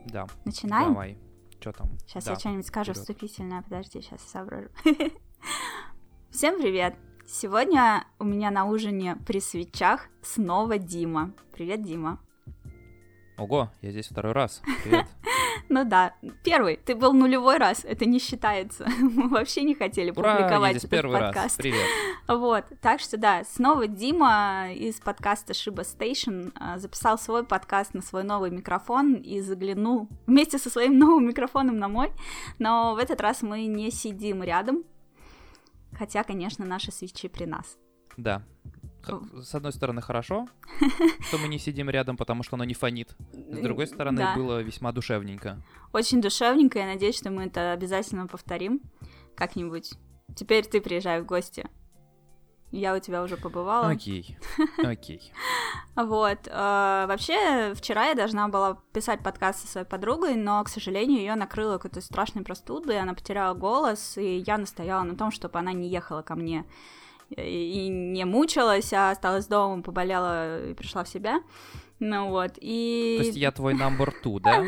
Да. Начинаем? Давай. Что там? Сейчас Да, я что-нибудь скажу вперед. вступительное. Подожди, сейчас я соображу. Всем привет! Сегодня у меня на ужине при свечах снова Дима. Привет, Дима. Ого, я здесь второй раз. Привет. Ну да, первый. Ты был нулевой раз, это не считается. Мы вообще не хотели Ура, я публиковать здесь этот первый раз. подкаст. Привет. Вот, так что да, снова Дима из подкаста Shiba Station записал свой подкаст на свой новый микрофон и заглянул вместе со своим новым микрофоном на мой, но в этот раз мы не сидим рядом, хотя, конечно, наши свечи при нас. Да. С одной стороны, хорошо, что мы не сидим рядом, потому что оно не фонит. С другой стороны, Да. было весьма душевненько. Очень душевненько, я надеюсь, что мы это обязательно повторим как-нибудь. Теперь ты приезжай в гости. Я у тебя уже побывала. Окей. Вот. Вообще, вчера я должна была писать подкаст со своей подругой, но, к сожалению, ее накрыло какой-то страшной простудой, она потеряла голос, и я настояла на том, чтобы она не ехала ко мне и не мучилась, а осталась дома, поболела и пришла в себя. Ну вот, и... То есть я твой number two, да?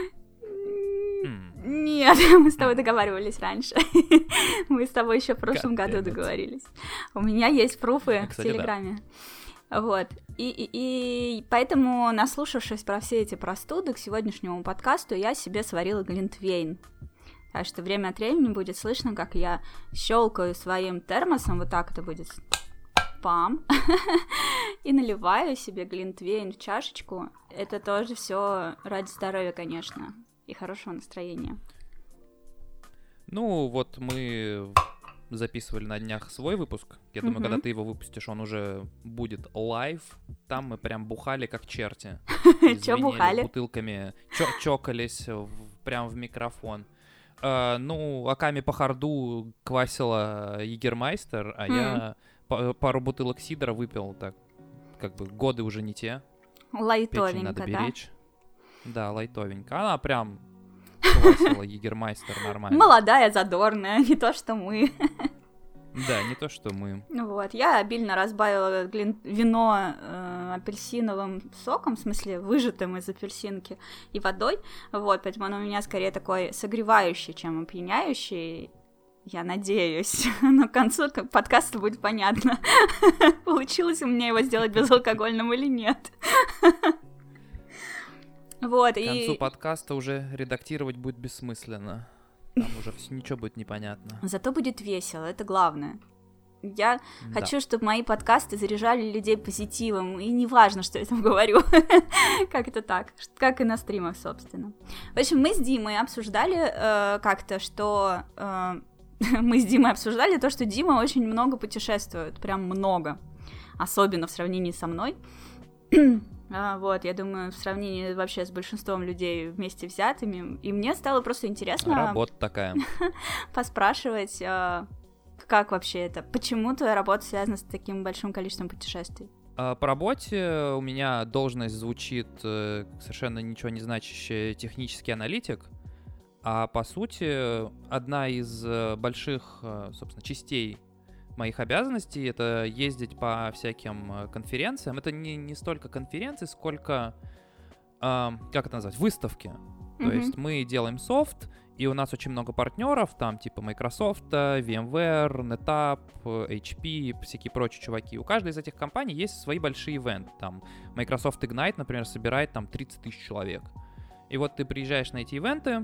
Нет, мы с тобой договаривались раньше. Мы с тобой еще в прошлом году договорились. У меня есть пруфы в Телеграме. Вот. И поэтому, наслушавшись про все эти простуды, к сегодняшнему подкасту я себе сварила глинтвейн. Так что время от времени будет слышно, как я щелкаю своим термосом, вот так это будет, пам, и наливаю себе глинтвейн в чашечку. Это тоже все ради здоровья, конечно, и хорошего настроения. Ну, вот мы записывали на днях свой выпуск. Я думаю, когда ты его выпустишь, он уже будет лайв. Там мы прям бухали как черти. Чё бухали? Бутылками, чокались прям в микрофон. Ну, Аками по харду квасила Егермайстер, а я пару бутылок сидра выпил, так, как бы годы уже не те. Печень надо беречь. Да, лайтовенько. Она прям квасила Егермайстер нормально. Молодая, задорная, не то что мы. Да, не то, что мы. Вот, я обильно разбавила вино апельсиновым соком, в смысле, выжатым из апельсинки, и водой, вот, поэтому оно у меня скорее такой согревающий, чем опьяняющий, я надеюсь, но к концу подкаста будет понятно, получилось у меня его сделать безалкогольным или нет. Вот, к концу подкаста уже редактировать будет бессмысленно. Там уже ничего будет непонятно. Зато будет весело, это главное. Я хочу, чтобы мои подкасты заряжали людей позитивом, и неважно, что я там говорю, как это так, как и на стримах, собственно. В общем, мы с Димой обсуждали как-то, что... мы с Димой обсуждали то, что Дима очень много путешествует, прям много, особенно в сравнении со мной. Вот, я думаю, в сравнении вообще с большинством людей вместе взятыми, и мне стало просто интересно... Работа такая. Поспрашивать, как вообще это, почему твоя работа связана с таким большим количеством путешествий? По работе у меня должность звучит совершенно ничего не значащая технический аналитик, а по сути одна из больших, собственно, частей моих обязанностей — это ездить по всяким конференциям. Это не столько конференции, сколько, как это назвать, выставки. То есть мы делаем софт, и у нас очень много партнеров, там типа Microsoft, VMware, NetApp, HP, всякие прочие чуваки. У каждой из этих компаний есть свои большие ивенты. Там Microsoft Ignite, например, собирает там 30 тысяч человек. И вот ты приезжаешь на эти ивенты,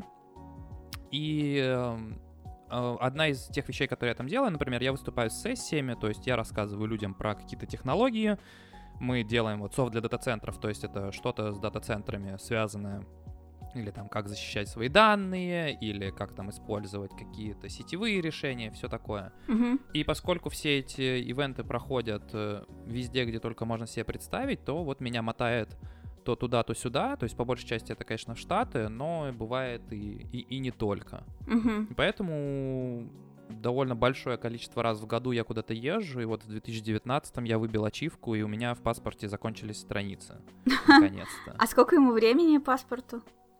и... одна из тех вещей, которые я там делаю, например, я выступаю с сессиями, то есть я рассказываю людям про какие-то технологии, мы делаем вот софт для дата-центров, то есть это что-то с дата-центрами связанное, или там как защищать свои данные, или как там использовать какие-то сетевые решения, все такое. И поскольку все эти ивенты проходят везде, где только можно себе представить, то вот меня мотает то туда, то сюда. То есть, по большей части, это, конечно, в Штаты, но бывает и не только. И поэтому довольно большое количество раз в году я куда-то езжу, и вот в 2019-м я выбил ачивку, и у меня в паспорте закончились страницы. Наконец-то. А сколько ему времени паспорту?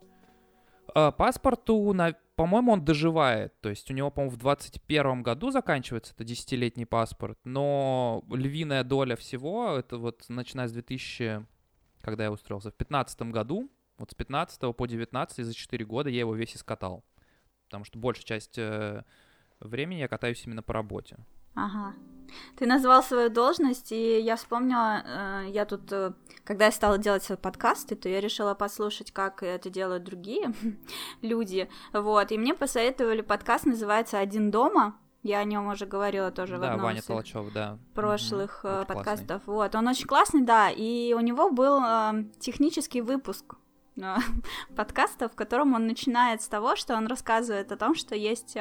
Паспорту, по-моему, он доживает. То есть у него, по-моему, в 2021 году заканчивается это 10-летний паспорт, но львиная доля всего, это вот начиная с 2000... когда я устроился, в 2015 году, Вот с 15 по 19 за 4 года я его весь искатал. Потому что большая часть времени я катаюсь именно по работе. Ага. Ты назвал свою должность, и я вспомнила, я тут, когда я стала делать свои подкасты, то я решила послушать, как это делают другие люди, вот, и мне посоветовали подкаст, называется «Один дома», я о нем уже говорила тоже в одном Ваня из Толочёв, да. прошлых подкастов, классный. Вот, он очень классный, да, и у него был технический выпуск подкаста, в котором он начинает с того, что он рассказывает о том, что есть,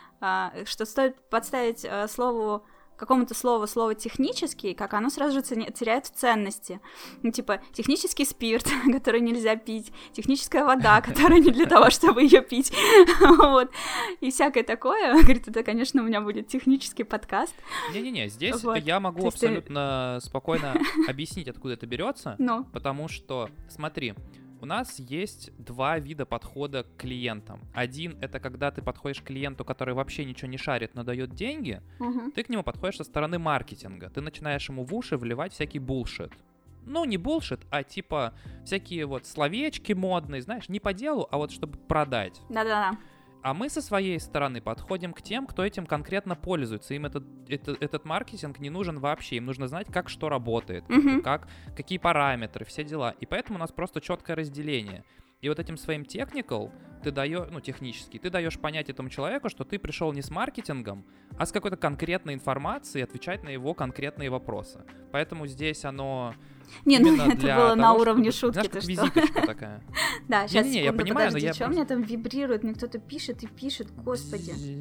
что стоит подставить какому-то слово технический, как оно сразу же теряет в ценности. Ну, типа, технический спирт, который нельзя пить, техническая вода, которая не для того, чтобы ее пить, вот, и всякое такое. Говорит, это, конечно, у меня будет технический подкаст. Не-не-не, здесь вот. Я могу абсолютно спокойно объяснить, откуда это берется, потому что, смотри, у нас есть два вида подхода к клиентам. Один — это когда ты подходишь к клиенту, который вообще ничего не шарит, но дает деньги, ты к нему подходишь со стороны маркетинга. Ты начинаешь ему в уши вливать всякий булшит. Ну, не булшит, а типа всякие вот словечки модные, знаешь, не по делу, а вот чтобы продать. Да-да-да. А мы со своей стороны подходим к тем, кто этим конкретно пользуется. Им этот маркетинг не нужен вообще. Им нужно знать, как что работает, какие параметры, все дела. И поэтому у нас просто четкое разделение. И вот этим своим technical ты даешь, технически, ты даешь понять этому человеку, что ты пришел не с маркетингом, а с какой-то конкретной информацией отвечать на его конкретные вопросы. Поэтому здесь оно... Не, это было на уровне шутки, ты что? Визиточка такая. Да, сейчас, я понимаю, но я... Что у меня там вибрирует? Мне кто-то пишет и пишет, господи.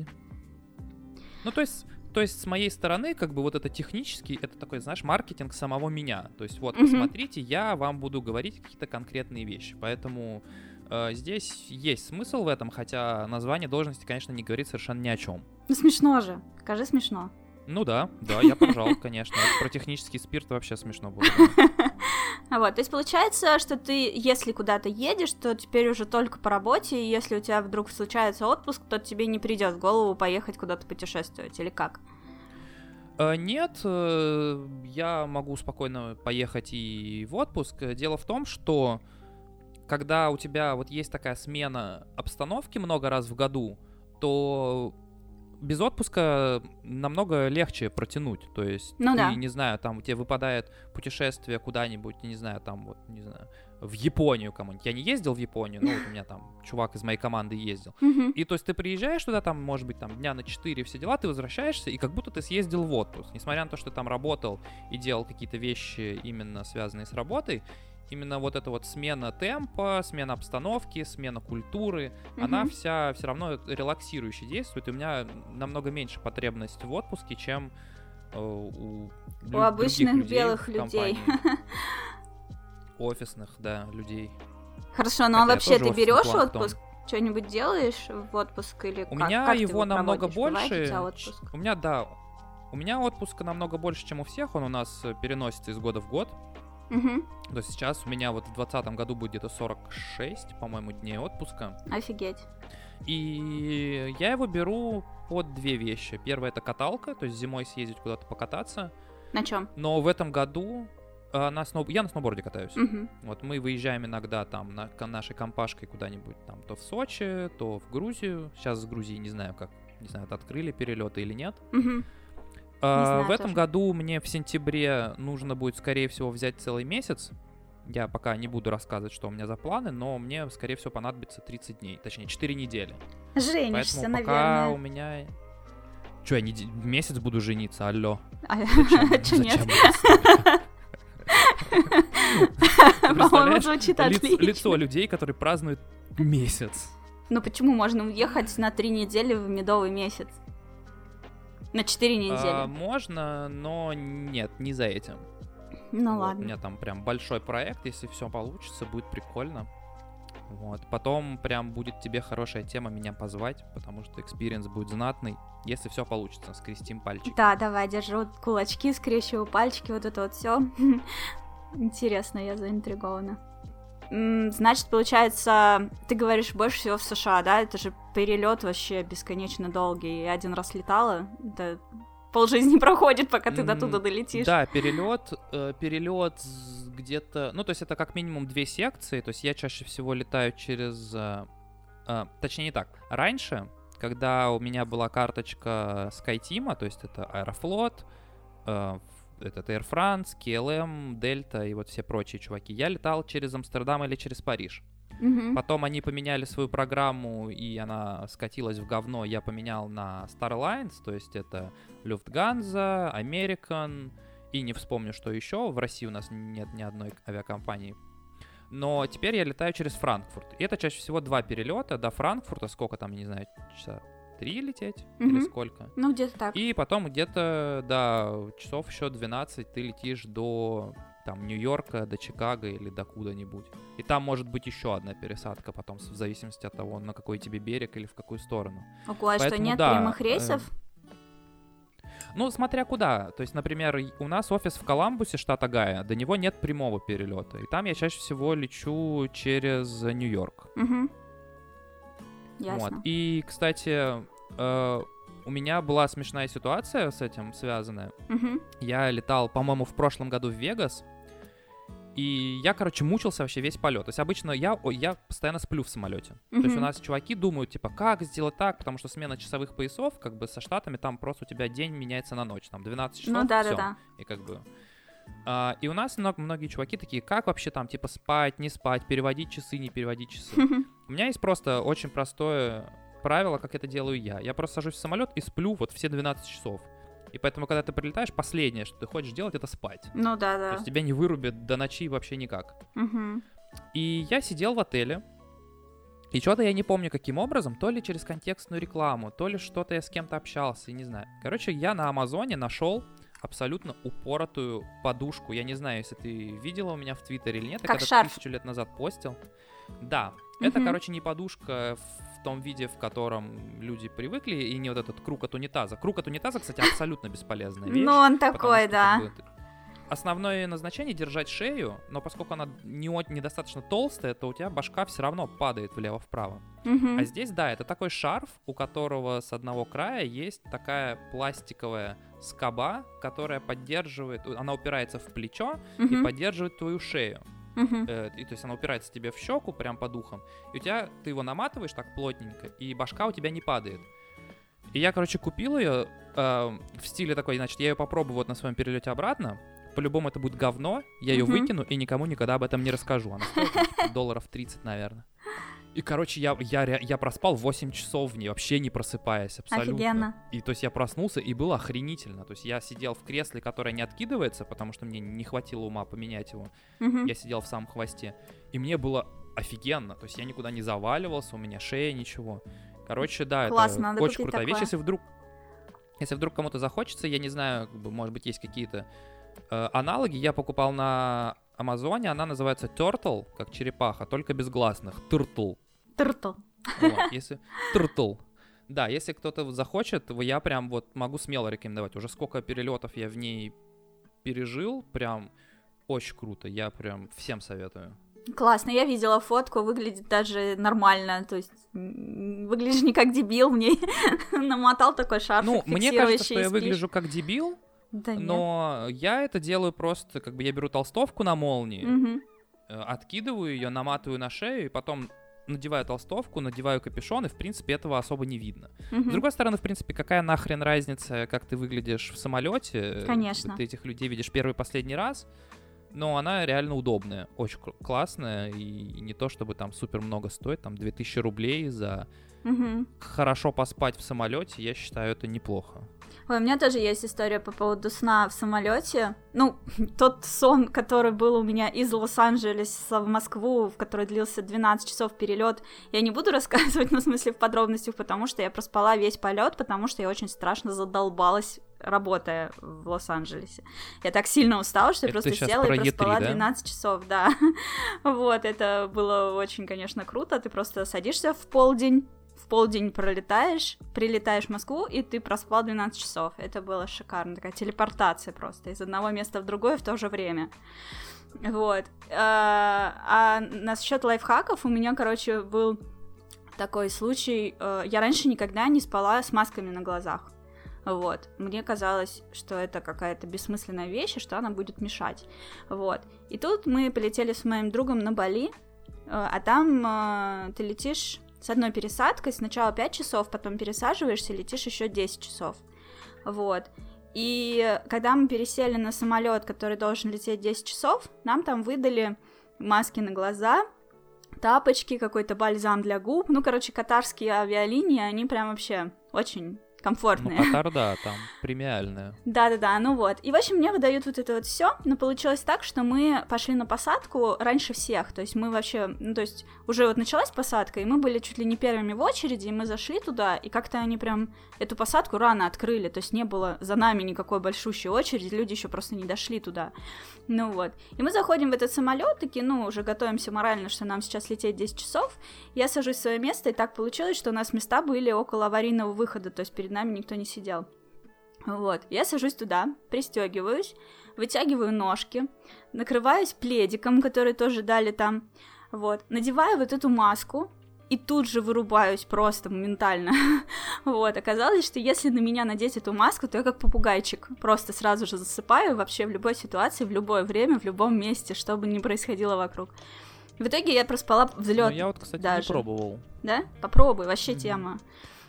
Ну, то есть с моей стороны, как бы вот это технический, это такой, знаешь, маркетинг самого меня. То есть вот, посмотрите, я вам буду говорить какие-то конкретные вещи. Поэтому здесь есть смысл в этом, хотя название должности, конечно, не говорит совершенно ни о чем. Ну, смешно же. Скажи, смешно. Ну да, я поржал, конечно. Про технический спирт вообще смешно было. Вот, то есть получается, что ты, если куда-то едешь, то теперь уже только по работе, и если у тебя вдруг случается отпуск, то тебе не придет в голову поехать куда-то путешествовать, или как? Нет, я могу спокойно поехать и в отпуск. Дело в том, что когда у тебя вот есть такая смена обстановки много раз в году, то без отпуска намного легче протянуть. То есть не знаю, там у тебя выпадает путешествие куда-нибудь, не знаю, там вот, не знаю, в Японию кому-нибудь. Я не ездил в Японию, но вот у меня там чувак из моей команды ездил. И то есть ты приезжаешь туда, там, может быть, там дня на 4 все дела, ты возвращаешься, и как будто ты съездил в отпуск. Несмотря на то, что ты там работал и делал какие-то вещи именно связанные с работой, именно вот эта вот смена темпа, смена обстановки, смена культуры, она вся все равно релаксирующе действует, и у меня намного меньше потребность в отпуске, чем у обычных людей, белых людей. Офисных, да, людей. Хорошо, ну а вообще ты берешь отпуск? Что-нибудь делаешь в отпуск или у меня его намного больше. У меня отпуска намного больше, чем у всех. Он у нас переносится из года в год. То есть сейчас у меня вот в 2020 году будет где-то 46, по-моему, дней отпуска. Офигеть. И я его беру под две вещи. Первое — это каталка, то есть зимой съездить куда-то покататься. На чем? Но в этом году я на сноуборде катаюсь. Вот мы выезжаем иногда там нашей компашкой куда-нибудь там то в Сочи, то в Грузию. Сейчас с Грузии не знаю, открыли перелеты или нет. В этом году мне в сентябре нужно будет, скорее всего, взять целый месяц. Я пока не буду рассказывать, что у меня за планы, но мне, скорее всего, понадобится 30 дней, точнее, 4 недели. Женишься, поэтому пока наверное. У меня... Че, я месяц буду жениться, алло. Зачем нет? По-моему, звучит отлично. Лицо людей, которые празднуют месяц. Ну почему можно уехать на 3 недели в медовый месяц? На 4 недели. Можно, но нет, не за этим. Ну вот, ладно. У меня там прям большой проект, если все получится, будет прикольно. Вот. Потом прям будет тебе хорошая тема меня позвать, потому что экспириенс будет знатный, если все получится, скрестим пальчики. Да, давай, держу кулачки, скрещиваю пальчики, вот это вот все. Интересно, я заинтригована. Значит, получается, ты говоришь больше всего в США, да? Это же перелет вообще бесконечно долгий. Я один раз летала, это полжизни проходит, пока ты до туда долетишь. Да, перелет где-то... Ну, то есть это как минимум 2 секции, то есть я чаще всего летаю через... точнее, не так. Раньше, когда у меня была карточка SkyTeam, то есть это Аэрофлот, этот Air France, KLM, Delta и вот все прочие чуваки, я летал через Амстердам или через Париж. Потом они поменяли свою программу, и она скатилась в говно. Я поменял на Star Alliance, то есть это Lufthansa, American, и не вспомню, что еще. В России у нас нет ни одной авиакомпании. Но теперь я летаю через Франкфурт. И это чаще всего 2 перелета до Франкфурта. Сколько там, не знаю, часа 3 лететь? Или сколько? Ну, где-то так. И потом где-то, да, часов еще 12 ты летишь до... там, Нью-Йорка до Чикаго или до куда-нибудь. И там может быть еще одна пересадка потом, в зависимости от того, на какой тебе берег или в какую сторону. Ого, а что, нет прямых рейсов? Ну, смотря куда. То есть, например, у нас офис в Коламбусе, штат Огайо, до него нет прямого перелета. И там я чаще всего лечу через Нью-Йорк. Ясно. Вот. И, кстати, у меня была смешная ситуация с этим связанная. Я летал, по-моему, в прошлом году в Вегас. И я, короче, мучился вообще весь полет. То есть обычно я постоянно сплю в самолете. То есть у нас чуваки думают, типа, как сделать так, потому что смена часовых поясов, как бы со Штатами, там просто у тебя день меняется на ночь, там 12 часов, ну, да, все. Да. И как бы... и у нас многие чуваки такие, как вообще там, типа, спать, не спать, переводить часы, не переводить часы. У меня есть просто очень простое правило, как это делаю я. Я просто сажусь в самолет и сплю вот все 12 часов. И поэтому, когда ты прилетаешь, последнее, что ты хочешь делать, это спать. Ну да. То есть тебя не вырубят до ночи вообще никак. И я сидел в отеле, и что-то я не помню каким образом, то ли через контекстную рекламу, то ли что-то я с кем-то общался, не знаю. Короче, я на Амазоне нашел абсолютно упоротую подушку. Я не знаю, если ты видела у меня в Твиттере или нет. Как я шарф. 1000 лет назад постил. Да, это, короче, не подушка в том виде, в котором люди привыкли, и не вот этот круг от унитаза. Круг от унитаза, кстати, абсолютно бесполезная вещь. Ну, он такой, что, да. как бы, основное назначение — держать шею, но поскольку она недостаточно толстая, то у тебя башка все равно падает влево-вправо. А здесь, да, это такой шарф, у которого с одного края есть такая пластиковая скоба, которая поддерживает, она упирается в плечо и поддерживает твою шею. И, то есть она упирается тебе в щеку, прям под ухом, и ты его наматываешь так плотненько, и башка у тебя не падает. И я, короче, купил ее в стиле такой, значит, я ее попробую вот на своем перелете обратно, по-любому это будет говно, я ее выкину и никому никогда об этом не расскажу. Она стоит $30, наверное. И, короче, я проспал 8 часов в ней, вообще не просыпаясь абсолютно. Офигенно. И, то есть, я проснулся, и было охренительно. То есть, я сидел в кресле, которое не откидывается, потому что мне не хватило ума поменять его. Я сидел в самом хвосте. И мне было офигенно. То есть, я никуда не заваливался, у меня шея, ничего. Короче, да, классно, это очень крутая такое. вещь. Если вдруг кому-то захочется, я не знаю, может быть, есть какие-то аналоги. Я покупал на Амазоне, она называется Turtle, как черепаха, только без гласных. Turtle. Turtle. Вот, Turtle. Да, если кто-то захочет, я прям вот могу смело рекомендовать. Уже сколько перелетов я в ней пережил, прям очень круто. Я прям всем советую. Классно, я видела фотку, выглядит даже нормально, то есть выглядишь не как дебил, мне намотал такой шарфик фиксирующий. Мне кажется, что я выгляжу как дебил, да но я это делаю просто, как бы я беру толстовку на молнии, откидываю ее, наматываю на шею, и потом надеваю толстовку, надеваю капюшон, и, в принципе, этого особо не видно. С другой стороны, в принципе, какая нахрен разница, как ты выглядишь в самолете? Конечно. Ты этих людей видишь первый и последний раз, но она реально удобная, очень классная, и не то чтобы там супер много стоит, там 2000 рублей за хорошо поспать в самолете, я считаю, это неплохо. Ой, у меня тоже есть история по поводу сна в самолете. Ну, тот сон, который был у меня из Лос-Анджелеса в Москву, в который длился 12 часов перелет, я не буду рассказывать, ну, в смысле, в подробностях, потому что я проспала весь полет, потому что я очень страшно задолбалась, работая в Лос-Анджелесе. Я так сильно устала, что я просто села и проспала 12 часов, да. Вот, это было очень, конечно, круто. Ты просто садишься в полдень прилетаешь в Москву, и ты проспал 12 часов. Это было шикарно, такая телепортация просто из одного места в другое в то же время. Вот. А насчет лайфхаков у меня, короче, был такой случай. Я раньше никогда не спала с масками на глазах. Вот. Мне казалось, что это какая-то бессмысленная вещь, и что она будет мешать. Вот. И тут мы полетели с моим другом на Бали, а там ты летишь с одной пересадкой, сначала 5 часов, потом пересаживаешься, летишь еще 10 часов. Вот. И когда мы пересели на самолет, который должен лететь 10 часов, нам там выдали маски на глаза, тапочки, какой-то бальзам для губ. Ну, короче, катарские авиалинии, они прям вообще очень комфортные. Ну, Катар, да, там премиальная. Да-да-да, ну вот. И, в общем, мне выдают вот это вот все, но получилось так, что мы пошли на посадку раньше всех, то есть мы вообще, ну, то есть уже вот началась посадка, и мы были чуть ли не первыми в очереди, и мы зашли туда, и как-то они прям эту посадку рано открыли, то есть не было за нами никакой большущей очереди, люди еще просто не дошли туда. Ну вот. И мы заходим в этот самолет, такие, ну, уже готовимся морально, что нам сейчас лететь 10 часов. Я сажусь в свое место, и так получилось, что у нас места были около аварийного выхода, то есть перед нами никто не сидел. Вот. Я сажусь туда, пристегиваюсь, вытягиваю ножки, накрываюсь пледиком, который тоже дали там, вот, надеваю вот эту маску, и тут же вырубаюсь просто моментально. Вот, оказалось, что если на меня надеть эту маску, то я как попугайчик, просто сразу же засыпаю вообще в любой ситуации, в любое время, в любом месте, что бы ни происходило вокруг. В итоге я проспала взлет. Ну, я вот, кстати, даже не пробовал. Да? Попробуй, вообще тема.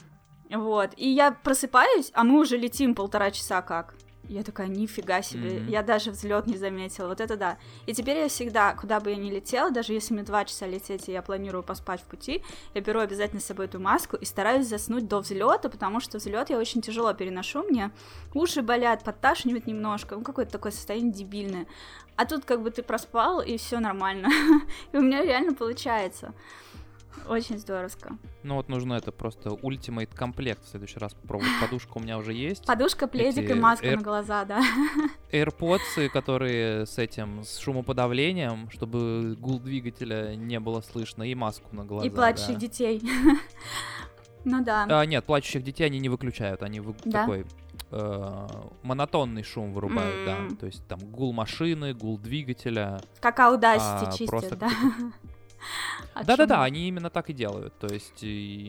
Вот, и я просыпаюсь, а мы уже летим 1,5 часа как. Я такая, нифига себе, я даже взлет не заметила, вот это да. И теперь я всегда, куда бы я ни летела, даже если мне 2 часа лететь, и я планирую поспать в пути, я беру обязательно с собой эту маску и стараюсь заснуть до взлета, потому что взлет я очень тяжело переношу, мне уши болят, подташнивает немножко, ну какое-то такое состояние дебильное. А тут как бы ты проспал, и все нормально. И у меня реально получается. Очень здоровско. Ну вот нужно это просто ультимейт комплект в следующий раз попробовать. Подушка у меня уже есть. Подушка, пледик и маска на глаза, да. AirPods, которые с этим, с шумоподавлением, чтобы гул двигателя не было слышно, и маску на глаза. И плачущих детей. Ну да. Нет, плачущих детей они не выключают, они такой монотонный шум вырубают, да. То есть там гул машины, гул двигателя. Как Audacity чистят, да. Да-да-да, они именно так и делают. То есть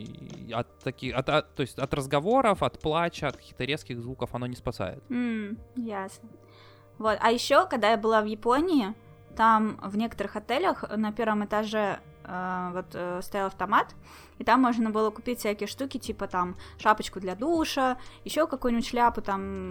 от разговоров, от плача, от каких-то резких звуков оно не спасает. Ясно. Вот. А еще, когда я была в Японии, там в некоторых отелях на первом этаже стоял автомат, и там можно было купить всякие штуки, типа там шапочку для душа, еще какую-нибудь шляпу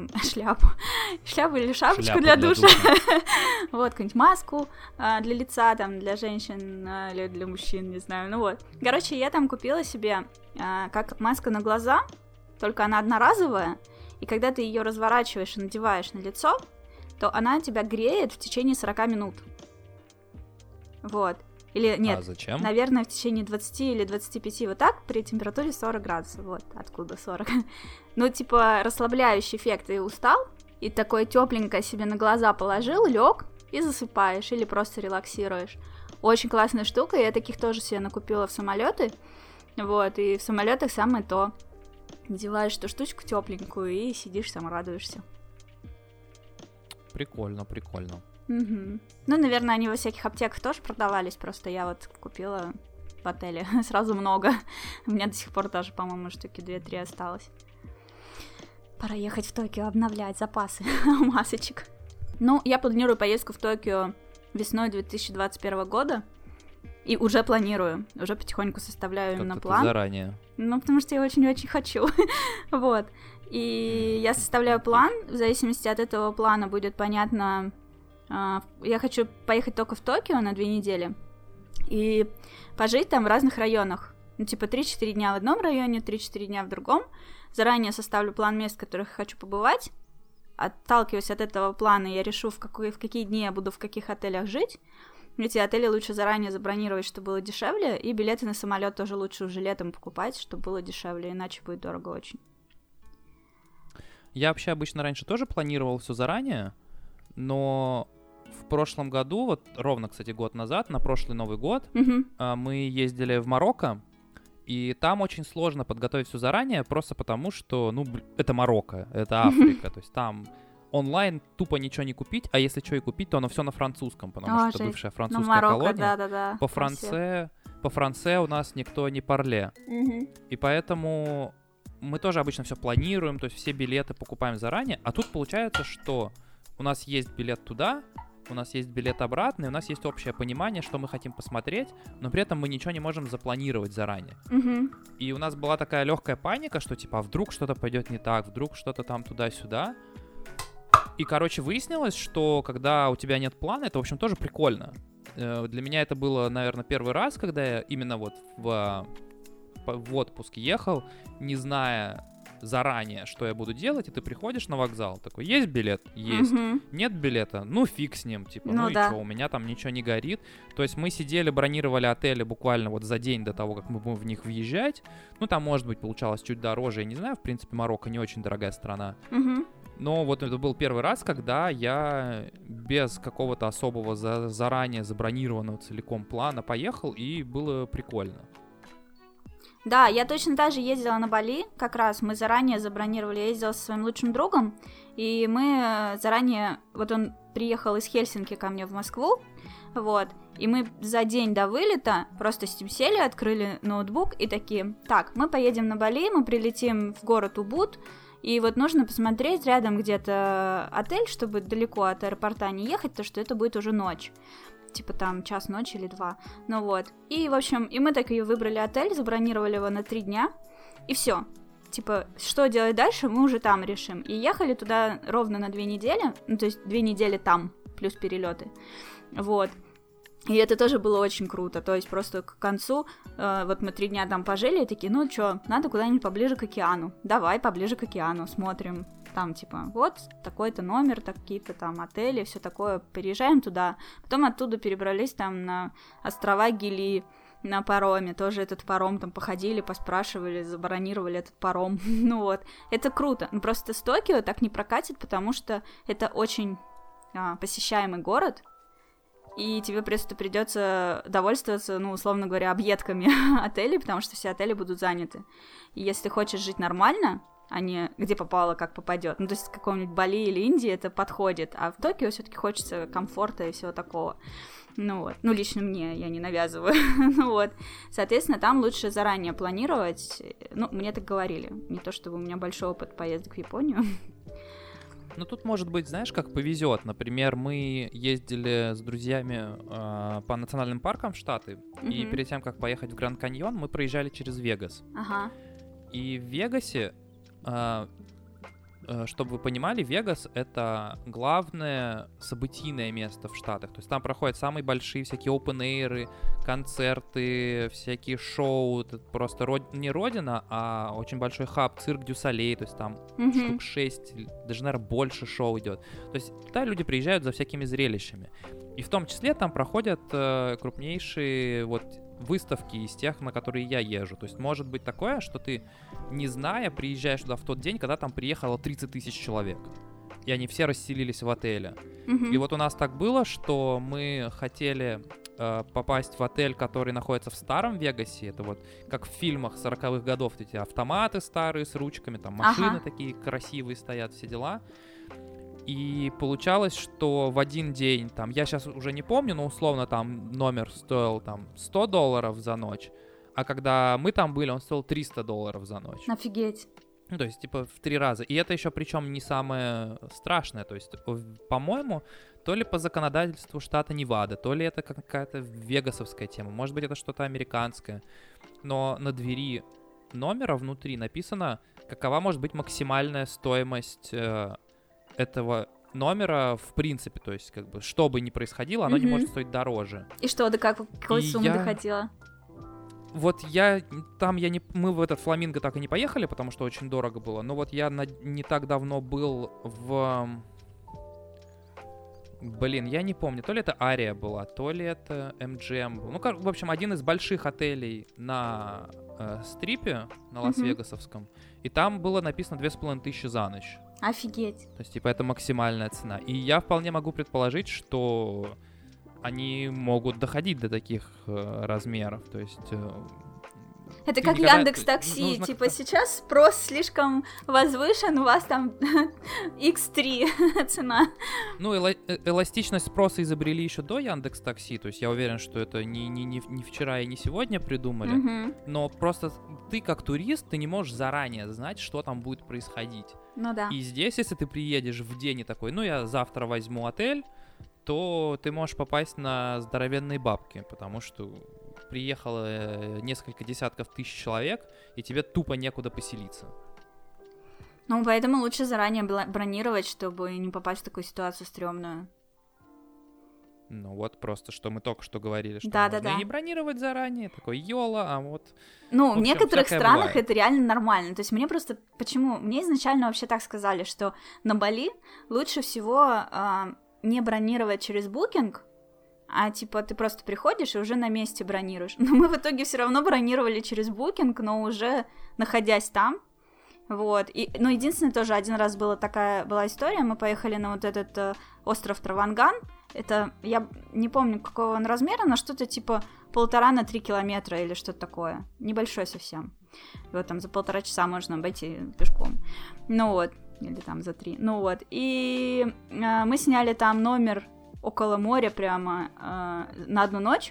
или шапочку для душа. Вот, какую-нибудь маску для лица, там, для женщин или для мужчин, не знаю, ну вот. Короче, я там купила себе как маска на глаза, только она одноразовая, и когда ты ее разворачиваешь и надеваешь на лицо, то она тебя греет в течение 40 минут. Вот. Или нет, зачем? Наверное, в течение 20 или 25, вот так, при температуре 40 градусов, вот, откуда 40. Ну, типа, расслабляющий эффект, ты устал, и такое тепленькое себе на глаза положил, лег и засыпаешь, или просто релаксируешь. Очень классная штука, я таких тоже себе накупила в самолеты, вот, и в самолетах самое то. Надеваешь эту штучку тепленькую и сидишь там, радуешься. Прикольно. Угу. Ну, наверное, они во всяких аптеках тоже продавались, просто я вот купила в отеле сразу много. У меня до сих пор даже, по-моему, штуки 2-3 осталось. Пора ехать в Токио, обновлять запасы масочек. Ну, я планирую поездку в Токио весной 2021 года. И уже планирую, уже потихоньку составляю именно план. Заранее. Ну, потому что я очень-очень хочу. Вот. И я составляю план, в зависимости от этого плана будет понятно... Я хочу поехать только в Токио на 2 недели и пожить там в разных районах. Ну, типа 3-4 дня в одном районе, 3-4 дня в другом. Заранее составлю план мест, в которых хочу побывать. Отталкиваясь от этого плана, я решу, в какие дни я буду в каких отелях жить. Эти отели лучше заранее забронировать, чтобы было дешевле, и билеты на самолет тоже лучше уже летом покупать, чтобы было дешевле, иначе будет дорого очень. Я вообще обычно раньше тоже планировал все заранее, но в прошлом году, вот ровно, кстати, год назад, на прошлый Новый год, мы ездили в Марокко, и там очень сложно подготовить все заранее, просто потому что, это Марокко, это Африка, то есть там онлайн тупо ничего не купить, а если что и купить, то оно все на французском, потому что это бывшая французская колония. Да. По франце у нас никто не парле. И поэтому мы тоже обычно все планируем, то есть все билеты покупаем заранее, а тут получается, что у нас есть билет туда, у нас есть билет обратно, и у нас есть общее понимание, что мы хотим посмотреть, но при этом мы ничего не можем запланировать заранее. И у нас была такая легкая паника, что типа, а вдруг что-то пойдет не так, вдруг что-то там туда-сюда. И, короче, выяснилось, что когда у тебя нет плана, это, в общем, тоже прикольно. Для меня это было, наверное, первый раз, когда я именно вот в отпуск ехал, не зная заранее, что я буду делать, и ты приходишь на вокзал, такой, есть билет? Есть. Нет билета? Ну, фиг с ним, типа, ну и что, у меня там ничего не горит. То есть мы сидели, бронировали отели буквально вот за день до того, как мы будем в них въезжать. Ну, там, может быть, получалось чуть дороже, я не знаю, в принципе, Марокко не очень дорогая страна. Но вот это был первый раз, когда я без какого-то особого заранее забронированного целиком плана поехал, и было прикольно. Да, я точно так же ездила на Бали, как раз мы заранее забронировали, я ездила со своим лучшим другом, и мы заранее, вот он приехал из Хельсинки ко мне в Москву, вот, и мы за день до вылета просто с ним сели, открыли ноутбук и такие, так, мы поедем на Бали, мы прилетим в город Убуд, и вот нужно посмотреть рядом где-то отель, чтобы далеко от аэропорта не ехать, потому что это будет уже ночь. Типа там час ночи или 2. Ну вот. И, в общем, и мы так и выбрали отель, забронировали его на 3 дня, и все. Типа, что делать дальше, мы уже там решим. И ехали туда ровно на 2 недели, ну, то есть 2 недели там, плюс перелеты. Вот. И это тоже было очень круто, то есть просто к концу, вот мы 3 дня там пожили, и такие, ну чё, надо куда-нибудь поближе к океану, давай поближе к океану, смотрим, там типа, вот такой-то номер, такие-то там отели, все такое, переезжаем туда, потом оттуда перебрались там на острова Гили, на пароме, тоже этот паром там походили, поспрашивали, забронировали этот паром, ну вот, это круто, но просто с Токио так не прокатит, потому что это очень посещаемый город, и тебе просто придется довольствоваться, ну, условно говоря, объедками отелей, потому что все отели будут заняты. И если ты хочешь жить нормально, а не где попало, как попадет, ну, то есть в каком-нибудь Бали или Индии это подходит, а в Токио все-таки хочется комфорта и всего такого. Ну вот, ну, лично мне, я не навязываю. Ну вот, соответственно, там лучше заранее планировать. Ну, мне так говорили. Не то чтобы у меня большой опыт поездок в Японию. Ну, тут, может быть, знаешь, как повезет. Например, мы ездили с друзьями по национальным паркам в Штаты, и перед тем, как поехать в Гранд Каньон, мы проезжали через Вегас. И в Вегасе, чтобы вы понимали, Вегас — это главное событийное место в Штатах. То есть там проходят самые большие всякие open-air'ы, концерты, всякие шоу. Это просто не родина, а очень большой хаб, цирк Дю Солей. То есть там штук 6, даже, наверное, больше шоу идет. То есть туда люди приезжают за всякими зрелищами. И в том числе там проходят крупнейшие вот выставки из тех, на которые я езжу. То есть может быть такое, что ты, не зная, приезжаешь туда в тот день, когда там приехало 30 тысяч человек. И они все расселились в отеле. И вот у нас так было, что мы хотели попасть в отель, который находится в старом Вегасе. Это вот как в фильмах 40-х годов. Эти автоматы старые с ручками, там машины такие красивые стоят, все дела. И получалось, что в один день, там, я сейчас уже не помню, но условно там номер стоил там $100 за ночь, а когда мы там были, он стоил $300 за ночь. Офигеть. Ну, то есть, типа, в 3 раза. И это еще причем не самое страшное. То есть, по-моему, то ли по законодательству штата Невада, то ли это какая-то вегасовская тема. Может быть, это что-то американское. Но на двери номера внутри написано, какова может быть максимальная стоимость этого номера в принципе, то есть как бы что бы ни происходило, оно не может стоить дороже. И что, до какой суммы доходило? Вот мы в этот Фламинго так и не поехали, потому что очень дорого было, но вот я не так давно был в... я не помню, то ли это Ария была, то ли это MGM был. Ну, в общем, один из больших отелей на Стрипе, на Лас-Вегасовском, и там было написано 2500 за ночь. Офигеть. То есть, типа, это максимальная цена. И я вполне могу предположить, что они могут доходить до таких размеров. То есть, Это как Яндекс.Такси, типа сейчас спрос слишком возвышен, у вас там X3 цена. Ну, эластичность спроса изобрели еще до Яндекс.Такси, то есть я уверен, что это не вчера и не сегодня придумали, но просто ты как турист, ты не можешь заранее знать, что там будет происходить. Ну да. И здесь, если ты приедешь в день и такой, ну, я завтра возьму отель, то ты можешь попасть на здоровенные бабки, потому что приехало несколько десятков тысяч человек, и тебе тупо некуда поселиться. Ну, поэтому лучше заранее бронировать, чтобы не попасть в такую ситуацию стрёмную. Ну вот просто, что мы только что говорили, что да, можно и не бронировать заранее, такой йола, а вот... Ну, в некоторых странах это реально нормально. То есть мне просто... Почему? Мне изначально вообще так сказали, что на Бали лучше всего не бронировать через Booking, а типа ты просто приходишь и уже на месте бронируешь. Но мы в итоге все равно бронировали через Booking, но уже находясь там. Вот. И, ну, единственное, тоже один раз была история, мы поехали на вот этот остров Траванган. Это, я не помню, какого он размера, но что-то типа 1,5 на 3 километра или что-то такое. Небольшой совсем. Его там за 1,5 часа можно обойти пешком. Ну вот. Или там за 3. Ну вот. И мы сняли там номер около моря прямо на одну ночь.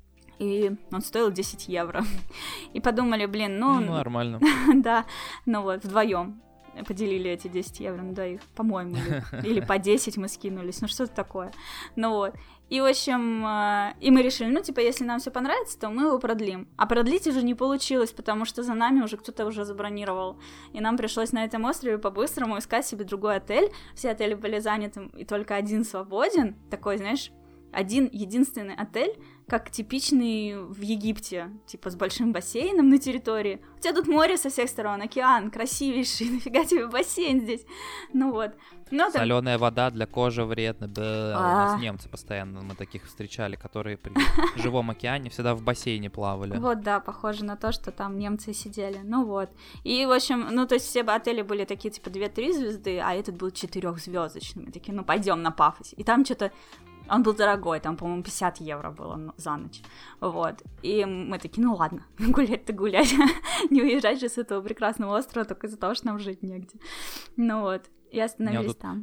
И он стоил 10 евро. И подумали, блин, ну... нормально. Да, ну вот, вдвоем поделили эти 10 евро на двоих, по-моему, или по 10 мы скинулись, ну что-то такое. Ну вот, и в общем, и мы решили, ну типа, если нам все понравится, то мы его продлим. А продлить уже не получилось, потому что за нами уже кто-то уже забронировал. И нам пришлось на этом острове по-быстрому искать себе другой отель. Все отели были заняты, и только один свободен, такой, знаешь, один единственный отель, как типичный в Египте, типа с большим бассейном на территории. У тебя тут море со всех сторон, океан красивейший, нафига тебе бассейн здесь? Ну вот. Соленая вода для кожи вредна. У нас немцы постоянно, мы таких встречали, которые при живом океане всегда в бассейне плавали. Вот, да, похоже на то, что там немцы сидели. Ну вот. И, в общем, ну то есть все отели были такие, типа 2-3 звезды, а этот был 4-звездочный. Мы такие, ну пойдем на пафосе. И там что-то... Он был дорогой, там, по-моему, 50 евро было за ночь, вот, и мы такие, ну ладно, гулять-то гулять, не уезжать же с этого прекрасного острова только из-за того, что нам жить негде, ну вот, и остановились там.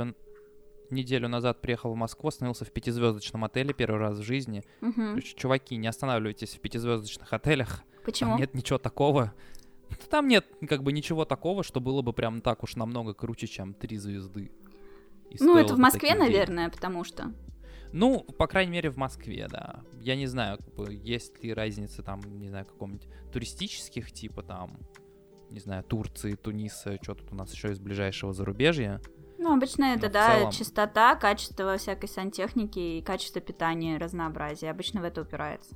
Неделю назад приехал в Москву, остановился в 5-звездочном отеле первый раз в жизни. Чуваки, не останавливайтесь в 5-звездочных отелях. Почему? Там нет ничего такого. Там нет как бы ничего такого, что было бы прям так уж намного круче, чем 3 звезды. Ну, это в Москве, наверное, потому что... Ну, по крайней мере, в Москве, да. Я не знаю, есть ли разница там, не знаю, какого-нибудь туристических, типа там, не знаю, Турции, Туниса, что тут у нас еще из ближайшего зарубежья. Ну, обычно это, да, целом... чистота, качество всякой сантехники и качество питания, разнообразие. Обычно в это упирается.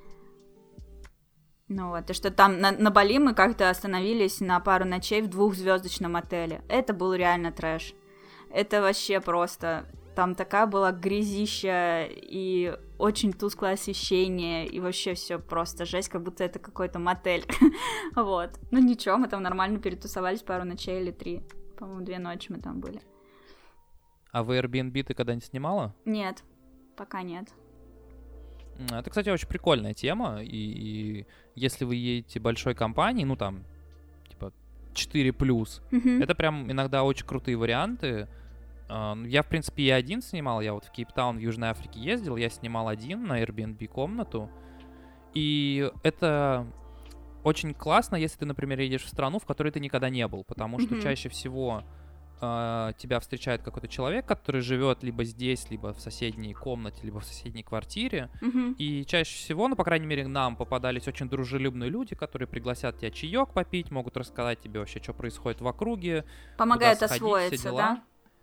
Ну вот, и что там на Бали мы как-то остановились на пару ночей в 2-звездочном отеле. Это был реально трэш. Это вообще просто... Там такая была грязища и очень тусклое освещение, и вообще все просто жесть, как будто это какой-то мотель. Вот. Ну ничего, мы там нормально перетусовались пару ночей или 3. По-моему, 2 ночи мы там были. А в Airbnb ты когда-нибудь снимала? Нет, пока нет. Это, кстати, очень прикольная тема, и если вы едете большой компанией, ну там, типа 4+, это прям иногда очень крутые варианты. Я, в принципе, и один снимал, я вот в Кейптаун в Южной Африке ездил, я снимал один на Airbnb комнату, и это очень классно, если ты, например, едешь в страну, в которой ты никогда не был, потому что чаще всего тебя встречает какой-то человек, который живет либо здесь, либо в соседней комнате, либо в соседней квартире, и чаще всего, ну, по крайней мере, нам попадались очень дружелюбные люди, которые пригласят тебя чаек попить, могут рассказать тебе вообще, что происходит в округе, помогают освоиться, да?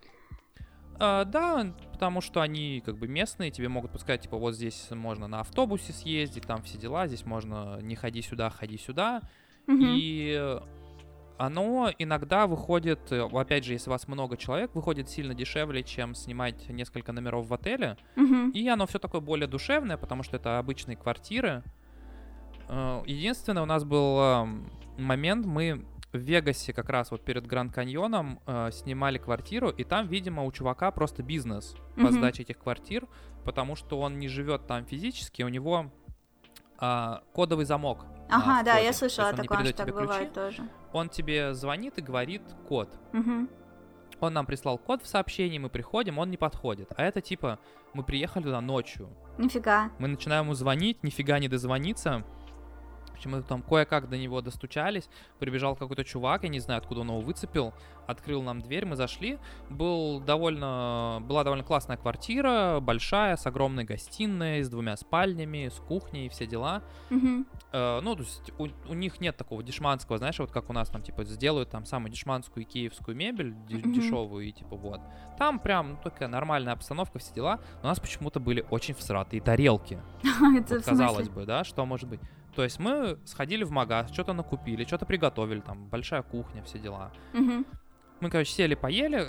Да, потому что они как бы местные, тебе могут подсказать, типа, вот здесь можно на автобусе съездить, там все дела, здесь можно не ходи сюда, ходи сюда. И оно иногда выходит, опять же, если у вас много человек, выходит сильно дешевле, чем снимать несколько номеров в отеле. И оно все такое более душевное, потому что это обычные квартиры. Единственное, у нас был момент, мы... В Вегасе как раз вот перед Гранд Каньоном снимали квартиру, и там, видимо, у чувака просто бизнес по сдаче этих квартир, потому что он не живет там физически, у него кодовый замок. Ага, да, я слышала о таком, что так бывает тоже. Он тебе звонит и говорит код. Угу. Он нам прислал код в сообщении, мы приходим, он не подходит. А это типа, мы приехали туда ночью. Нифига. Мы начинаем ему звонить, нифига не дозвониться. Мы там кое-как до него достучались. Прибежал какой-то чувак, я не знаю, откуда он его выцепил. Открыл нам дверь, мы зашли. Была довольно классная квартира, большая, с огромной гостиной, с 2 спальнями, с кухней, все дела. Угу. То есть у них нет такого дешманского, знаешь, вот как у нас там, типа, сделают там самую дешманскую киевскую мебель, дешевую, и типа вот. Там прям такая нормальная обстановка, все дела. Но у нас почему-то были очень всратые тарелки. Это казалось бы, да, что может быть. То есть мы сходили в магаз, что-то накупили, что-то приготовили, там, большая кухня, все дела. Угу. Мы, короче, сели, поели,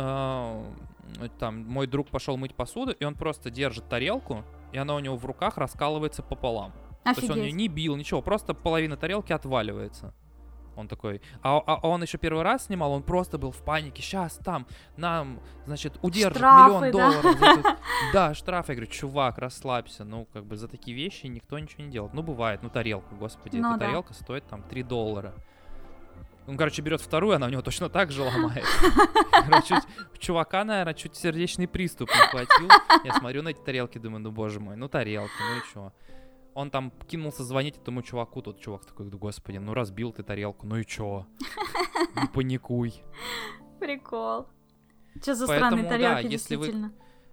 там, мой друг пошел мыть посуду, и он просто держит тарелку, и она у него в руках раскалывается пополам. Офигеть. То есть он ее не бил, ничего, просто половина тарелки отваливается. Он такой, а он еще первый раз снимал, он просто был в панике. Сейчас там нам, значит, удержат штрафы, $1 000 000. Да? Да, штрафы. Я говорю, чувак, расслабься. Ну, как бы за такие вещи никто ничего не делает. Ну, бывает, тарелку, господи. Ну, эта да. тарелка стоит там $3. Он, короче, берет вторую, она у него точно так же ломает. Короче, чувака, наверное, чуть сердечный приступ не хватил. Я смотрю на эти тарелки, думаю, ну, боже мой, тарелки, и чё. Он там кинулся звонить этому чуваку, тот чувак такой, господи, разбил ты тарелку, и чё? Не паникуй. Прикол. Что за странные тарелки, да, действительно?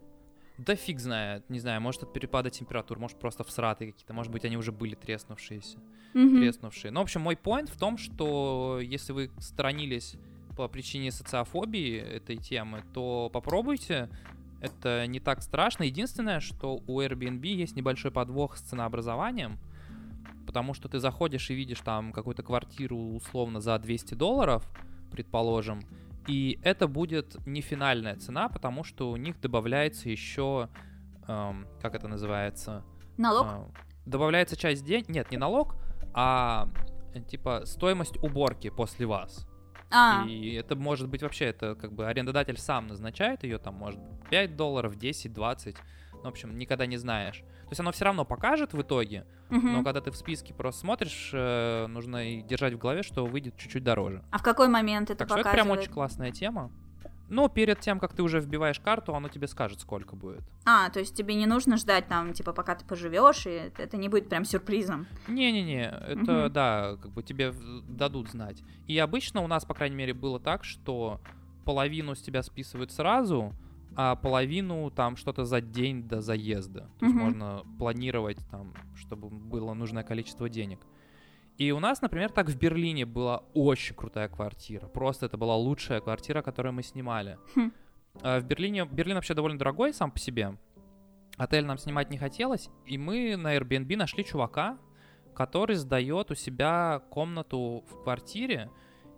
Да фиг знает, не знаю, может от перепада температур, может просто всратые какие-то, может быть они уже были треснувшиеся, треснувшие. Ну, в общем, мой поинт в том, что если вы сторонились по причине социофобии этой темы, то попробуйте. Это не так страшно. Единственное, что у Airbnb есть небольшой подвох с ценообразованием, потому что ты заходишь и видишь там какую-то квартиру условно за $200, предположим, и это будет не финальная цена, потому что у них добавляется еще, как это называется? Налог? Добавляется часть денег, нет, не налог, а типа стоимость уборки после вас. И это может быть вообще, это как бы арендодатель сам назначает ее, там может $5, 10, 20, в общем, никогда не знаешь. То есть оно все равно покажет в итоге, но когда ты в списке просто смотришь, нужно и держать в голове, что выйдет чуть-чуть дороже. А в какой момент это показывает? Так что это прям очень классная тема. Но перед тем, как ты уже вбиваешь карту, оно тебе скажет, сколько будет. То есть тебе не нужно ждать там, типа, пока ты поживешь, и это не будет прям сюрпризом. Не-не-не, это, да, как бы тебе дадут знать. И обычно у нас, по крайней мере, было так, что половину с тебя списывают сразу, а половину там что-то за день до заезда. То есть можно планировать там, чтобы было нужное количество денег. И у нас, например, так в Берлине была очень крутая квартира. Просто это была лучшая квартира, которую мы снимали. В Берлин вообще довольно дорогой сам по себе. Отель нам снимать не хотелось. И мы на Airbnb нашли чувака, который сдает у себя комнату в квартире.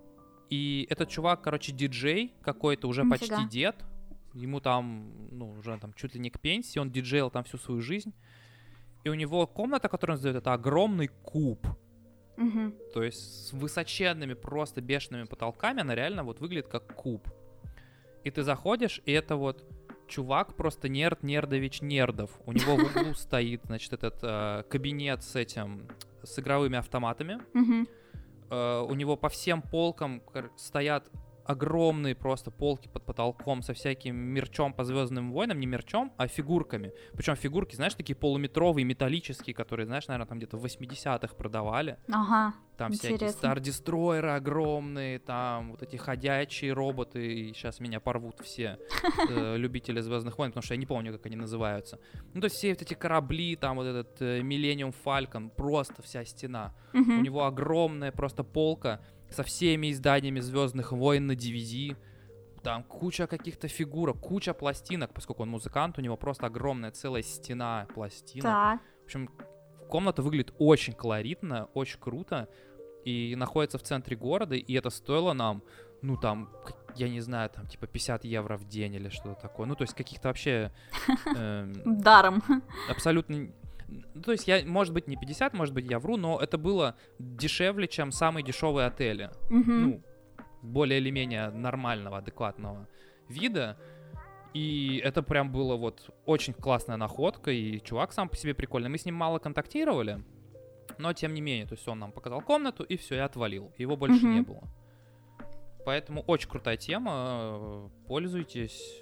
И этот чувак, короче, диджей какой-то, уже почти дед. Ему там, уже там чуть ли не к пенсии. Он диджейл там всю свою жизнь. И у него комната, которую он сдает, это огромный куб. То есть с высоченными, просто бешеными потолками она реально вот выглядит как куб. И ты заходишь, и это вот чувак просто нердович нердов. У него в углу стоит, значит, этот кабинет с игровыми автоматами. У него по всем полкам стоят огромные просто полки под потолком со всяким мерчом по Звездным войнам, не мерчом, а фигурками. Причем фигурки, знаешь, такие полуметровые, металлические, которые, знаешь, наверное, там где-то в 80-х продавали. Ага, там интересно. Всякие Стар-дестройеры огромные, там вот эти ходячие роботы, и сейчас меня порвут все любители Звездных войн, потому что я не помню, как они называются. То есть все вот эти корабли, там вот этот Millennium Falcon, просто вся стена. У него огромная просто полка со всеми изданиями Звездных войн на DVD. Там куча каких-то фигурок, куча пластинок, поскольку он музыкант, у него просто огромная целая стена пластинок. Так. В общем, комната выглядит очень колоритно, очень круто, и находится в центре города, и это стоило нам, там, я не знаю, там, типа 50 евро в день или что-то такое. То есть каких-то вообще... Даром. Абсолютно... То есть, может быть, не 50, может быть, я вру, но это было дешевле, чем самые дешевые отели. Более или менее нормального, адекватного вида. И это прям было вот очень классная находка, и чувак сам по себе прикольный. Мы с ним мало контактировали, Но, тем не менее, то есть он нам показал комнату, и все, и отвалил. Его больше не было. Поэтому очень крутая тема. Пользуйтесь.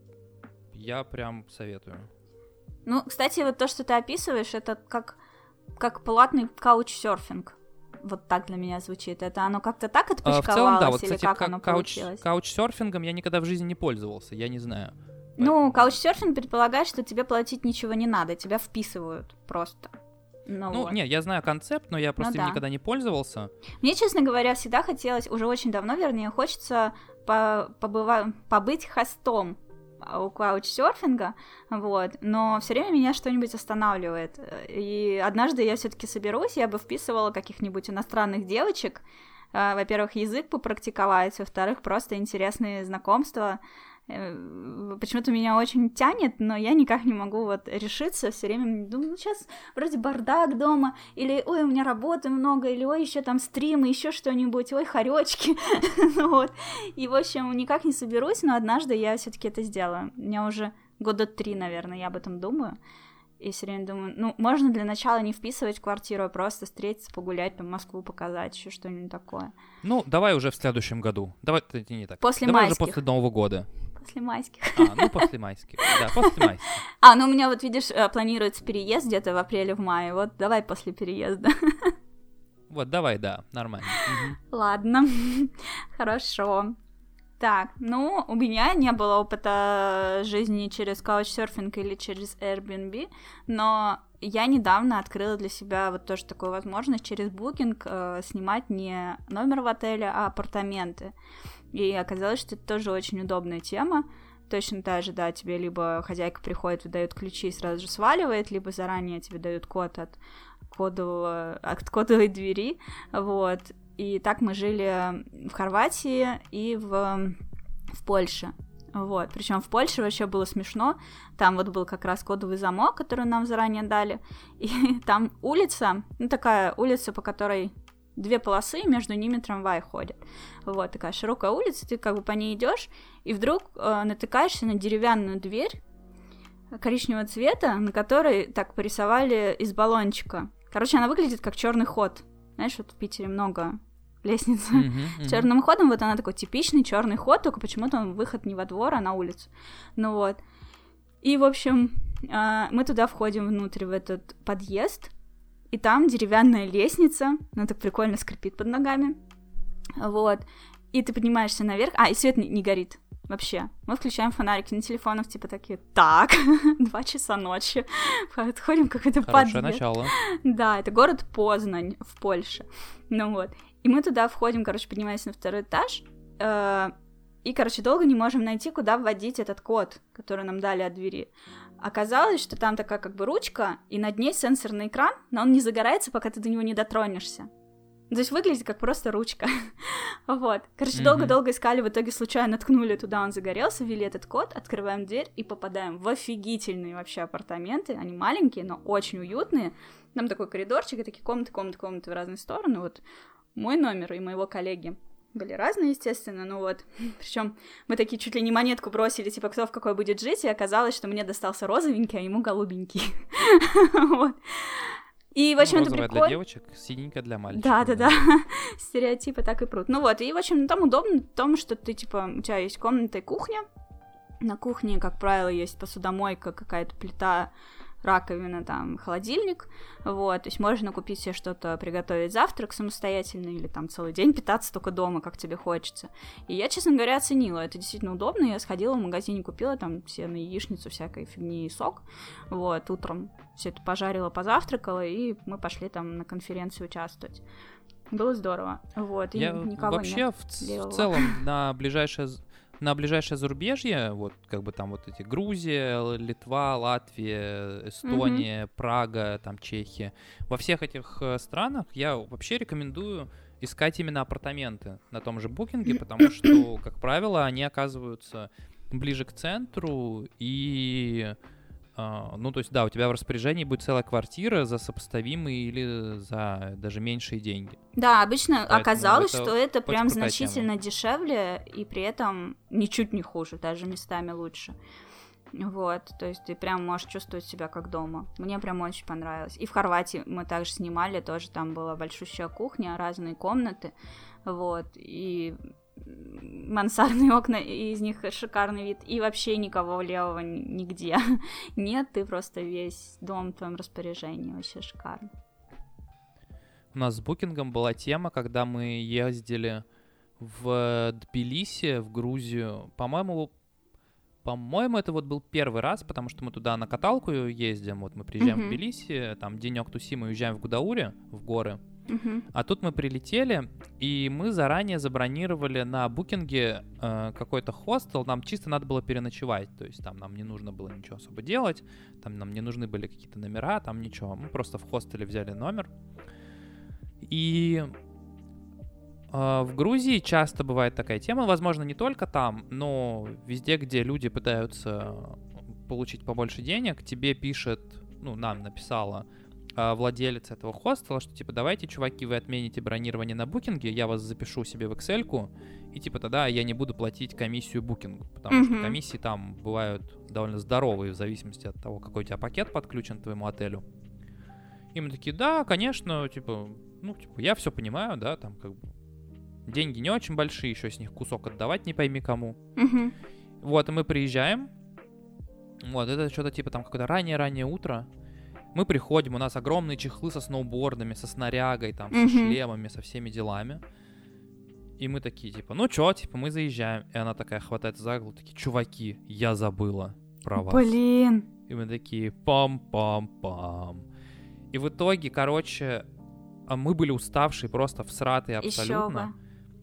Я прям советую. Ну, кстати, вот то, что ты описываешь, это как платный каучсерфинг. Вот так для меня звучит. Это оно как-то так отпочковалось, в целом, да, вот, или кстати, как оно получилось? Каучсерфингом я никогда в жизни не пользовался, я не знаю. Ну, каучсерфинг предполагает, что тебе платить ничего не надо, тебя вписывают просто. Ну, вот. Нет, я знаю концепт, но я просто им никогда не пользовался. Мне, честно говоря, всегда хотелось, уже очень давно, вернее, хочется побыть хостом у каучсерфинга, вот, но все время меня что-нибудь останавливает. И однажды я все-таки соберусь, я бы вписывала каких-нибудь иностранных девочек, во-первых, язык попрактиковать, во-вторых, просто интересные знакомства. Почему-то меня очень тянет, но я никак не могу вот решиться, все время думаю, сейчас вроде бардак дома, или ой, у меня работы много, или ой, еще там стримы, еще что-нибудь, ой, хоречки, вот, и в общем никак не соберусь, но однажды я все-таки это сделаю, у меня уже 3 года, наверное, я об этом думаю, и все время думаю, ну, можно для начала не вписывать в квартиру, а просто встретиться, погулять, там, Москву показать, еще что-нибудь такое. Ну, давай уже в следующем году, давай, это не так, после давай майских. Уже после Нового года. После майских. Ну после майских, да, после майских. Ну у меня вот, видишь, планируется переезд где-то в апреле, в мае, вот давай после переезда. Вот, давай, да, нормально. Ладно, хорошо. Так, ну, у меня не было опыта жизни через каучсерфинг или через Airbnb, но я недавно открыла для себя вот тоже такую возможность через Booking снимать не номер в отеле, а апартаменты. И оказалось, что это тоже очень удобная тема. Точно так же, да, тебе либо хозяйка приходит, выдает ключи и сразу же сваливает, либо заранее тебе дают код от кодовой двери, вот. И так мы жили в Хорватии и в Польше. Вот, причем в Польше вообще было смешно, там вот был как раз кодовый замок, который нам заранее дали, и там улица, ну такая улица, по которой 2 полосы, между ними трамвай ходит, вот, такая широкая улица, ты как бы по ней идешь, и вдруг натыкаешься на деревянную дверь коричневого цвета, на которой так порисовали из баллончика, короче, она выглядит как черный ход, знаешь, вот в Питере много лестниц с черным ходом, вот она такой типичный черный ход, только почему-то он выход не во двор, а на улицу. Ну вот. И, в общем, мы туда входим внутрь, в этот подъезд, и там деревянная лестница, она так прикольно скрипит под ногами, вот. И ты поднимаешься наверх, и свет не горит вообще. Мы включаем фонарики на телефонах, типа такие, так, 2 часа ночи, подходим к какой-то подъезд. Хорошее начало. Да, это город Познань в Польше. Ну вот. И мы туда входим, короче, поднимаемся на 2-й этаж, и, короче, долго не можем найти, куда вводить этот код, который нам дали от двери. Оказалось, что там такая как бы ручка, и над ней сенсорный экран, но он не загорается, пока ты до него не дотронешься. То есть выглядит как просто ручка. Вот. Короче, долго-долго искали, в итоге случайно ткнули туда, он загорелся, ввели этот код, открываем дверь и попадаем в офигительные вообще апартаменты. Они маленькие, но очень уютные. Там такой коридорчик, и такие комнаты в разные стороны. Вот мой номер и моего коллеги были разные, естественно, ну вот. Причем мы такие чуть ли не монетку бросили, типа, кто в какой будет жить, и оказалось, что мне достался розовенький, а ему голубенький. Вот. И, в общем, это прикольно. Розовая для девочек, синенькая для мальчиков. Да. Стереотипы так и прут. Ну вот, и, в общем, там удобно в том, что ты, типа, у тебя есть комната и кухня. На кухне, как правило, есть посудомойка, какая-то плита, раковина, там, холодильник, вот, то есть можно купить себе что-то, приготовить завтрак самостоятельно или там целый день питаться только дома, как тебе хочется. И я, честно говоря, оценила, это действительно удобно, я сходила в магазине, купила там все на яичницу всякой фигни и сок, вот, утром все это пожарила, позавтракала, и мы пошли там на конференцию участвовать. Было здорово, вот, и я никого вообще в целом на ближайшее зарубежье, вот как бы там вот эти Грузия, Литва, Латвия, Эстония, Прага, там Чехия, во всех этих странах я вообще рекомендую искать именно апартаменты на том же Букинге, потому что, как правило, они оказываются ближе к центру и... ну, то есть, да, у тебя в распоряжении будет целая квартира за сопоставимые или за даже меньшие деньги. Да, обычно поэтому оказалось, что это прям значительно дешевле и при этом ничуть не хуже, даже местами лучше. Вот, то есть ты прям можешь чувствовать себя как дома. Мне прям очень понравилось. И в Хорватии мы также снимали, тоже там была большущая кухня, разные комнаты, вот, и мансардные окна, и из них шикарный вид, и вообще никого левого нигде нет, ты просто весь дом в твоем распоряжении, вообще шикарно. У нас с букингом была тема, когда мы ездили в Тбилиси, в Грузию, по-моему, это вот был первый раз, потому что мы туда на каталку ездим, вот мы приезжаем в Тбилиси, там денек тусим и уезжаем в Гудаури, в горы, а тут мы прилетели, и мы заранее забронировали на букинге какой-то хостел, нам чисто надо было переночевать, то есть там нам не нужно было ничего особо делать, там нам не нужны были какие-то номера, там ничего, мы просто в хостеле взяли номер, и... В Грузии часто бывает такая тема, возможно, не только там, но везде, где люди пытаются получить побольше денег, тебе пишет, ну, нам написала владелец этого хостела, что, типа, давайте, чуваки, вы отмените бронирование на букинге, я вас запишу себе в Excel-ку, и, типа, тогда я не буду платить комиссию букингу, потому что комиссии там бывают довольно здоровые в зависимости от того, какой у тебя пакет подключен к твоему отелю. И мы такие, да, конечно, типа, ну, типа, я все понимаю, да, там, как бы, деньги не очень большие, еще с них кусок отдавать не пойми кому. Вот, и мы приезжаем. Вот, это что-то типа там какое-то раннее-раннее утро. Мы приходим, у нас огромные чехлы со сноубордами, со снарягой, там, со шлемами, со всеми делами. И мы такие, типа, ну чё, типа, мы заезжаем. И она такая хватается за голову, такие, чуваки, я забыла про вас. Блин. И мы такие, пам-пам-пам. И в итоге, короче, мы были уставшие, просто всратые абсолютно.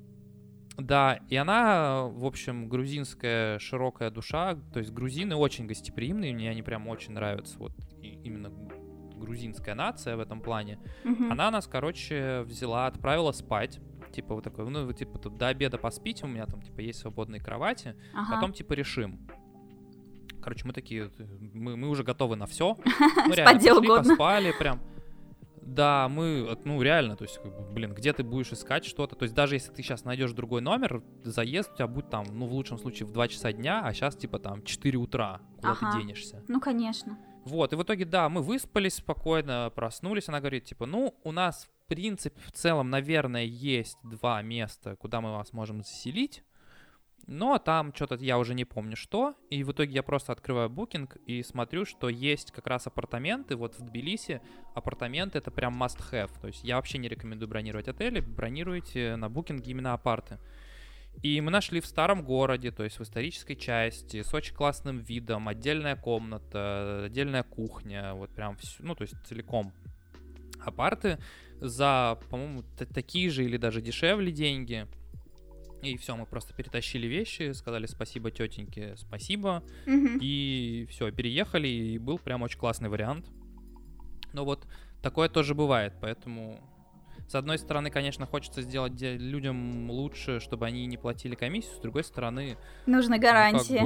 Да, и она, в общем, грузинская широкая душа, то есть грузины очень гостеприимные, мне они прям очень нравятся, вот именно грузинская нация в этом плане. Она нас, короче, взяла, отправила спать, типа вот такой, ну, типа тут до обеда поспите, у меня там, типа, есть свободные кровати, потом, типа, решим. Короче, мы такие, мы уже готовы на все. Мы реально пошли, поспали, прям... Да, мы, ну, реально, то есть, блин, где ты будешь искать что-то? То есть, даже если ты сейчас найдешь другой номер, заезд у тебя будет там, ну, в лучшем случае, в 2 часа дня, а сейчас, типа, там, 4 утра. Куда ты денешься? Ну, конечно. Вот, и в итоге, да, мы выспались спокойно, проснулись, она говорит, типа, ну, у нас, в принципе, в целом, наверное, есть 2 места, куда мы вас можем заселить. Но там что-то я уже не помню что, и в итоге я просто открываю букинг и смотрю, что есть как раз апартаменты, вот в Тбилиси апартаменты это прям must have, то есть я вообще не рекомендую бронировать отели, бронируйте на букинге именно апарты. И мы нашли в старом городе, то есть в исторической части, с очень классным видом, отдельная комната, отдельная кухня, вот прям все, ну то есть целиком апарты за, по-моему, такие же или даже дешевле деньги. И все, мы просто перетащили вещи, сказали спасибо тетеньке, спасибо, и все, переехали, и был прям очень классный вариант. Но вот такое тоже бывает, поэтому с одной стороны, конечно, хочется сделать людям лучше, чтобы они не платили комиссию, с другой стороны... Нужны гарантии.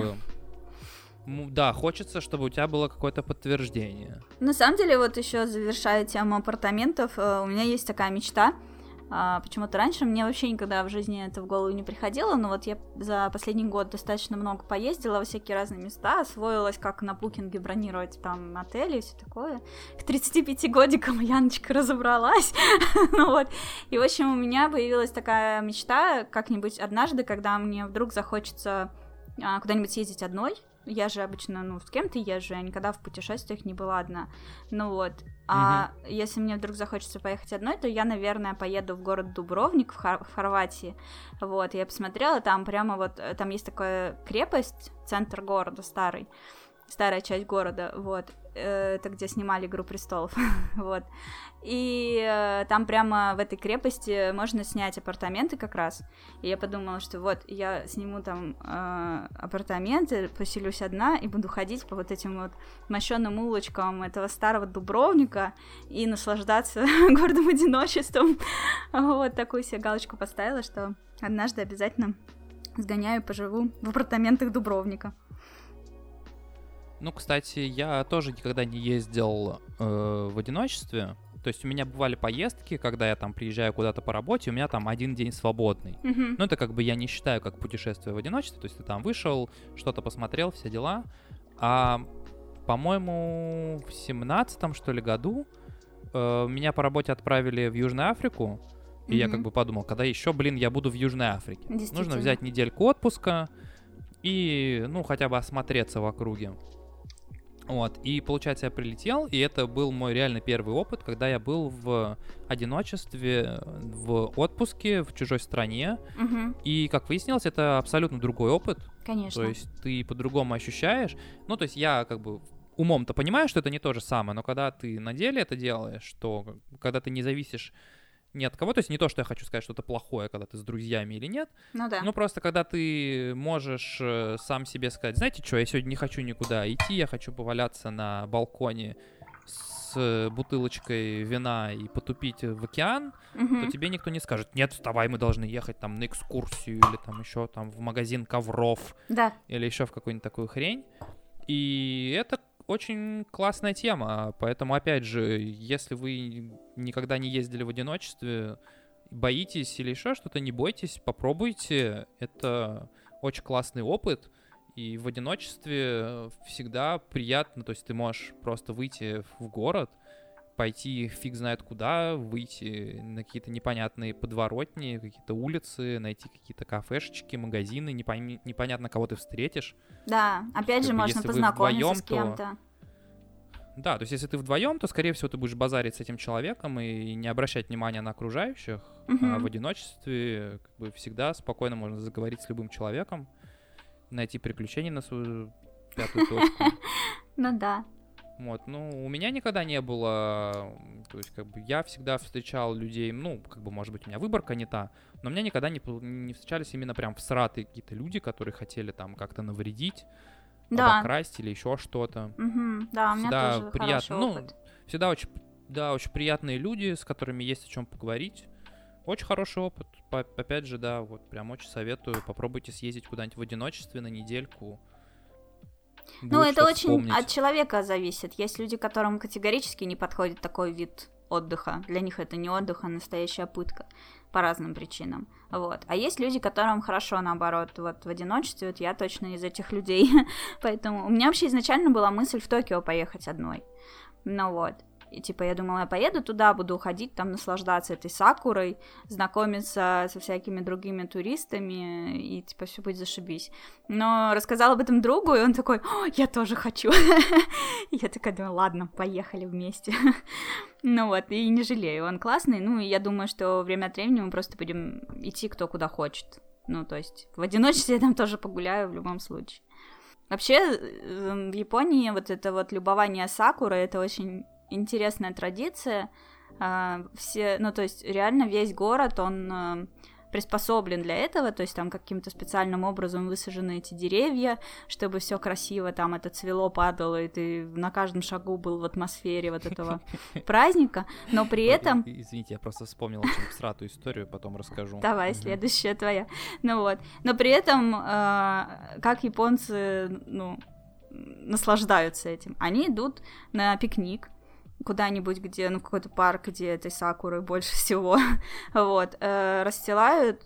Да, хочется, чтобы у тебя было какое-то подтверждение. На самом деле, вот еще завершая тему апартаментов, у меня есть такая мечта. Почему-то раньше мне вообще никогда в жизни это в голову не приходило, но вот я за последний год достаточно много поездила во всякие разные места, освоилась, как на букинге бронировать там отели и все такое. К 35 годикам Яночка разобралась. Ну вот. И, в общем, у меня появилась такая мечта как-нибудь однажды, когда мне вдруг захочется куда-нибудь съездить одной. Я же обычно, ну, с кем-то езжу, я никогда в путешествиях не была одна. Ну вот. А если мне вдруг захочется поехать одной, то я, наверное, поеду в город Дубровник в Хорватии. Вот, я посмотрела, там прямо вот, там есть такая крепость, центр города старый, старая часть города, вот. Это где снимали «Игру престолов», вот. И там прямо в этой крепости можно снять апартаменты как раз. И я подумала, что вот, я сниму там апартаменты, поселюсь одна и буду ходить по вот этим вот мощенным улочкам этого старого Дубровника и наслаждаться гордым одиночеством. Вот такую себе галочку поставила, что однажды обязательно сгоняю, поживу в апартаментах Дубровника. Ну, кстати, я тоже никогда не ездил в одиночестве. То есть у меня бывали поездки, когда я там приезжаю куда-то по работе, у меня там один день свободный. Но это как бы я не считаю как путешествие в одиночестве. То есть ты там вышел, что-то посмотрел, все дела. По-моему, в 17-м, что ли, году меня по работе отправили в Южную Африку, и я как бы подумал, когда еще, я буду в Южной Африке. Нужно взять недельку отпуска и, хотя бы осмотреться в округе. Вот, и, получается, я прилетел, и это был мой реально первый опыт, когда я был в одиночестве, в отпуске, в чужой стране, и, как выяснилось, это абсолютно другой опыт. Конечно. То есть ты по-другому ощущаешь. Ну, то есть я как бы умом-то понимаю, что это не то же самое, но когда ты на деле это делаешь, что когда ты не зависишь ни от кого, то есть не то, что я хочу сказать, что это плохое, когда ты с друзьями или нет, но просто когда ты можешь сам себе сказать, знаете что, я сегодня не хочу никуда идти, я хочу поваляться на балконе с бутылочкой вина и потупить в океан, то тебе никто не скажет, нет, вставай, мы должны ехать там на экскурсию или там еще там в магазин ковров или еще в какую-нибудь такую хрень. И это очень классная тема, поэтому, опять же, если вы никогда не ездили в одиночестве, боитесь или еще что-то, не бойтесь, попробуйте, это очень классный опыт, и в одиночестве всегда приятно, то есть ты можешь просто выйти в город, пойти фиг знает куда, выйти на какие-то непонятные подворотни, какие-то улицы, найти какие-то кафешечки, магазины, непонятно, кого ты встретишь. Да, опять же, можно познакомиться с кем-то. Да, то есть если ты вдвоем, то, скорее всего, ты будешь базарить с этим человеком и не обращать внимания на окружающих, а в одиночестве как бы всегда спокойно можно заговорить с любым человеком, найти приключения на свою пятую точку. Ну да. Вот, у меня никогда не было, то есть, как бы, я всегда встречал людей, как бы, может быть, у меня выборка не та, но у меня никогда не встречались именно прям всратые какие-то люди, которые хотели там как-то навредить, обокрасть или еще что-то. Да, у меня тоже хороший опыт. Всегда очень приятные люди, с которыми есть о чем поговорить. Очень хороший опыт. Опять же, да, вот прям очень советую. Попробуйте съездить куда-нибудь в одиночестве на недельку. Это очень от человека зависит. Есть люди, которым категорически не подходит такой вид отдыха. Для них это не отдых, а настоящая пытка по разным причинам. Вот. А есть люди, которым хорошо, наоборот, вот в одиночестве. Вот я точно из этих людей. Поэтому у меня вообще изначально была мысль в Токио поехать одной. И типа я думала, я поеду туда, буду ходить там, наслаждаться этой сакурой, знакомиться со всякими другими туристами, и типа все будет зашибись. Но рассказала об этом другу, и он такой, я тоже хочу. И я такая думаю, ладно, поехали вместе. И не жалею, он классный, и я думаю, что время от времени мы просто будем идти кто куда хочет. То есть в одиночестве я там тоже погуляю в любом случае. Вообще в Японии вот это вот любование сакурой, это очень интересная традиция. То есть реально весь город, он приспособлен для этого, то есть там каким-то специальным образом высажены эти деревья, чтобы все красиво там это цвело, падало, и ты на каждом шагу был в атмосфере вот этого праздника, но при этом... Извините, я просто вспомнил очень всратую историю, потом расскажу. Давай, следующая твоя. Но при этом, как японцы, наслаждаются этим, они идут на пикник, куда-нибудь, где, в какой-то парк, где этой сакуры больше всего, расстилают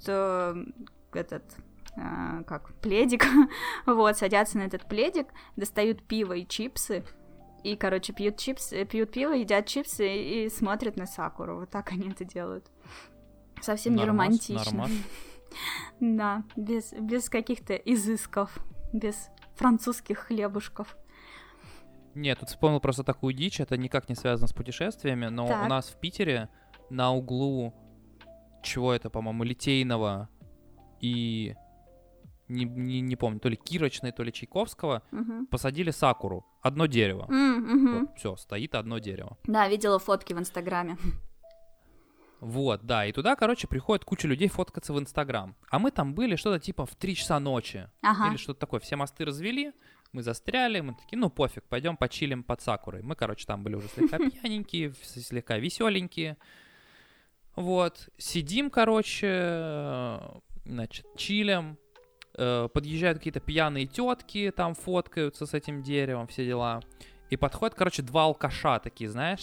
пледик, садятся на этот пледик, достают пиво и чипсы, и, пьют пиво, едят чипсы и смотрят на сакуру, вот так они это делают. Совсем не романтично. Да, без каких-то изысков, без французских хлебушков. Нет, тут вспомнил просто такую дичь, это никак не связано с путешествиями, но у нас в Питере на углу, по-моему, Литейного и, не помню, то ли Кирочной, то ли Чайковского, посадили сакуру, одно дерево. Вот, все, стоит одно дерево. Да, видела фотки в Инстаграме. Вот, да, и туда, приходит куча людей фоткаться в Инстаграм. А мы там были что-то типа в 3 часа ночи. Или что-то такое. Все мосты развели, мы застряли, мы такие, пофиг, пойдем почилим под сакурой. Мы, там были уже слегка пьяненькие, слегка веселенькие. Вот, сидим, чилим. Подъезжают какие-то пьяные тетки, там фоткаются с этим деревом, все дела. И подходят, 2 алкаша такие, знаешь,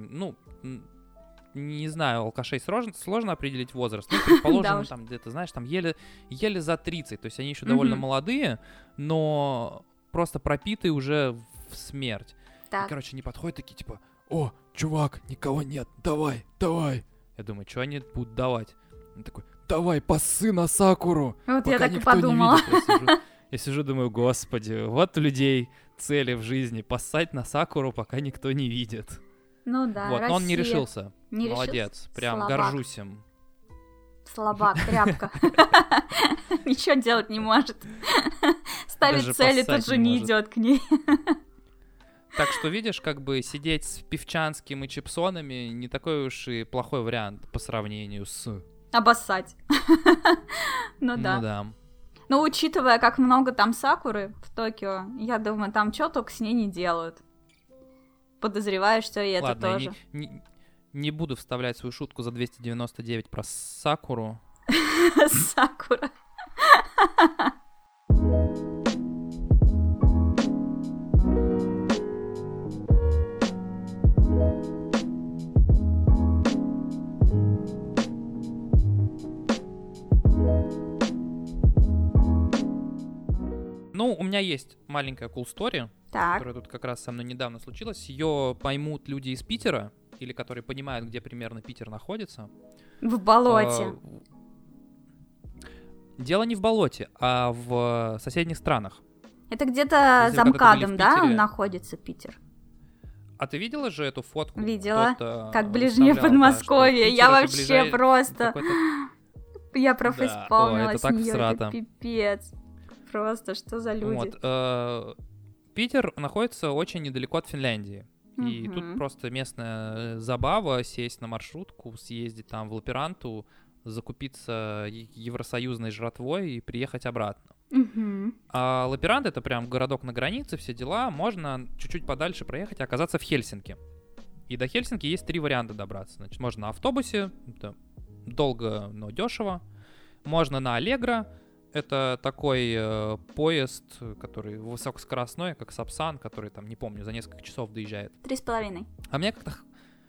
не знаю, алкашей сложно определить возраст. Предположим, там где-то, знаешь, там еле за 30. То есть они еще довольно молодые, но просто пропитый уже в смерть. Так. И, короче, они подходят такие, типа, о, чувак, никого нет, давай. Я думаю, что они будут давать? Он такой, давай, поссы на Сакуру. Вот я так и подумала. Я сижу, думаю, господи, вот у людей цели в жизни, поссать на Сакуру, пока никто не видит. Ну да, вот, Россия. Но он не решился. Не Молодец, решился? прям Слабак. горжусь им. Слабак, тряпка. Ничего делать не может. Ставит цели, тут же не идет к ней. Так что, видишь, как бы сидеть с Певчанским и Чипсонами не такой уж и плохой вариант по сравнению с... Обоссать. Ну да. Но учитывая, как много там Сакуры в Токио, я думаю, там что только с ней не делают. Подозреваю, что и это тоже. Ладно, не буду вставлять свою шутку за 299 про Сакуру. Сакура. Ну, у меня есть маленькая cool story, которая тут как раз со мной недавно случилась. Ее поймут люди из Питера, или которые понимают, где примерно Питер находится. В болоте. Дело не в болоте, а в соседних странах. Это где-то за МКАДом, да, находится Питер? А ты видела же эту фотку? Видела, как ближнее Подмосковье. Я вообще просто... Я профессионалась с неё, это пипец. Просто, что за люди? Вот, Питер находится очень недалеко от Финляндии. И тут просто местная забава сесть на маршрутку, съездить там в Лаперанту, закупиться евросоюзной жратвой и приехать обратно. А Лаперант — это прям городок на границе, все дела. Можно чуть-чуть подальше проехать и оказаться в Хельсинки. И до Хельсинки есть 3 варианта добраться. Значит, можно на автобусе, это долго, но дешево. Можно на Аллегро. Это такой поезд, который высокоскоростной, как Сапсан, который, там, не помню, за несколько часов доезжает. 3,5. А мне как-то...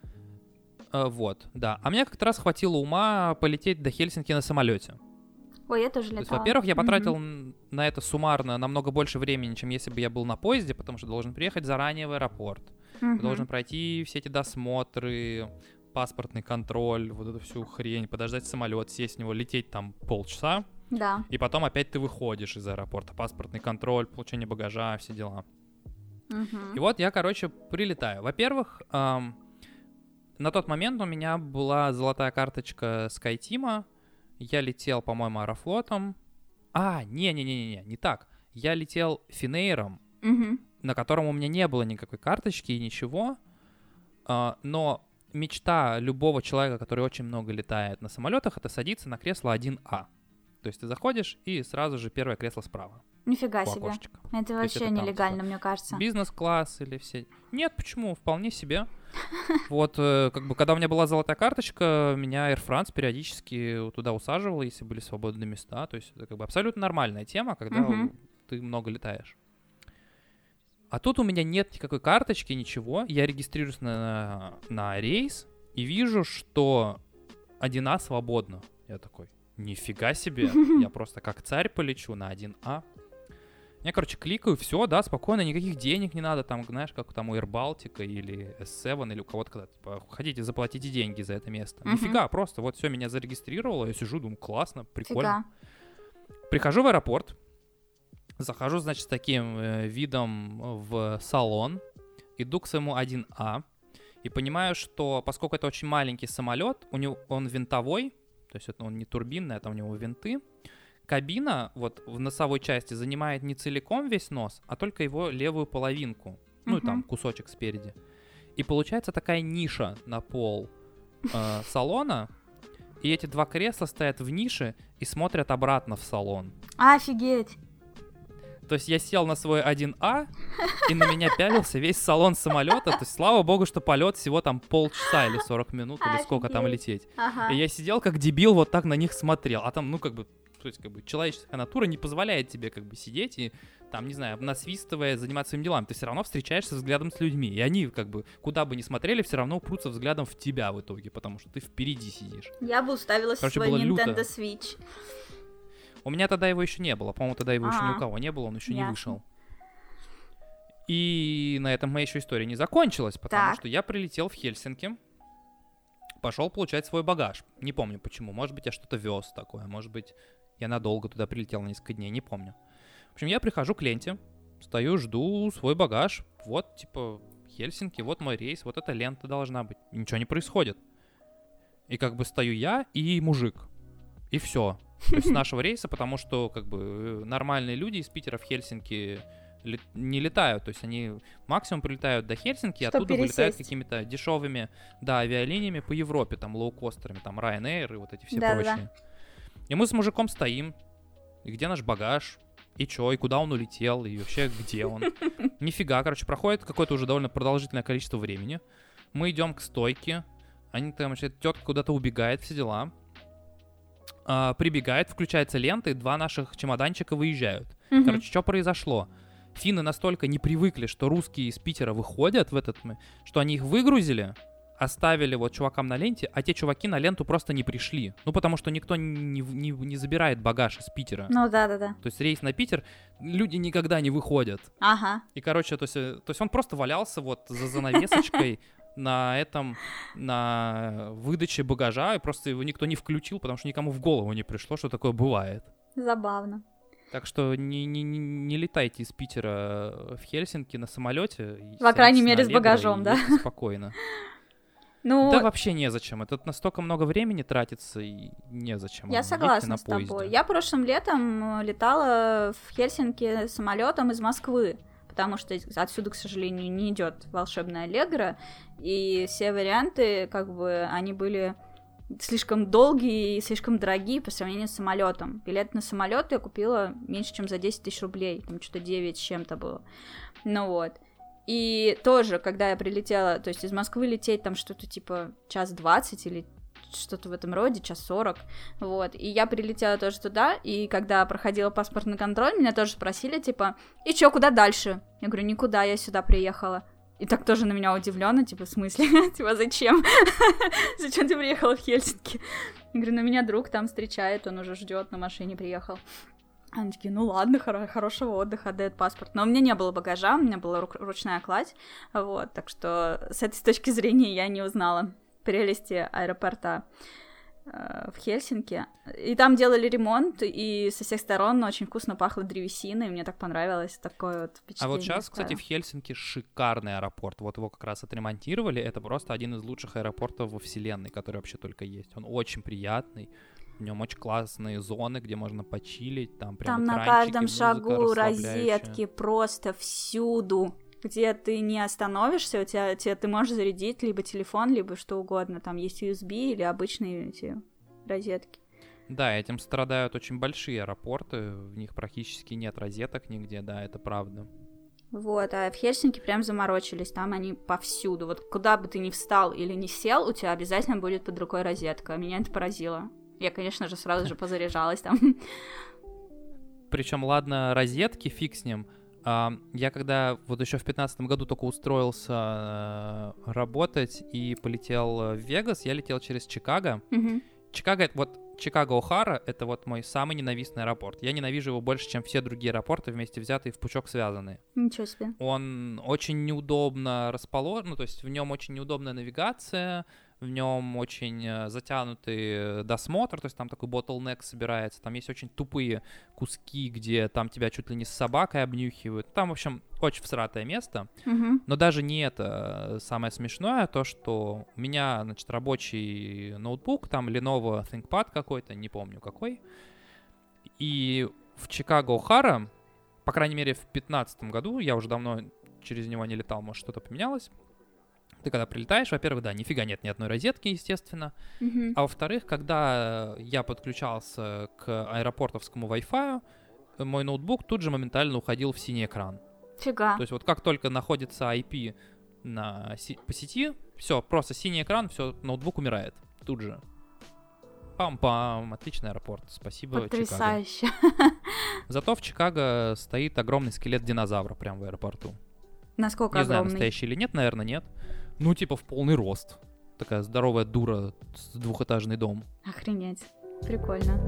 вот, да. А мне как-то раз хватило ума полететь до Хельсинки на самолете. Ой, я тоже летала. То есть, во-первых, я потратил на это суммарно намного больше времени, чем если бы я был на поезде, потому что должен приехать заранее в аэропорт. Должен пройти все эти досмотры, паспортный контроль, вот эту всю хрень, подождать самолет, сесть в него, лететь там полчаса. Да. И потом опять ты выходишь из аэропорта. Паспортный контроль, получение багажа, все дела. И вот я, короче, прилетаю. Во-первых, на тот момент у меня была золотая карточка SkyTeam. Я летел, по-моему, Аэрофлотом. Не так. Я летел Финэйром, на котором у меня не было никакой карточки и ничего. Но мечта любого человека, который очень много летает на самолетах, это садиться на кресло 1А. То есть ты заходишь, и сразу же первое кресло справа. Нифига себе. Это вообще нелегально, мне кажется. Бизнес-класс или все... Нет, почему? Вполне себе. Вот, как бы, когда у меня была золотая карточка, меня Air France периодически туда усаживала, если были свободные места. То есть это как бы абсолютно нормальная тема, когда ты много летаешь. А тут у меня нет никакой карточки, ничего. Я регистрируюсь на рейс и вижу, что 1А свободно. Я такой... Нифига себе, я просто как царь полечу на 1А. Я, короче, кликаю, все, да, спокойно, никаких денег не надо, там, знаешь, как там у Air Baltic или S7 или у кого-то, когда, типа, хотите, заплатите деньги за это место. Нифига, просто вот все, меня зарегистрировало, я сижу, думаю, классно, прикольно. Прихожу в аэропорт, захожу, значит, с таким видом в салон, иду к своему 1А и понимаю, что, поскольку это очень маленький самолет, он винтовой, то есть это он не турбинный, а там у него винты. Кабина вот в носовой части занимает не целиком весь нос, а только его левую половинку. Ну и там кусочек спереди. И получается такая ниша на пол салона. И эти 2 кресла стоят в нише и смотрят обратно в салон. Офигеть! То есть я сел на свой 1А, и на меня пялился весь салон самолета. То есть слава богу, что полет всего там полчаса или 40 минут, или сколько там лететь. И я сидел как дебил, вот так на них смотрел. А там, ну, как бы, то есть, как бы, человеческая натура не позволяет тебе, как бы, сидеть и, там, не знаю, насвистывая, заниматься своими делами. Ты все равно встречаешься взглядом с людьми. И они, как бы, куда бы ни смотрели, все равно упрутся взглядом в тебя в итоге, потому что ты впереди сидишь. Я бы уставилась в свой Nintendo Switch. У меня тогда его еще не было. По-моему, тогда его еще ни у кого не было, он еще не вышел. И на этом моя еще история не закончилась, потому что я прилетел в Хельсинки, пошел получать свой багаж. Не помню почему. Может быть, я что-то вез такое. Может быть, я надолго туда прилетел на несколько дней. Не помню. В общем, я прихожу к ленте, стою, жду свой багаж. Вот, типа, Хельсинки, вот мой рейс, вот эта лента должна быть. И ничего не происходит. И как бы стою я и мужик. И все. То есть с нашего рейса, потому что как бы нормальные люди из Питера в Хельсинки не летают. То есть они максимум прилетают до Хельсинки, и оттуда вылетают какими-то дешевыми, авиалиниями по Европе, там, лоукостерами, там, Ryanair и вот эти все прочие. И мы с мужиком стоим. И где наш багаж? И чё? И куда он улетел? И вообще где он? Нифига, короче, проходит какое-то уже довольно продолжительное количество времени. Мы идем к стойке. Они там, тетка куда-то убегает, все дела. Прибегает, включается лента, и 2 наших чемоданчика выезжают. Короче, что произошло? Финны настолько не привыкли, что русские из Питера выходят в этот... Что они их выгрузили, оставили вот чувакам на ленте, а те чуваки на ленту просто не пришли. Ну, потому что никто не забирает багаж из Питера. Ну, да. То есть рейс на Питер, люди никогда не выходят. Ага. И, короче, то есть он просто валялся вот за занавесочкой на выдаче багажа, и просто его никто не включил, потому что никому в голову не пришло, что такое бывает. Забавно. Так что не летайте из Питера в Хельсинки на самолете. По крайней мере, с багажом, да? Спокойно. Ну, да вообще незачем. Это настолько много времени тратится, и незачем. Я согласна с тобой. Я прошлым летом летала в Хельсинки самолетом из Москвы, потому что отсюда, к сожалению, не идет волшебная Аллегро, и все варианты, как бы, они были слишком долгие и слишком дорогие по сравнению с самолетом. Билет на самолет я купила меньше, чем за 10 тысяч рублей, там что-то 9 с чем-то было. Ну вот. И тоже, когда я прилетела, то есть из Москвы лететь там что-то типа 1:20 или что-то в этом роде, 1:40, вот, и я прилетела тоже туда, и когда проходила паспортный контроль, меня тоже спросили, типа, и чё, куда дальше? Я говорю, никуда, я сюда приехала. И так тоже на меня удивленно, типа, в смысле? Типа, зачем? Зачем ты приехала в Хельсинки? Я говорю, меня друг там встречает, он уже ждет, на машине приехал. Они такие, ну ладно, хорошего отдыха, отдает паспорт. Но у меня не было багажа, у меня была ручная кладь, вот, так что с этой точки зрения я не узнала прелести аэропорта в Хельсинки. И там делали ремонт, и со всех сторон очень вкусно пахло древесиной, мне так понравилось, такое вот впечатление. А вот сейчас, кстати, в Хельсинки шикарный аэропорт, вот его как раз отремонтировали, это просто один из лучших аэропортов во вселенной, который вообще только есть. Он очень приятный, в нем очень классные зоны, где можно почилить, там прям на каждом шагу розетки просто всюду. Где ты не остановишься, ты можешь зарядить либо телефон, либо что угодно. Там есть USB или обычные эти розетки. Да, этим страдают очень большие аэропорты, в них практически нет розеток нигде, да, это правда. Вот, а в Хельсинки прям заморочились, там они повсюду. Вот куда бы ты ни встал или не сел, у тебя обязательно будет под рукой розетка. Меня это поразило. Я, конечно же, сразу же позаряжалась там. Причем, ладно, розетки, фиг с ним. Я когда вот еще в 2015 году только устроился работать и полетел в Вегас, я летел через Чикаго. Чикаго, вот Чикаго-О'Хара — это вот мой самый ненавистный аэропорт. Я ненавижу его больше, чем все другие аэропорты вместе взятые в пучок связанные. Ничего себе. Он очень неудобно расположен, ну, то есть в нем очень неудобная навигация, в нем очень затянутый досмотр, то есть там такой bottleneck собирается, там есть очень тупые куски, где там тебя чуть ли не с собакой обнюхивают. Там, в общем, очень всратое место. Но даже не это самое смешное, то, что у меня, значит, рабочий ноутбук, там Lenovo ThinkPad какой-то, не помню какой, и в Чикаго-О'Хара, по крайней мере, в 2015 году, я уже давно через него не летал, может, что-то поменялось. Ты когда прилетаешь, во-первых, да, нифига нет ни одной розетки, естественно. А во-вторых, когда я подключался к аэропортовскому Wi-Fi, мой ноутбук тут же моментально уходил в синий экран. Фига. То есть вот как только находится IP по сети, все, просто синий экран, все, ноутбук умирает тут же. Пам-пам, отличный аэропорт, спасибо, потрясающе. Чикаго. Зато в Чикаго стоит огромный скелет динозавра прямо в аэропорту. Насколько не огромный? Не знаю, настоящий или нет, наверное, нет. Ну, типа в полный рост. Такая здоровая дура с двухэтажный дом. Охренеть. Прикольно.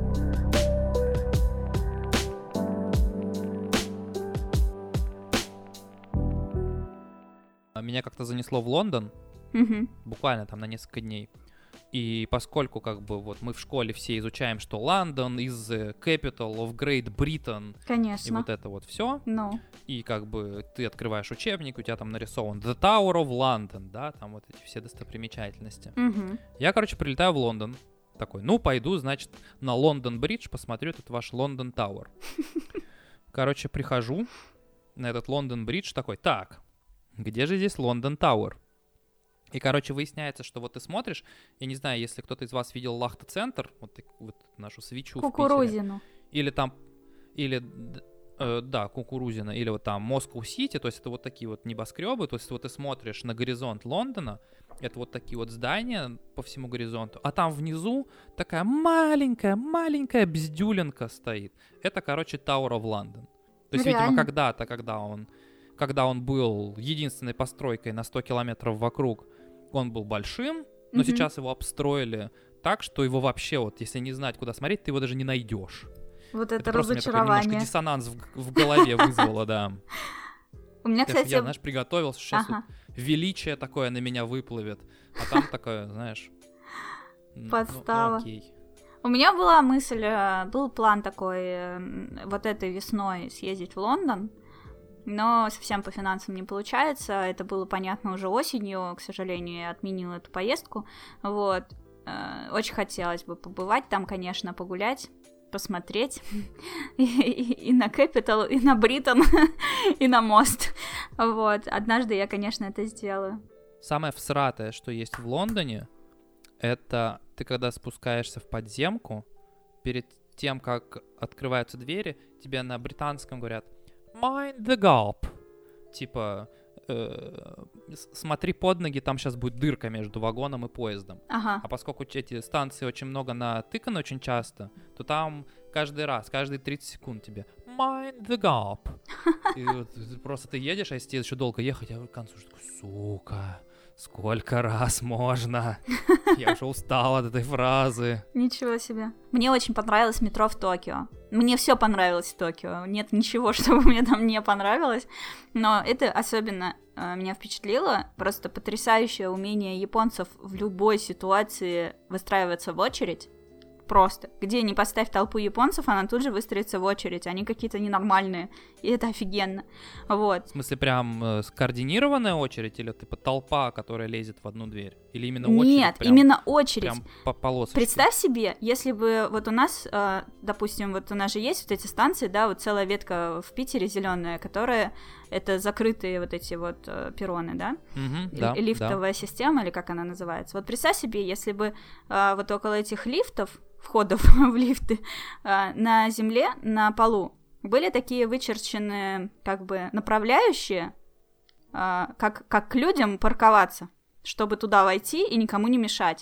меня как-то занесло в Лондон, буквально там на несколько дней. И поскольку как бы вот мы в школе все изучаем, что Лондон is the capital of Great Britain, конечно, и вот это вот все, no. И как бы ты открываешь учебник, у тебя там нарисован The Tower of London, да, там вот эти все достопримечательности. Я, короче, прилетаю в Лондон, такой, ну, пойду, значит, на Лондон-бридж, посмотрю этот ваш Лондон Тауэр. Короче, прихожу на этот Лондон-бридж, такой, так, где же здесь Лондон Тауэр? И, короче, выясняется, что вот ты смотришь, я не знаю, если кто-то из вас видел Лахта-центр, вот нашу свечу Кукурузину. в Питере, или там, или, да, Кукурузина, или вот там Москва-Сити, то есть это вот такие вот небоскребы, то есть вот ты смотришь на горизонт Лондона, это вот такие вот здания по всему горизонту, а там внизу такая маленькая бздюленка стоит. Это, короче, Tower of London. То есть, реально? видимо, когда-то, когда он был единственной постройкой на 100 километров вокруг, он был большим, но сейчас его обстроили так, что его вообще, вот, если не знать, куда смотреть, ты его даже не найдешь. Вот это просто разочарование. Меня такой немножко диссонанс в голове вызвало, да. У меня, кстати... Я, знаешь, приготовился, сейчас вот величие такое на меня выплывет, а там такое, знаешь... Подстава. Ну, окей. У меня была мысль, был план такой, вот этой весной съездить в Лондон, но совсем по финансам не получается. Это было понятно уже осенью, к сожалению, я отменила эту поездку. Вот. Очень хотелось бы побывать там, конечно, погулять, посмотреть и на Capital, и на Бриттон, и на мост. Вот. Однажды я, конечно, это сделаю. Самое всратое, что есть в Лондоне, это ты когда спускаешься в подземку, перед тем, как открываются двери, тебе на британском говорят «Mind the gap». Типа, смотри под ноги, там сейчас будет дырка между вагоном и поездом. Ага. А поскольку эти станции очень много натыканы очень часто, то там каждый раз, каждые 30 секунд тебе «Mind the gap». И вот, просто ты едешь, а если тебе еще долго ехать, я к концу уже такой «Сука». Сколько раз можно? Я уже устал от этой фразы. Ничего себе. Мне очень понравилось метро в Токио. Мне все понравилось в Токио. Нет ничего, чтобы мне там не понравилось. Но это особенно меня впечатлило. Просто потрясающее умение японцев в любой ситуации выстраиваться в очередь. Просто. Где не поставь толпу японцев, она тут же выстроится в очередь. Они какие-то ненормальные. И это офигенно. Вот. В смысле, прям скоординированная очередь? Или типа толпа, которая лезет в одну дверь? Или именно очередь? Нет, прям, именно очередь. Прям по полосочке. Представь себе, если бы вот у нас, допустим, вот у нас же есть вот эти станции, да, вот целая ветка в Питере зеленая, которая это закрытые вот эти вот перроны, да? Да, лифтовая система, или как она называется. Вот представь себе, если бы вот около этих лифтов, входов в лифты, на земле, на полу, были такие вычерченные, как бы, направляющие, как к людям парковаться, чтобы туда войти и никому не мешать.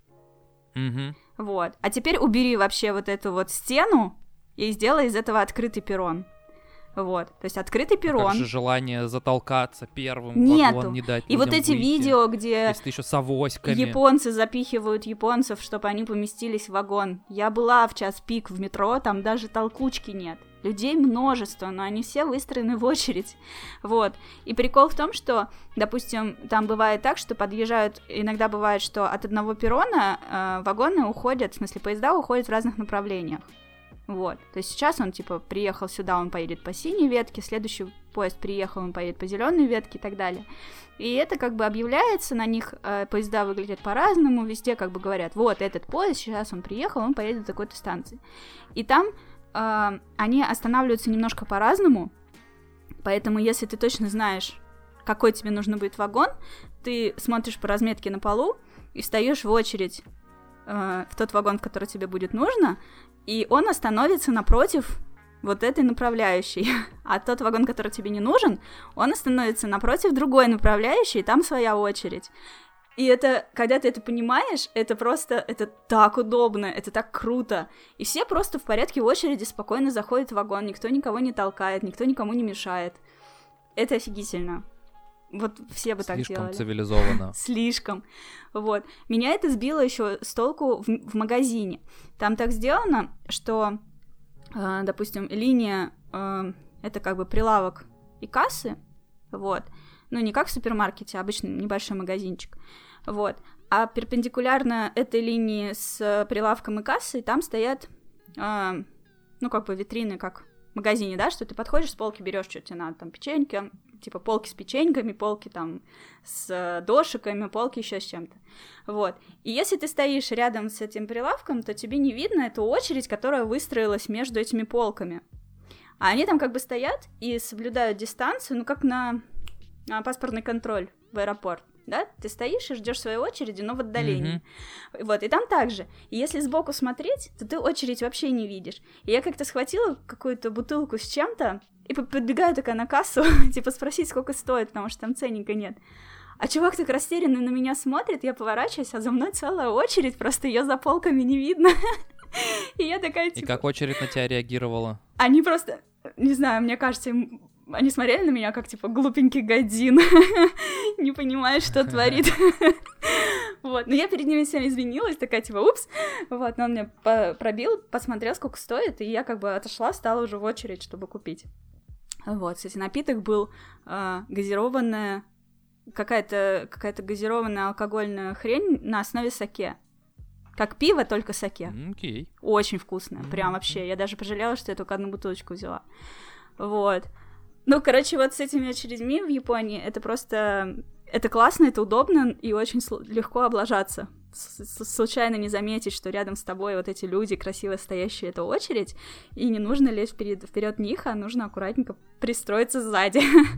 Вот. А теперь убери вообще вот эту вот стену и сделай из этого открытый перрон. Вот, то есть открытый перрон. Как же желание затолкаться первым, нету. Вагон не дать и вот эти выйти. Видео, где если ты еще с авоськами. Японцы запихивают японцев, чтобы они поместились в вагон. Я была в час пик в метро, там даже толкучки нет. Людей множество, но они все выстроены в очередь. Вот. И прикол в том, что, допустим, там бывает так, что подъезжают, иногда бывает, что от одного перрона вагоны уходят, в смысле, поезда уходят в разных направлениях. Вот, то есть сейчас он, типа, приехал сюда, он поедет по синей ветке, следующий поезд приехал, он поедет по зеленой ветке и так далее. И это как бы объявляется, на них поезда выглядят по-разному, везде как бы говорят, вот этот поезд, сейчас он приехал, он поедет до такой-то станции. И там они останавливаются немножко по-разному, поэтому если ты точно знаешь, какой тебе нужно будет вагон, ты смотришь по разметке на полу и встаешь в очередь в тот вагон, в который тебе будет нужно, и он остановится напротив вот этой направляющей. А тот вагон, который тебе не нужен, он остановится напротив другой направляющей, и там своя очередь. И это, когда ты это понимаешь, это просто, это так удобно, это так круто. И все просто в порядке очереди спокойно заходят в вагон, никто никого не толкает, никто никому не мешает. Это офигительно. Вот все бы так делали. Слишком цивилизованно. Слишком. Вот. Меня это сбило еще с толку в магазине. Там так сделано, что, допустим, линия это как бы прилавок и кассы, вот. ну, не как в супермаркете, а обычный небольшой магазинчик, вот, а перпендикулярно этой линии с прилавком и кассой там стоят, ну, как бы витрины, как в магазине, да, что ты подходишь, с полки берешь, что тебе надо, там, печеньки, типа полки с печеньками, полки там с дошиками, полки еще с чем-то, вот. И если ты стоишь рядом с этим прилавком, то тебе не видно эту очередь, которая выстроилась между этими полками. А они там как бы стоят и соблюдают дистанцию, ну, как на паспортный контроль в аэропорт, да? Ты стоишь и ждешь своей очереди, но в отдалении. Вот, и там также. И если сбоку смотреть, то ты очередь вообще не видишь. И я как-то схватила какую-то бутылку с чем-то и подбегаю такая на кассу, типа спросить, сколько стоит, потому что там ценника нет. А чувак так растерянно на меня смотрит, я поворачиваюсь, а за мной целая очередь, просто ее за полками не видно. И я такая, типа... И как очередь на тебя реагировала? Они просто, не знаю, мне кажется, они смотрели на меня как, типа, глупенький гадин, не понимает, что творит. Вот, но я перед ними всеми извинилась, такая, типа, упс, вот, но он мне пробил, посмотрел, сколько стоит, и я как бы отошла, стала уже в очередь, чтобы купить. Вот, кстати, напиток был газированная, какая-то газированная алкогольная хрень на основе саке. Как пиво, только саке. Okay. Очень вкусное, прям вообще. Я даже пожалела, что я только одну бутылочку взяла. Вот. Ну, короче, вот с этими очередьми в Японии это просто... Это классно, это удобно и очень легко облажаться. Случайно не заметить, что рядом с тобой вот эти люди, красиво стоящие, это очередь, и не нужно лезть вперед них, а нужно аккуратненько пристроиться сзади.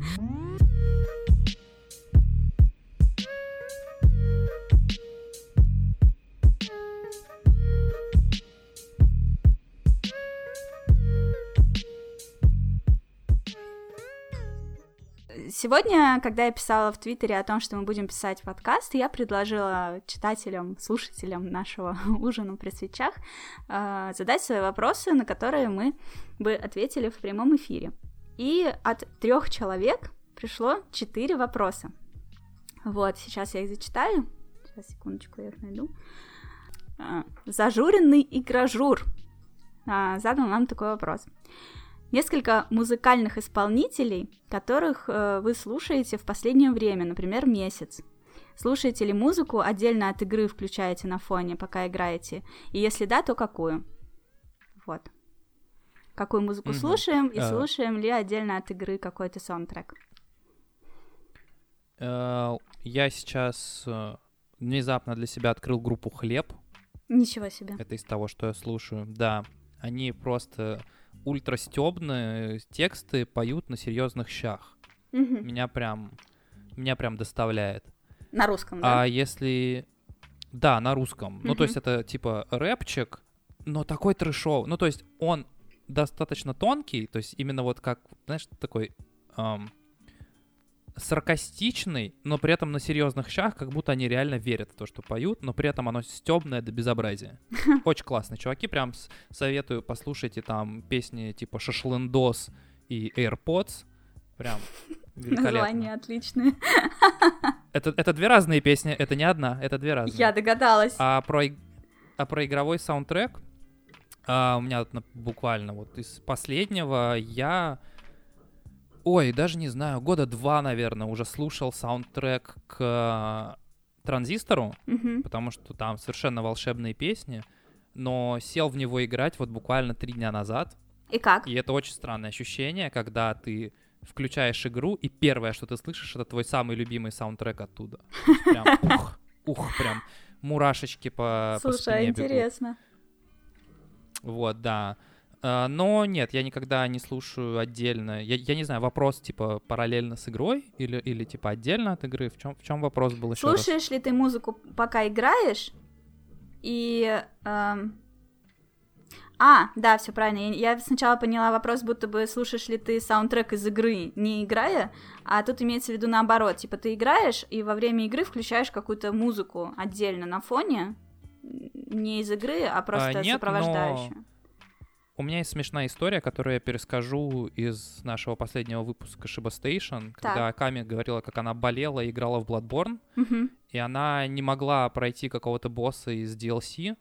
Сегодня, когда я писала в Твиттере о том, что мы будем писать подкаст, я предложила читателям, слушателям нашего ужина при свечах задать свои вопросы, на которые мы бы ответили в прямом эфире. И от 3 человек пришло 4 вопроса. Вот, сейчас я их зачитаю. Сейчас, секундочку, я их найду. Зажуренный игражур задал нам такой вопрос. Несколько музыкальных исполнителей, которых вы слушаете в последнее время, например, месяц. Слушаете ли музыку отдельно от игры, включаете на фоне, пока играете? И если да, то какую? Вот. Какую музыку слушаем, и слушаем ли отдельно от игры какой-то саундтрек? Я сейчас внезапно для себя открыл группу «Хлеб». Ничего себе. Это из того, что я слушаю. Да, они просто... ультрастёбные тексты поют на серьезных щах. Меня прям доставляет. На русском, да? А если... Да, на русском. Ну, то есть это типа рэпчик, но такой трэшовый. Ну, то есть он достаточно тонкий, то есть именно вот как, знаешь, такой саркастичный, но при этом на серьезных щах, как будто они реально верят в то, что поют, но при этом оно стёбное до безобразия. Очень классные чуваки, прям советую, послушайте там песни типа «Шашлындос» и «AirPods», прям великолепно. Названия отличные. Это 2 разные песни, это не одна, это 2 разные. Я догадалась. А про игровой саундтрек у меня буквально вот из последнего я... Ой, даже не знаю, 2 года, наверное, уже слушал саундтрек к «Транзистору», потому что там совершенно волшебные песни, но сел в него играть вот буквально 3 дня назад. И как? И это очень странное ощущение, когда ты включаешь игру, и первое, что ты слышишь, это твой самый любимый саундтрек оттуда. Прям прям мурашечки по спине бегут. Слушай, интересно. Вот, да. Но нет, я никогда не слушаю отдельно. Я не знаю, вопрос типа параллельно с игрой или типа отдельно от игры. В чем вопрос был еще раз? Слушаешь ли ты музыку, пока играешь? И... да, все правильно. Я сначала поняла вопрос, будто бы слушаешь ли ты саундтрек из игры, не играя, а тут имеется в виду наоборот. Типа ты играешь, и во время игры включаешь какую-то музыку отдельно на фоне, не из игры, а просто сопровождающую. У меня есть смешная история, которую я перескажу из нашего последнего выпуска Shiba Station, когда Ками говорила, как она болела и играла в Bloodborne, и она не могла пройти какого-то босса из DLC,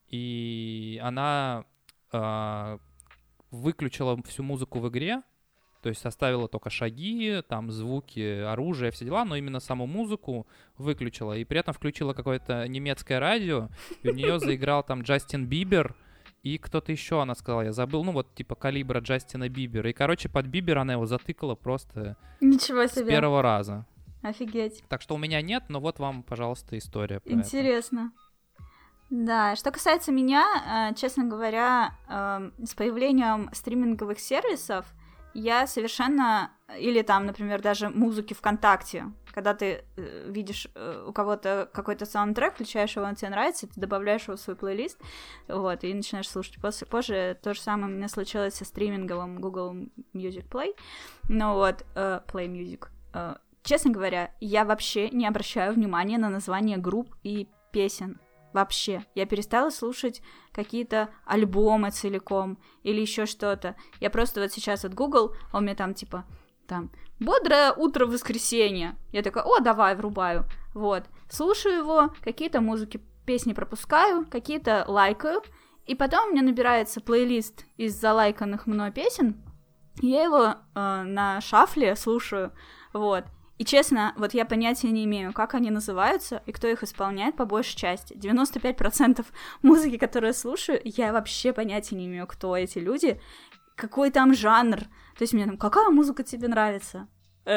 и она выключила всю музыку в игре, То есть оставила только шаги, там звуки, оружие, все дела, но именно саму музыку выключила. И при этом включила какое-то немецкое радио, и у нее заиграл там Джастин Бибер, и кто-то еще, она сказала, я забыл, ну вот типа калибра Джастина Бибера. И, короче, под Бибера она его затыкала просто Ничего себе. С первого раза. Офигеть. Так что у меня нет, но вот вам, пожалуйста, история про Интересно. Да, что касается меня, честно говоря, с появлением стриминговых сервисов я совершенно... Или там, например, даже музыки ВКонтакте. Когда ты видишь у кого-то какой-то саундтрек, включаешь его, он тебе нравится, ты добавляешь его в свой плейлист, вот, и начинаешь слушать. Позже то же самое у меня случилось со стриминговым Google Music Play. Ну вот, Play Music. Честно говоря, я вообще не обращаю внимания на названия групп и песен. Вообще. Я перестала слушать какие-то альбомы целиком или еще что-то. Я просто вот сейчас от Google, а у меня там типа, там, бодрое утро в воскресенье. Я такая, о, давай, врубаю. Вот. Слушаю его, какие-то музыки, песни пропускаю, какие-то лайкаю. И потом у меня набирается плейлист из залайканных мной песен. Я его на шафле слушаю. Вот. И честно, вот я понятия не имею, как они называются и кто их исполняет по большей части. 95% музыки, которую я слушаю, я вообще понятия не имею, кто эти люди, какой там жанр. То есть мне там, какая музыка тебе нравится?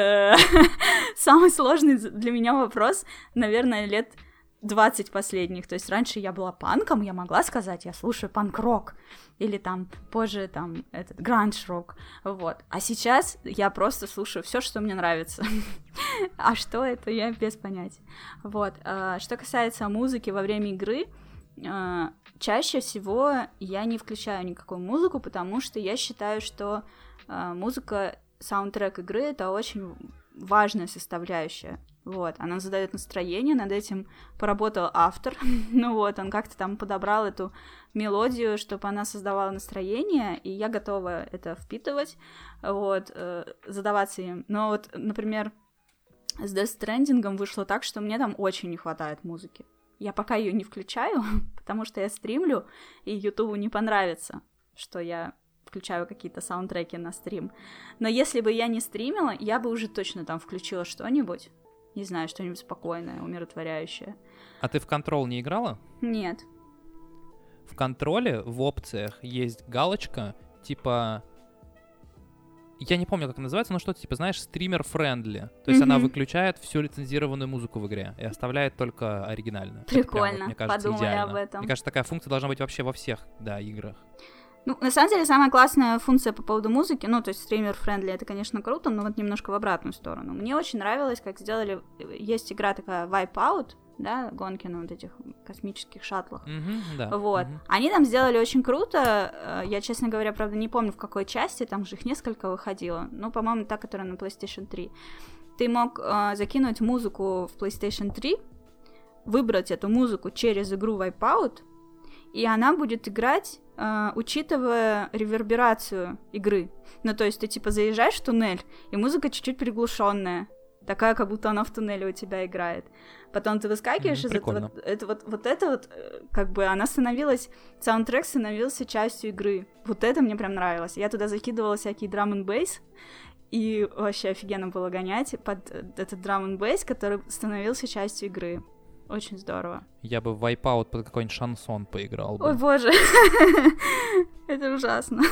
Самый сложный для меня вопрос, наверное, лет 20 последних. То есть раньше я была панком, я могла сказать, я слушаю панк-рок. Или там позже там этот гранж-рок. Вот. А сейчас я просто слушаю все, что мне нравится. А что это, я без понятия. Вот. Что касается музыки во время игры, чаще всего я не включаю никакую музыку, потому что я считаю, что музыка, саундтрек игры — это очень важная составляющая. Вот, она задает настроение, над этим поработал автор, ну вот, он как-то там подобрал эту мелодию, чтобы она создавала настроение, и я готова это впитывать, вот, задаваться им. Но вот, например, с Death Stranding вышло так, что мне там очень не хватает музыки. Я пока ее не включаю, потому что я стримлю, и Ютубу не понравится, что я включаю какие-то саундтреки на стрим. Но если бы я не стримила, я бы уже точно там включила что-нибудь. Не знаю, что-нибудь спокойное, умиротворяющее. А ты в Control не играла? Нет. В контроле в опциях есть галочка, типа... Я не помню, как это называется, но что-то типа, знаешь, стример-френдли. То есть она выключает всю лицензированную музыку в игре и оставляет только оригинальную. Прикольно, прям, вот, мне кажется, подумали идеально. об этом. Мне кажется, такая функция должна быть вообще во всех, да, играх. Ну, на самом деле, самая классная функция по поводу музыки, ну, то есть стример-френдли, это, конечно, круто, но вот немножко в обратную сторону. Мне очень нравилось, как сделали... Есть игра такая Wipeout, да, гонки на вот этих космических шаттлах. Да. Вот. Они там сделали очень круто. Я, честно говоря, правда, не помню, в какой части, там же их несколько выходило. Ну, по-моему, та, которая на PlayStation 3. Ты мог закинуть музыку в PlayStation 3, выбрать эту музыку через игру Wipeout, и она будет играть, учитывая реверберацию игры. Ну, то есть ты, типа, заезжаешь в туннель, и музыка чуть-чуть приглушенная, такая, как будто она в туннеле у тебя играет. Потом ты выскакиваешь из этого, это как бы она становилась, саундтрек становился частью игры. Вот это мне прям нравилось. Я туда закидывала всякий драм н бейс, и вообще офигенно было гонять под этот драм н бейс, который становился частью игры. Очень здорово. Я бы в Wipeout под какой-нибудь шансон поиграл бы. Ой, боже. Это ужасно.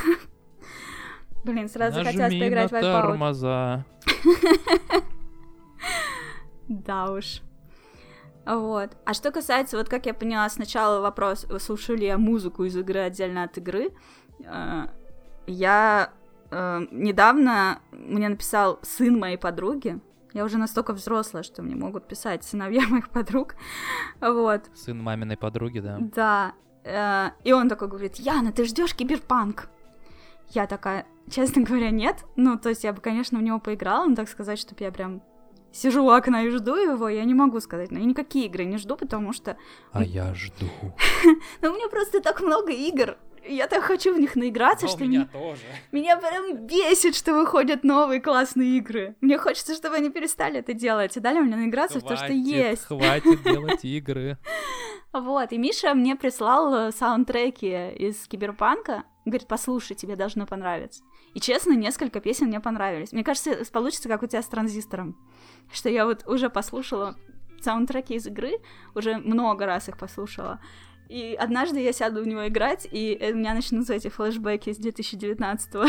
Блин, сразу захотелось поиграть в Wipeout. Нажми на тормоза. Да уж. Вот. А что касается, вот как я поняла сначала вопрос, слушаю ли я музыку из игры отдельно от игры, я недавно, мне написал сын моей подруги. Я уже настолько взрослая, что мне могут писать сыновья моих подруг. Вот. Сын маминой подруги, да? Да. И он такой говорит: Яна, ты ждешь Киберпанк? Я такая, честно говоря, нет. Ну, то есть я бы, конечно, в него поиграла, но так сказать, чтобы я прям сижу у окна и жду его, я не могу сказать. Но я никакие игры не жду, потому что... А я жду. Ну, у меня просто так много игр. Я так хочу в них наиграться, что... меня тоже. Меня прям бесит, что выходят новые классные игры. Мне хочется, чтобы они перестали это делать и дали мне наиграться в то, что есть. Хватит делать игры. Вот, и Миша мне прислал саундтреки из Киберпанка. Говорит, послушай, тебе должно понравиться. И, честно, несколько песен мне понравились. Мне кажется, получится, как у тебя с Транзистором. Что я вот уже послушала саундтреки из игры, уже много раз их послушала. И однажды я сяду в него играть, и у меня начнутся эти флешбеки с 2019-го.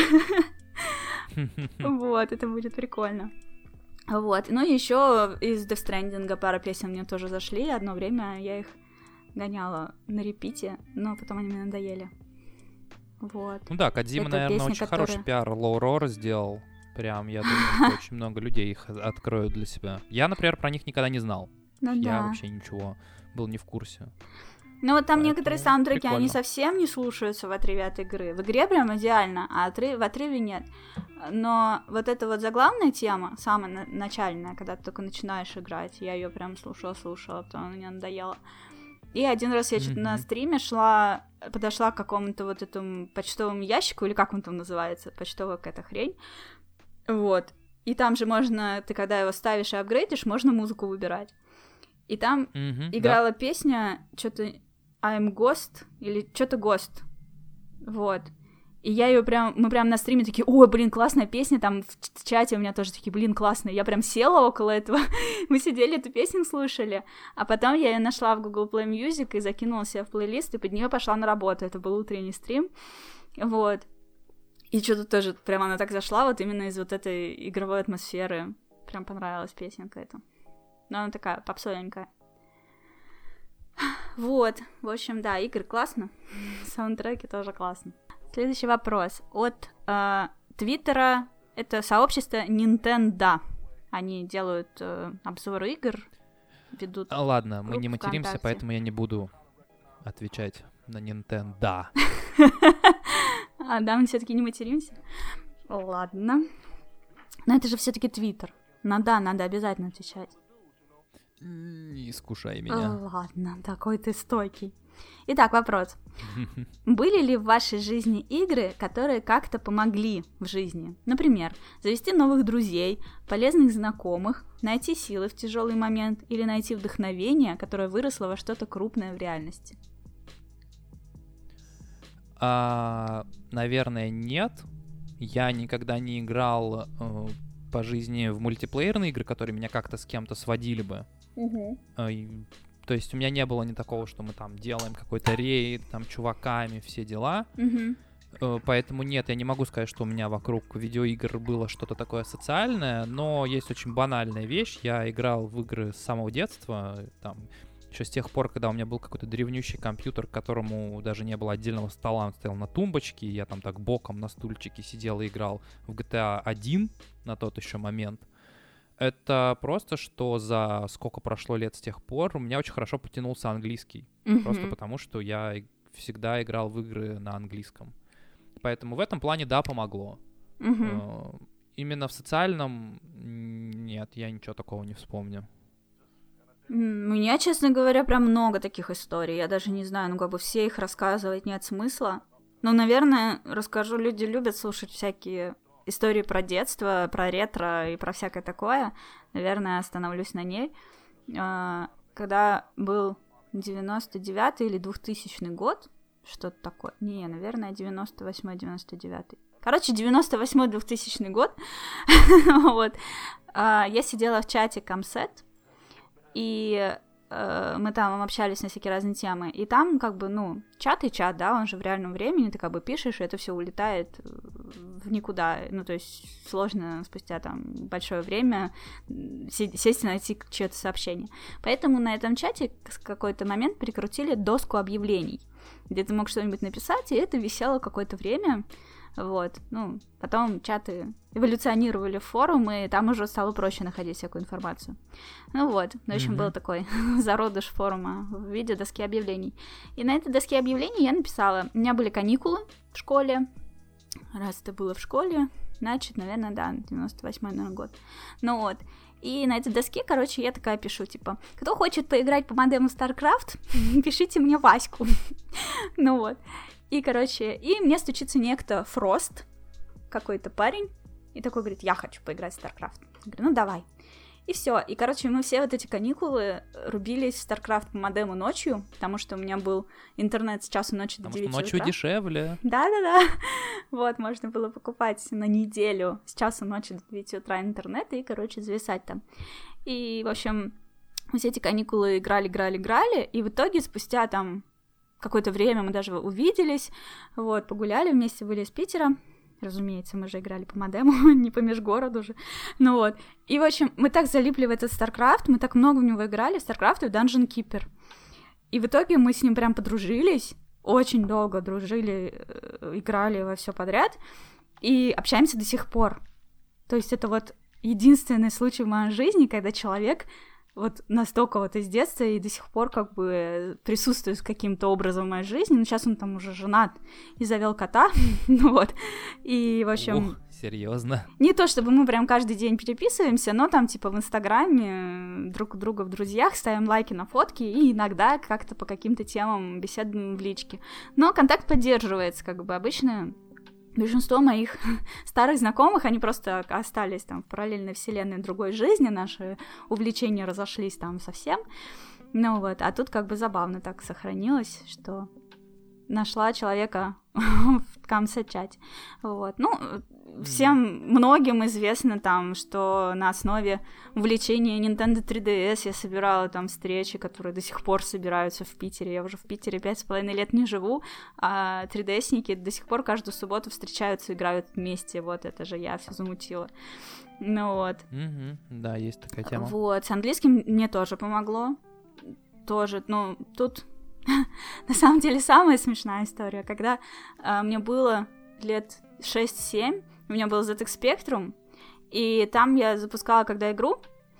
Вот, это будет прикольно. Вот, ну и еще из Death Stranding пара песен мне тоже зашли. Одно время я их гоняла на репите, но потом они мне надоели. Вот. Ну да, Кодзима, наверное, песни, очень хороший пиар Low Roar сделал. Прям, я думаю, что очень много людей их откроют для себя. Я, например, про них никогда не знал. Ну, я вообще ничего был не в курсе. Ну вот там некоторые саундтреки, они совсем не слушаются в отрыве от игры. В игре прям идеально, а в отрыве нет. Но вот эта вот заглавная тема, самая начальная, когда ты только начинаешь играть, я ее прям слушала, потом она мне надоела. И один раз я что-то на стриме подошла к какому-то вот этому почтовому ящику, или как он там называется, почтовая какая-то хрень, вот. И там же можно, ты когда его ставишь и апгрейдишь, можно музыку выбирать. И там играла песня, что-то I'm Ghost, или что-то Ghost, вот. И я ее мы прям на стриме такие, ой, блин, классная песня, там в чате у меня тоже такие, блин, классная. Я прям села около этого, мы сидели, эту песню слушали, а потом я ее нашла в Google Play Music и закинула себе в плейлист, и под нее пошла на работу, это был утренний стрим, вот. И что-то тоже, прям она так зашла, вот именно из вот этой игровой атмосферы, прям понравилась песенка эта. Но она такая попсовенькая. Вот, в общем, да, игры классно, саундтреки тоже классно. Следующий вопрос от Твиттера. Это сообщество Nintendo. Они делают обзоры игр, ведут. Ладно, мы не материмся, поэтому я не буду отвечать на Nintendo. А, да, мы все-таки не материмся. Ладно. Но это же все-таки Твиттер. Надо обязательно отвечать. Не искушай меня. Ладно, такой ты стойкий. Итак, вопрос. Были ли в вашей жизни игры, которые как-то помогли в жизни? Например, завести новых друзей, полезных знакомых, найти силы в тяжелый момент или найти вдохновение, которое выросло во что-то крупное в реальности? Наверное, нет. Я никогда не играл по жизни в мультиплеерные игры, которые меня как-то с кем-то сводили бы. То есть у меня не было ни такого, что мы там делаем какой-то рейд, там чуваками, все дела. Поэтому нет, я не могу сказать, что у меня вокруг видеоигр было что-то такое социальное, но есть очень банальная вещь. Я играл в игры с самого детства, там, еще с тех пор, когда у меня был какой-то древнющий компьютер, к которому даже не было отдельного стола, он стоял на тумбочке, и я там так боком на стульчике сидел и играл в GTA 1 на тот еще момент. Это просто, что за сколько прошло лет с тех пор у меня очень хорошо потянулся английский. Просто потому, что я всегда играл в игры на английском. Поэтому в этом плане, да, помогло. Именно в социальном нет, я ничего такого не вспомню. У меня, честно говоря, прям много таких историй. Я даже не знаю, как бы все их рассказывать нет смысла. Но, наверное, расскажу, люди любят слушать всякие истории про детство, про ретро и про всякое такое. Наверное, остановлюсь на ней. Когда был 99-й или 2000 год, что-то такое. Не, наверное, 98-99. Короче, 98-2000 год. Вот. Я сидела в чате Комсет, и мы там общались на всякие разные темы. И там, как бы, ну, чат и чат, да, он же в реальном времени, ты как бы пишешь, и это все улетает в никуда. Ну, то есть сложно спустя там большое время сесть и найти чье-то сообщение. Поэтому на этом чате в какой-то момент прикрутили доску объявлений, где ты мог что-нибудь написать, и это висело какое-то время. Вот, ну, потом чаты эволюционировали в форумы, и там уже стало проще находить всякую информацию. Ну вот, в общем, был такой зародыш форума в виде доски объявлений. И на этой доске объявлений я написала, у меня были каникулы в школе, раз это было в школе, значит, наверное, да, 98-й, наверное, год. Ну вот, и на этой доске, короче, я такая пишу, типа, кто хочет поиграть по модему StarCraft, пишите мне Ваську. Ну вот. И, короче, и мне стучится некто Фрост, какой-то парень, и такой говорит, я хочу поиграть в StarCraft. Я говорю, ну давай. И все. И, короче, мы все вот эти каникулы рубились в StarCraft по модему ночью, потому что у меня был интернет с часу ночи до 9 утра. Потому что ночью дешевле. Да-да-да. Вот, можно было покупать на неделю с часу ночи до 9 утра интернет и, короче, зависать там. И, в общем, мы все эти каникулы играли, и в итоге спустя там какое-то время мы даже увиделись, вот, погуляли вместе, были из Питера. Разумеется, мы же играли по модему, не по межгороду же. Ну вот. И, в общем, мы так залипли в этот StarCraft, мы так много в него играли, в StarCraft и в Dungeon Keeper. И в итоге мы с ним прям подружились, очень долго дружили, играли во все подряд, и общаемся до сих пор. То есть это вот единственный случай в моей жизни, когда человек вот настолько вот из детства и до сих пор как бы присутствует каким-то образом в моей жизни. Но сейчас он там уже женат и завел кота, ну вот. И, в общем... Серьезно? Не то, чтобы мы прям каждый день переписываемся, но там типа в Инстаграме друг у друга в друзьях ставим лайки на фотки и иногда как-то по каким-то темам беседуем в личке. Но контакт поддерживается, как бы обычно... Большинство моих старых знакомых, они просто остались там в параллельной вселенной другой жизни, наши увлечения разошлись там совсем, ну вот, а тут как бы забавно так сохранилось, что нашла человека в камсет-чате, вот, ну, всем многим известно там, что на основе увлечения Nintendo 3DS я собирала там встречи, которые до сих пор собираются в Питере. Я уже в Питере 5,5 лет не живу, а 3DS-ники до сих пор каждую субботу встречаются, играют вместе. Вот это же я все замутила. Ну вот. Да, есть такая тема. Вот, с английским мне тоже помогло. Тоже, ну, тут на самом деле самая смешная история, когда мне было лет 6-7, у меня был ZX Spectrum, и там я запускала, когда игру,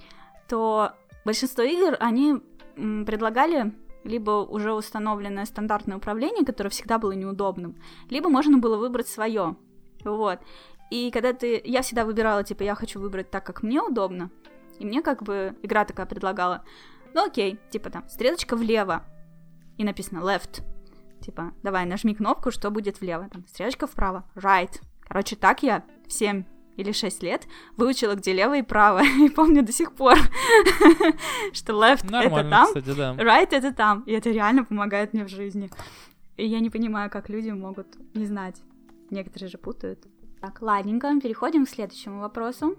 то большинство игр, они предлагали либо уже установленное стандартное управление, которое всегда было неудобным, либо можно было выбрать свое, вот. И когда я всегда выбирала, типа, я хочу выбрать так, как мне удобно, и мне как бы игра такая предлагала, ну окей, типа там, стрелочка влево, и написано left, типа, давай, нажми кнопку, что будет влево, там, стрелочка вправо, right. Короче, так я в 7 или 6 лет выучила, где лево и право. И помню до сих пор, что left — это там, кстати, да. Right — это там. И это реально помогает мне в жизни. И я не понимаю, как люди могут не знать. Некоторые же путают. Так, ладненько, переходим к следующему вопросу.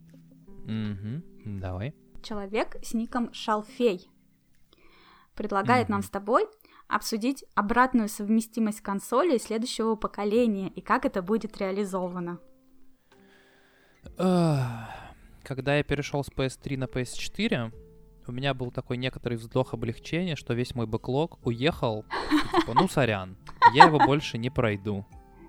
Давай. Человек с ником Шалфей предлагает нам с тобой обсудить обратную совместимость консолей следующего поколения и как это будет реализовано. Когда я перешел с PS3 на PS4, у меня был такой некоторый вздох облегчения, что весь мой бэклог уехал, и типа, ну сорян, я его больше не пройду.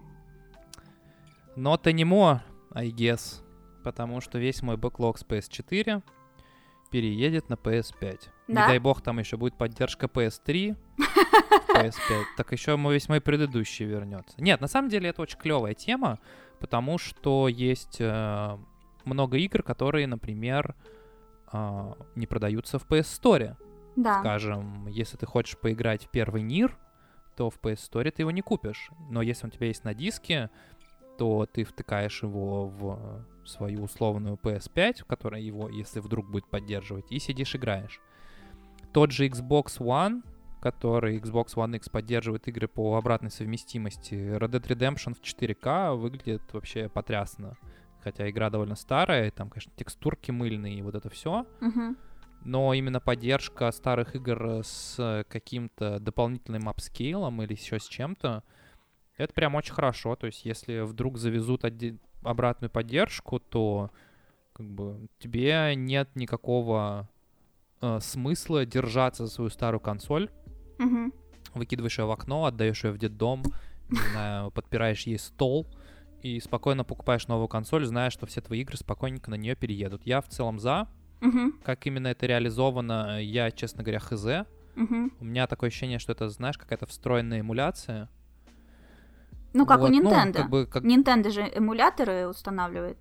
Но это не мо, I guess, потому что весь мой бэклог с PS4 переедет на PS5. Да? Не дай бог, там еще будет поддержка PS3, PS5, так еще весь мой предыдущий вернется. Нет, на самом деле это очень клевая тема, потому что есть много игр, которые, например, не продаются в PS Store. Да. Скажем, если ты хочешь поиграть в первый Нир, то в PS Store ты его не купишь. Но если он у тебя есть на диске, то ты втыкаешь его в свою условную PS5, которая его, если вдруг будет поддерживать, и сидишь играешь. Тот же Xbox One, который Xbox One X поддерживает игры по обратной совместимости, Red Dead Redemption в 4К выглядит вообще потрясно. Хотя игра довольно старая, там, конечно, текстурки мыльные и вот это все. Но именно поддержка старых игр с каким-то дополнительным апскейлом или еще с чем-то, это прям очень хорошо. То есть если вдруг завезут обратную поддержку, то как бы тебе нет никакого смысла держаться за свою старую консоль. Выкидываешь ее в окно, отдаешь ее в детдом, не знаю, подпираешь ей стол и спокойно покупаешь новую консоль, зная, что все твои игры спокойненько на нее переедут. Я в целом за. Как именно это реализовано, я, честно говоря, хз. У меня такое ощущение, что это, знаешь, какая-то встроенная эмуляция. Ну, как вот, у Nintendo. Ну, как... Nintendo же эмуляторы устанавливает.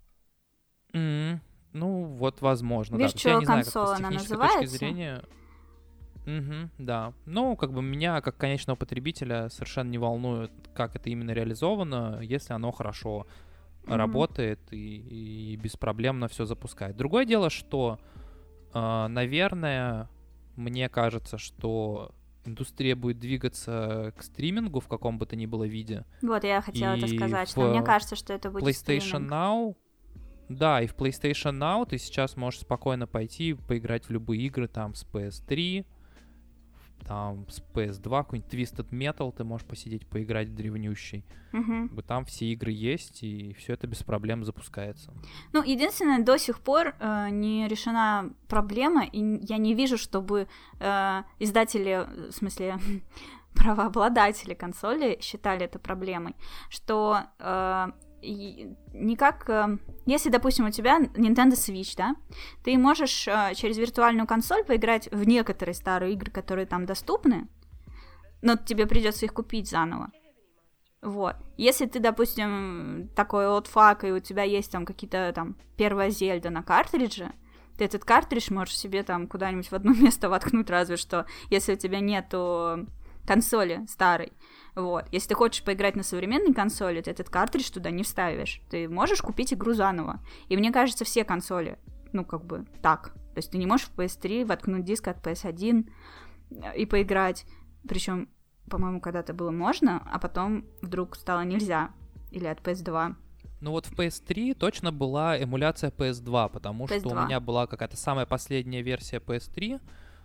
Ну, вот, возможно. Видишь, да. что консоль она называется? Точки зрения... да. Ну, как бы меня, как конечного потребителя, совершенно не волнует, как это именно реализовано, если оно хорошо работает и беспроблемно все запускает. Другое дело, что, наверное, мне кажется, что индустрия будет двигаться к стримингу в каком бы то ни было виде. Вот, я хотела это сказать, что мне кажется, что это будет PlayStation Now. Да, и в PlayStation Now ты сейчас можешь спокойно пойти и поиграть в любые игры, там, с PS3, там, с PS2, какой-нибудь Twisted Metal ты можешь посидеть, поиграть в древнющий. Там все игры есть, и все это без проблем запускается. Ну, единственное, до сих пор не решена проблема, и я не вижу, чтобы издатели, в смысле, правообладатели консоли считали это проблемой, что никак... Если, допустим, у тебя Nintendo Switch, да, ты можешь через виртуальную консоль поиграть в некоторые старые игры, которые там доступны, но тебе придется их купить заново. Вот. Если ты, допустим, такой олдфак, и у тебя есть там какие-то там первая Зельда на картридже, ты этот картридж можешь себе там куда-нибудь в одно место воткнуть, разве что, если у тебя нету консоли старой. Вот. Если ты хочешь поиграть на современной консоли, ты этот картридж туда не вставишь. Ты можешь купить игру заново. И мне кажется, все консоли, ну, как бы так. То есть ты не можешь в PS3 воткнуть диск от PS1 и поиграть. Причем, по-моему, когда-то было можно, а потом вдруг стало нельзя. Или от PS2. Ну вот в PS3 точно была эмуляция PS2, потому PS2. Что у меня была какая-то самая последняя версия PS3,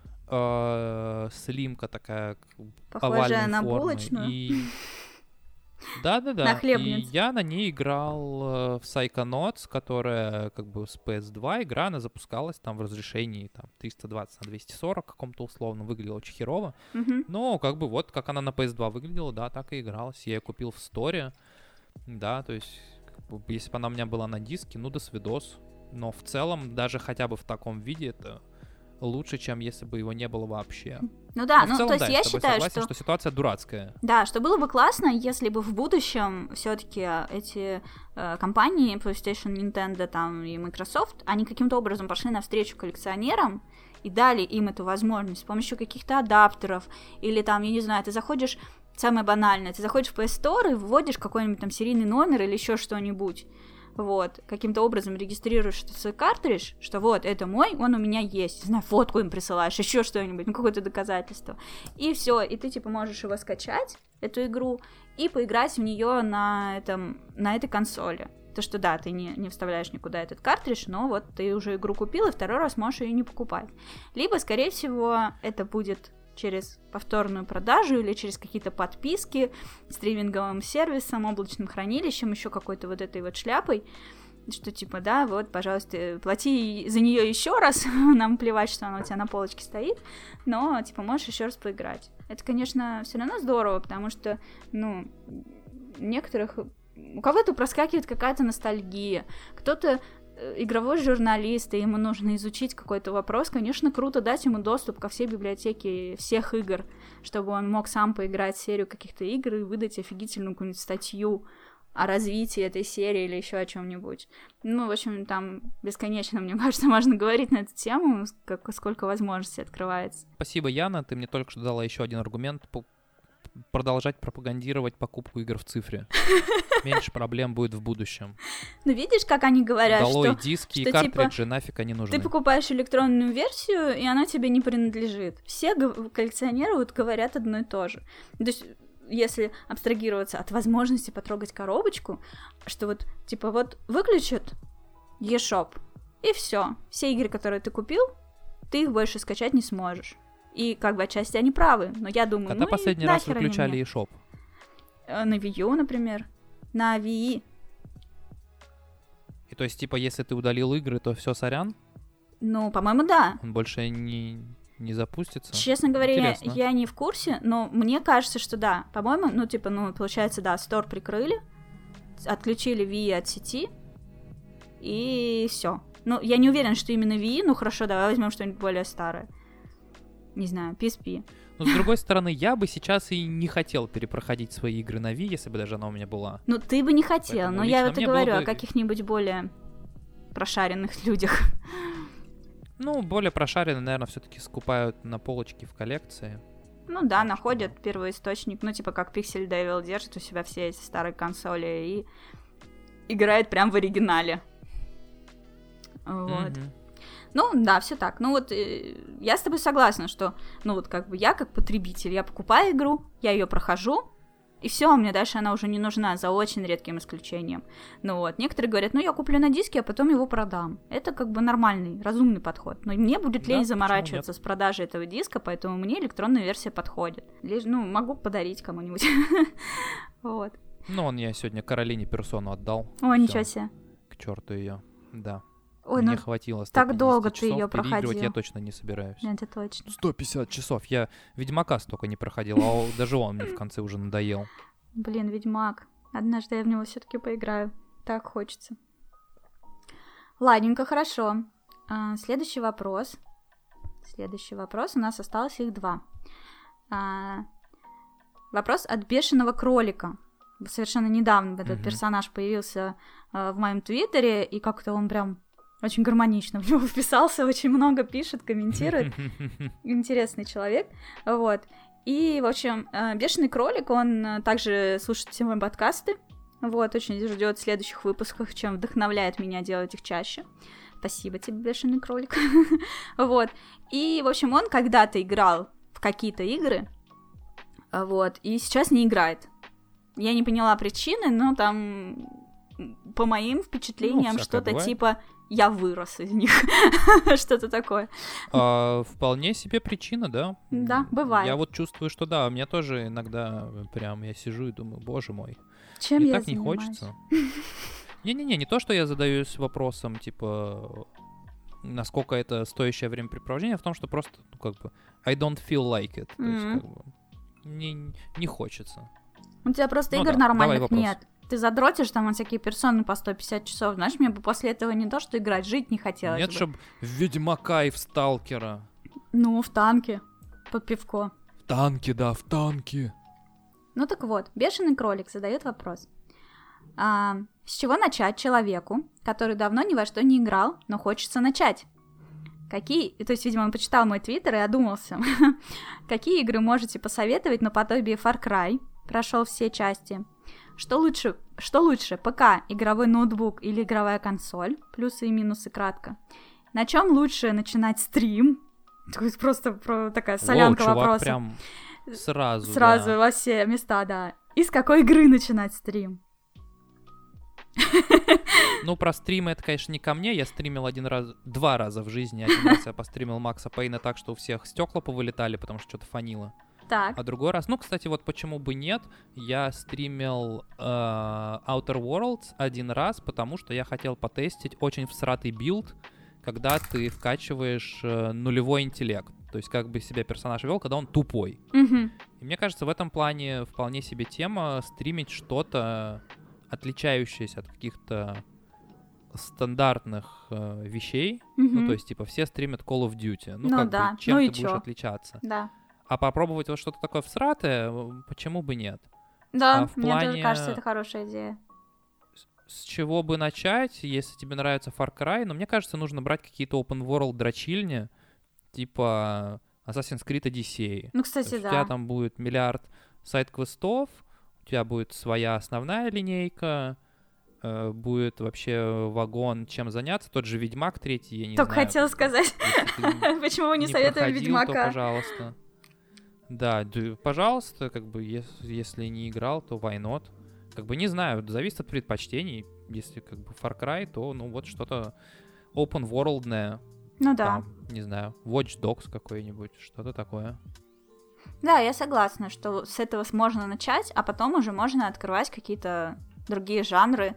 слимка такая, похожая на формы. Булочную. И... Да-да-да. На хлебницу. И я на ней играл в Psychonauts, которая как бы с PS2 игра, она запускалась там в разрешении там 320 на 240 каком-то условно, выглядела очень херово. Но как бы вот как она на PS2 выглядела, да, так и игралась. Я ее купил в сторе, да, то есть как бы, если бы она у меня была на диске, ну да свидос. Но в целом даже хотя бы в таком виде это лучше, чем если бы его не было вообще. Ну да, ну целом, то есть да, я считаю, согласен, что ситуация дурацкая. Да, что было бы классно, если бы в будущем все-таки эти компании, PlayStation, Nintendo там, и Microsoft, они каким-то образом пошли навстречу коллекционерам и дали им эту возможность с помощью каких-то адаптеров, или там, я не знаю, ты заходишь, самое банальное, ты заходишь в PS Store и вводишь какой-нибудь там серийный номер или еще что-нибудь. Вот, каким-то образом регистрируешь свой картридж, что вот, это мой, он у меня есть, не знаю, фотку им присылаешь, еще что-нибудь, ну, какое-то доказательство, и все, и ты, типа, можешь его скачать, эту игру, и поиграть в нее на этой консоли. То, что да, ты не вставляешь никуда этот картридж, но вот ты уже игру купил, и второй раз можешь ее не покупать. Либо, скорее всего, это будет через повторную продажу или через какие-то подписки стриминговым сервисом, облачным хранилищем, еще какой-то вот этой вот шляпой, что типа, да, вот, пожалуйста, плати за нее еще раз, нам плевать, что она у тебя на полочке стоит, но, типа, можешь еще раз поиграть. Это, конечно, все равно здорово, потому что, ну, у кого-то проскакивает какая-то ностальгия, кто-то игровой журналист, и ему нужно изучить какой-то вопрос, конечно, круто дать ему доступ ко всей библиотеке всех игр, чтобы он мог сам поиграть в серию каких-то игр и выдать офигительную какую-нибудь статью о развитии этой серии или еще о чем-нибудь. Ну, в общем, там бесконечно, мне кажется, можно говорить на эту тему, сколько возможностей открывается. Спасибо, Яна, ты мне только что дала еще один аргумент продолжать пропагандировать покупку игр в цифре. Меньше проблем будет в будущем. Ну, видишь, как они говорят, долой диски и картриджи, типа, нафиг они нужны. Ты покупаешь электронную версию, и она тебе не принадлежит. Все коллекционеры вот говорят одно и то же. То есть, если абстрагироваться от возможности потрогать коробочку, что вот, типа, вот выключат eShop, и все игры, которые ты купил, ты их больше скачать не сможешь. И как бы отчасти они правы, но я думаю, когда последний раз выключали eShop? На Wii U, например. На Wii. И то есть, типа, если ты удалил игры, то все, сорян? Ну, по-моему, да. Он больше не запустится? Честно говоря, я не в курсе, но мне кажется, что да. По-моему, получается, да, Store прикрыли, отключили Wii от сети, и все. Ну, я не уверена, что именно Wii, ну хорошо, давай возьмем что-нибудь более старое. Не знаю, PSP. Но с другой стороны, я бы сейчас и не хотел перепроходить свои игры на Wii, если бы даже она у меня была. Ну, ты бы не хотел, поэтому но я вот и говорю о каких-нибудь более прошаренных людях. Ну, более прошаренные, наверное, все-таки скупают на полочке в коллекции. Ну да, находят первоисточник, ну типа как Pixel Devil держит у себя все эти старые консоли и играет прям в оригинале. Вот. Ну, да, все так. Ну, вот я с тобой согласна, что, ну, вот как бы я как потребитель, я покупаю игру, я ее прохожу, и все, мне дальше она уже не нужна, за очень редким исключением. Ну вот, некоторые говорят, ну я куплю на диске, а потом его продам. Это как бы нормальный, разумный подход. Но мне будет лень заморачиваться с продажей этого диска, поэтому мне электронная версия подходит. Ну, могу подарить кому-нибудь. Вот. Ну, я сегодня Каролине Персону отдал. О, ничего себе. К черту ее, да. Ой, мне хватило 150 так долго часов, ты ее проходил. я точно не собираюсь. Это точно. 150 часов. Я Ведьмака столько не проходил, а даже он мне в конце уже надоел. Блин, Ведьмак. Однажды я в него все-таки поиграю. Так хочется. Ладненько, хорошо. Следующий вопрос. У нас осталось их 2. Вопрос от Бешеного Кролика. Совершенно недавно этот персонаж появился в моем твиттере, и как-то он прям очень гармонично в него вписался, очень много пишет, комментирует. Интересный человек. Вот. И, в общем, Бешеный Кролик, он также слушает все мои подкасты. Вот, очень ждет следующих выпусков, чем вдохновляет меня делать их чаще. Спасибо тебе, Бешеный Кролик. Вот. И, в общем, он когда-то играл в какие-то игры, вот, и сейчас не играет. Я не поняла причины, но там, по моим впечатлениям, что-то бывает. Типа «я вырос из них», что-то такое. Вполне себе причина, да? Да, бывает. Я вот чувствую, что да, у меня тоже иногда прям я сижу и думаю, боже мой, чем мне я так не хочется. Не то, что я задаюсь вопросом, типа, насколько это стоящее времяпрепровождение, а в том, что просто, ну, как бы, I don't feel like it. То есть, как бы, не хочется. У тебя просто игр нормальных нет. Ты задротишь там всякие персоны по 150 часов. Знаешь, мне бы после этого не то, что играть, жить не хотелось. Нет, чтобы в Ведьмака и в Сталкера. Ну, в танке. Под пивко. В танке, да, в танке. Ну так вот, Бешеный Кролик задает вопрос. С чего начать человеку, который давно ни во что не играл, но хочется начать? Какие, то есть, видимо, он почитал мой твиттер и одумался. Какие игры можете посоветовать наподобие Far Cry? Прошел все части. Что лучше, ПК, игровой ноутбук или игровая консоль? Плюсы и минусы кратко. На чем лучше начинать стрим? То есть просто такая солянка вопросов. Прям сразу да. Во все места, да. И с какой игры начинать стрим? Ну, про стримы это, конечно, не ко мне. Я стримил 2 раза в жизни. Один раз я постримил Макса Пейна так, что у всех стекла повылетали, потому что что-то фанило. Так. А другой раз, ну, кстати, вот почему бы нет, я стримил Outer Worlds 1 раз, потому что я хотел потестить очень всратый билд, когда ты вкачиваешь нулевой интеллект. То есть как бы себя персонаж вел, когда он тупой. И мне кажется, в этом плане вполне себе тема стримить что-то, отличающееся от каких-то стандартных вещей. Ну, то есть, типа, все стримят Call of Duty. Ну, как да. бы, чем ты будешь отличаться? Да. А попробовать вот что-то такое всратое, почему бы нет? Да, мне тоже кажется, это хорошая идея. С чего бы начать, если тебе нравится Far Cry? Но мне кажется, нужно брать какие-то open world дрочильни, типа Assassin's Creed Odyssey. Ну, кстати, да. У тебя там будет миллиард сайд-квестов, у тебя будет своя основная линейка, будет вообще вагон, чем заняться. Тот же Ведьмак 3, я не знаю. Только хотела сказать, почему вы не советуете Ведьмака? То, пожалуйста. Да, пожалуйста, как бы, если не играл, то why not? Как бы, не знаю, зависит от предпочтений. Если, как бы, Far Cry, то, ну, вот что-то open-worldное. Ну, да. Там, не знаю, Watch Dogs какой-нибудь, что-то такое. Да, я согласна, что с этого можно начать, а потом уже можно открывать какие-то другие жанры.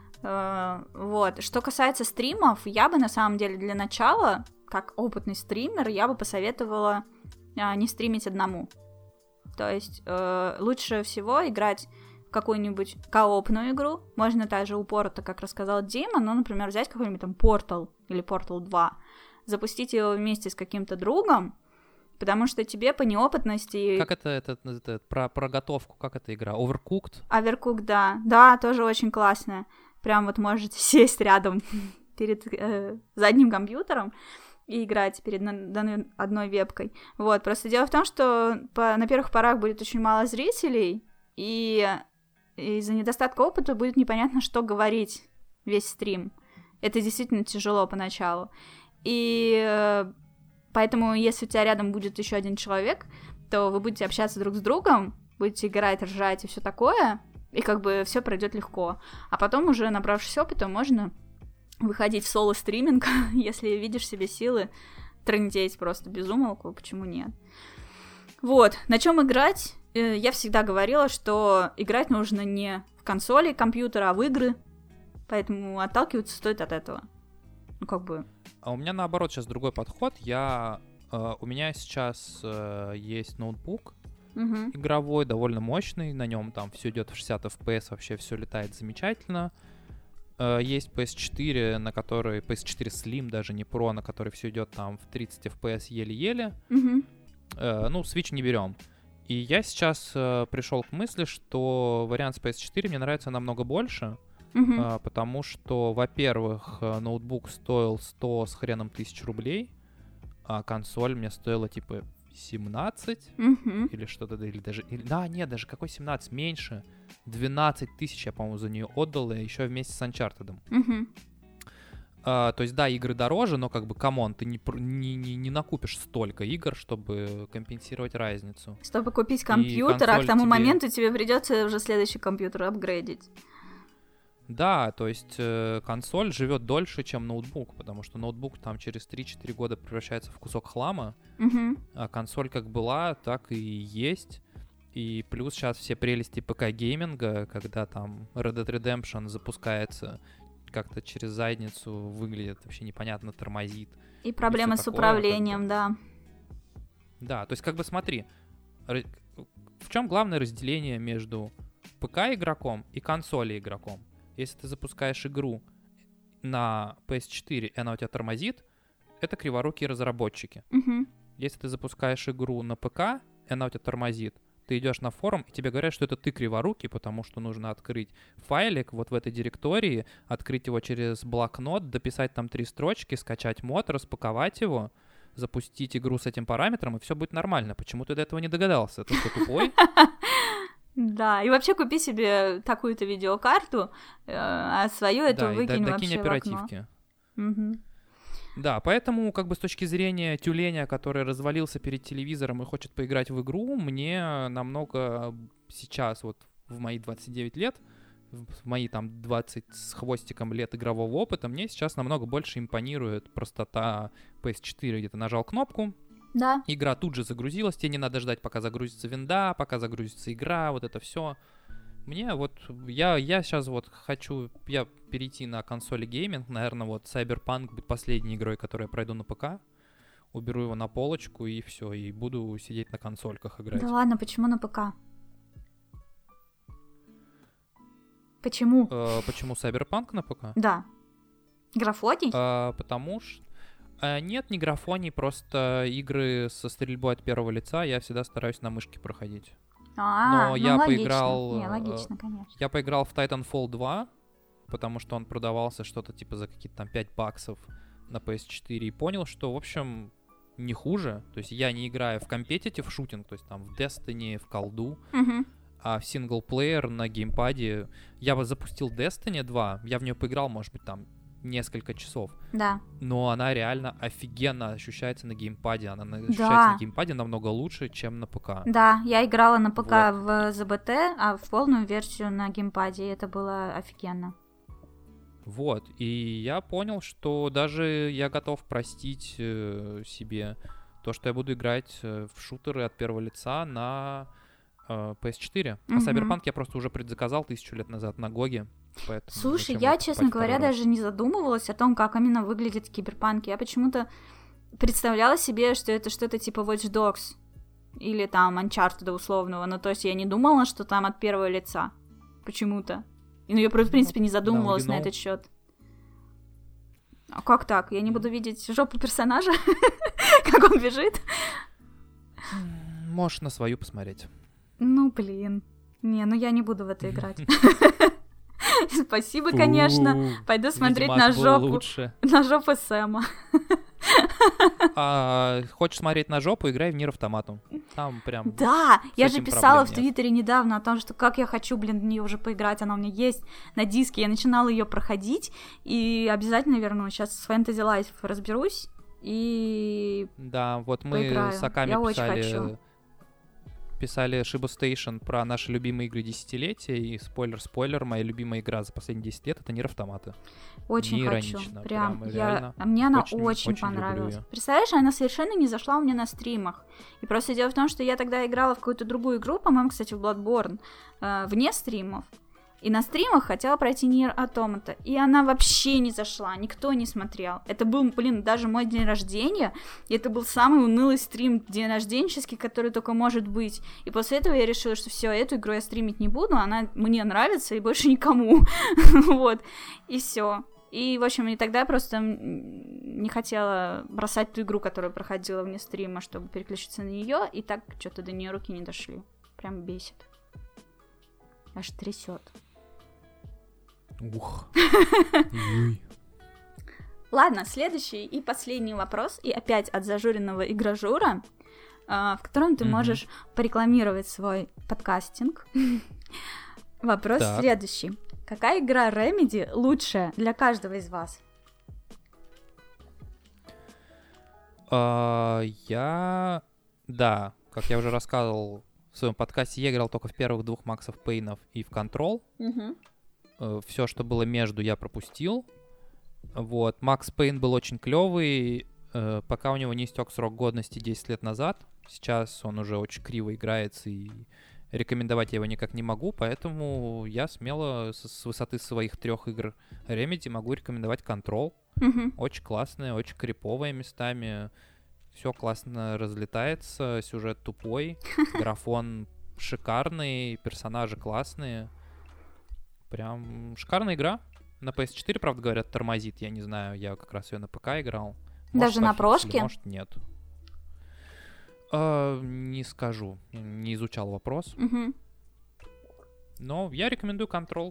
Вот. Что касается стримов, я бы, на самом деле, для начала, как опытный стример, я бы посоветовала не стримить одному. То есть лучше всего играть в какую-нибудь коопную игру. Можно также упорото, как рассказал Дима, ну, например, взять какой-нибудь там Portal или Portal 2, запустить его вместе с каким-то другом, потому что тебе по неопытности... Как это про готовку, как эта игра? Overcooked? Overcooked, да. Да, тоже очень классная. Прям вот можете сесть рядом перед задним компьютером и играть перед одной вебкой. Вот, просто дело в том, что на первых порах будет очень мало зрителей, и из-за недостатка опыта будет непонятно, что говорить весь стрим. Это действительно тяжело поначалу. И поэтому, если у тебя рядом будет еще один человек, то вы будете общаться друг с другом, будете играть, ржать и все такое, и как бы все пройдет легко. А потом уже, набравшись опыта, можно выходить в соло-стриминг, если видишь себе силы, трындеть просто без умолку, почему нет. Вот, на чем играть? Я всегда говорила, что играть нужно не в консоли компьютера, а в игры, поэтому отталкиваться стоит от этого. Ну, как бы... А у меня, наоборот, сейчас другой подход. У меня сейчас есть ноутбук игровой, довольно мощный, на нем там все идет в 60 FPS, вообще все летает замечательно. Есть PS4, на которой PS4 Slim, даже не Pro, на которой все идет там в 30 FPS еле-еле. Ну, Switch не берем. И я сейчас пришел к мысли, что вариант с PS4 мне нравится намного больше, потому что, во-первых, ноутбук стоил 100 с хреном тысяч рублей, а консоль мне стоила типа 17 или что-то, или даже... нет, даже какой 17, меньше. 12 тысяч я, по-моему, за нее отдал, и еще вместе с Uncharted. То есть, да, игры дороже, но как бы, камон, ты не накупишь столько игр, чтобы компенсировать разницу. Чтобы купить компьютер, а к тому моменту тебе придется уже следующий компьютер апгрейдить. Да, то есть консоль живет дольше, чем ноутбук, потому что ноутбук там через 3-4 года превращается в кусок хлама, а консоль как была, так и есть. И плюс сейчас все прелести ПК-гейминга, когда там Red Dead Redemption запускается как-то через задницу, выглядит вообще непонятно, тормозит. И проблемы с управлением, да. Да, то есть как бы смотри, в чем главное разделение между ПК-игроком и консоли-игроком? Если ты запускаешь игру на PS4, и она у тебя тормозит, это криворукие разработчики. Если ты запускаешь игру на ПК, и она у тебя тормозит, ты идешь на форум, и тебе говорят, что это ты криворукий, потому что нужно открыть файлик вот в этой директории, открыть его через блокнот, дописать там 3 строчки, скачать мод, распаковать его, запустить игру с этим параметром, и все будет нормально. Почему ты до этого не догадался? Ты что, тупой? Да, и вообще купи себе такую-то видеокарту, а свою эту выкинь вообще в окно. Да, поэтому как бы с точки зрения тюленя, который развалился перед телевизором и хочет поиграть в игру, мне намного сейчас, вот в мои 29 лет, в мои там 20 с хвостиком лет игрового опыта, мне сейчас намного больше импонирует простота PS4, где ты нажал кнопку, да. Игра тут же загрузилась, тебе не надо ждать, пока загрузится винда, пока загрузится игра, вот это все. Мне вот, я сейчас вот хочу перейти на консоли гейминг, наверное, вот Cyberpunk будет последней игрой, которую я пройду на ПК, уберу его на полочку и все, и буду сидеть на консольках играть. Да ладно, почему на ПК? Почему? Почему Cyberpunk на ПК? Да. Графоний? Потому что... Нет, не графоний, просто игры со стрельбой от первого лица я всегда стараюсь на мышке проходить. Но я поиграл... логично, конечно. Я поиграл в Titanfall 2, потому что он продавался что-то типа за какие-то там $5 на PS4, и понял, что, в общем, не хуже. То есть я не играю в competitive шутинг, то есть там в Destiny, в колду, а в синглплеер на геймпаде. Я запустил Destiny 2, я в нее поиграл, может быть, там несколько часов. Да. Но она реально офигенно ощущается на геймпаде. Она ощущается на геймпаде намного лучше, чем на ПК. Да, я играла на ПК в ЗБТ, а в полную версию на геймпаде, и это было офигенно. Вот, и я понял, что даже я готов простить себе то, что я буду играть в шутеры от первого лица на PS4. А Cyberpunk я просто уже предзаказал 1000 лет назад на Гоге. Слушай, я, честно говоря, даже не задумывалась о том, как именно выглядит киберпанк. Я почему-то представляла себе, что это что-то типа Watch Dogs или там Uncharted условного. Ну, то есть я не думала, что там от первого лица. Почему-то. Ну, я, в принципе, не задумывалась на этот счет. А как так? Я не буду видеть жопу персонажа, как он бежит? Можешь на свою посмотреть. Ну, блин. Не, ну я не буду в это играть. Спасибо, конечно. Пойду смотреть на жопу Сэма. Хочешь смотреть на жопу, играй в Nier Automata. Там прям... Да, я же писала в Твиттере недавно о том, что как я хочу, блин, в нее уже поиграть, она у меня есть на диске, я начинала ее проходить, и обязательно верну. Сейчас с Fantasy Life разберусь и да, вот мы поиграю. с Аками Я очень хочу. Писали Shibu Station про наши любимые игры десятилетия, и спойлер, моя любимая игра за последние 10 лет — это Nier Automata. Очень хочу. Прям реально. Мне она очень понравилась. Представляешь, она совершенно не зашла у меня на стримах. И просто дело в том, что я тогда играла в какую-то другую игру, по-моему, кстати, в Bloodborne, вне стримов. И на стримах хотела пройти Nier Automata. И она вообще не зашла, никто не смотрел. Это был, даже мой день рождения. И это был самый унылый стрим день рожденческий, который только может быть. И после этого я решила, что все, эту игру я стримить не буду. Она мне нравится и больше никому. Вот. И все. И, в общем, и тогда я просто не хотела бросать ту игру, которую проходила вне стрима, чтобы переключиться на нее. И так что-то до нее руки не дошли. Прям бесит. Аж трясет. Ух. Ладно, следующий и последний вопрос, и опять от зажуренного игражура, в котором ты можешь порекламировать свой подкастинг. Вопрос следующий. Какая игра Remedy лучшая для каждого из вас? Да, как я уже рассказывал в своем подкасте, я играл только в первых 2 Максов Пейнов и в Control. Все, что было между, я пропустил. Вот. Макс Пейн был очень клевый, пока у него не истек срок годности 10 лет назад. Сейчас он уже очень криво играется, и рекомендовать я его никак не могу, поэтому я смело с высоты своих 3 игр Remedy могу рекомендовать Control. Очень классная, очень криповая местами. Все классно разлетается, сюжет тупой, графон шикарный, персонажи классные. Прям шикарная игра. На PS4, правда, говорят, тормозит. Я не знаю, я как раз ее на ПК играл. Может, даже на прошке? Может, нет. Не скажу. Не изучал вопрос. Но я рекомендую Control.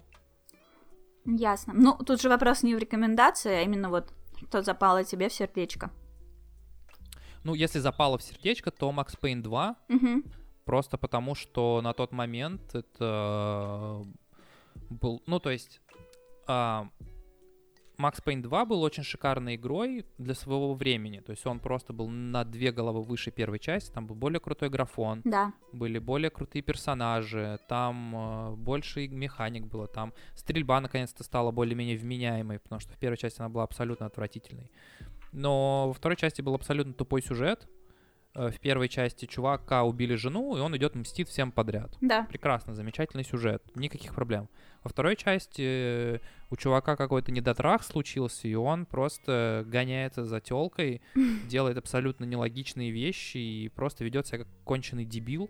Ясно. Ну, тут же вопрос не в рекомендации, а именно вот, что запало тебе в сердечко. Ну, если запало в сердечко, то Max Payne 2. Просто потому, что на тот момент это... был, ну, то есть Max Payne 2 был очень шикарной игрой для своего времени. То есть он просто был на 2 головы выше первой части. Там был более крутой графон, были более крутые персонажи, там больше механик было, там стрельба наконец-то стала более-менее вменяемой, потому что в первой части она была абсолютно отвратительной. Но во второй части был абсолютно тупой сюжет. В первой части чувака убили жену, и он идет мстит всем подряд. Да. Прекрасно, замечательный сюжет, никаких проблем. Во второй части у чувака какой-то недотрах случился, и он просто гоняется за тёлкой, делает абсолютно нелогичные вещи и просто ведет себя как конченый дебил.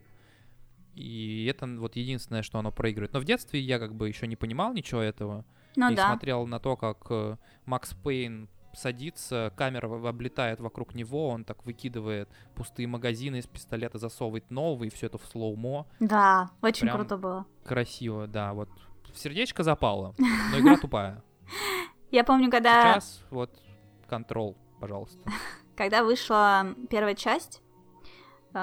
И это вот единственное, что оно проигрывает. Но в детстве я как бы еще не понимал ничего этого. И смотрел на то, как Макс Пейн садится, камера облетает вокруг него, он так выкидывает пустые магазины из пистолета, засовывает новый, все это в слоумо. Да, очень прям круто было. Красиво, да, вот в сердечко запало, но игра тупая. Я помню, когда... Сейчас вот Control, пожалуйста. Когда вышла первая часть, у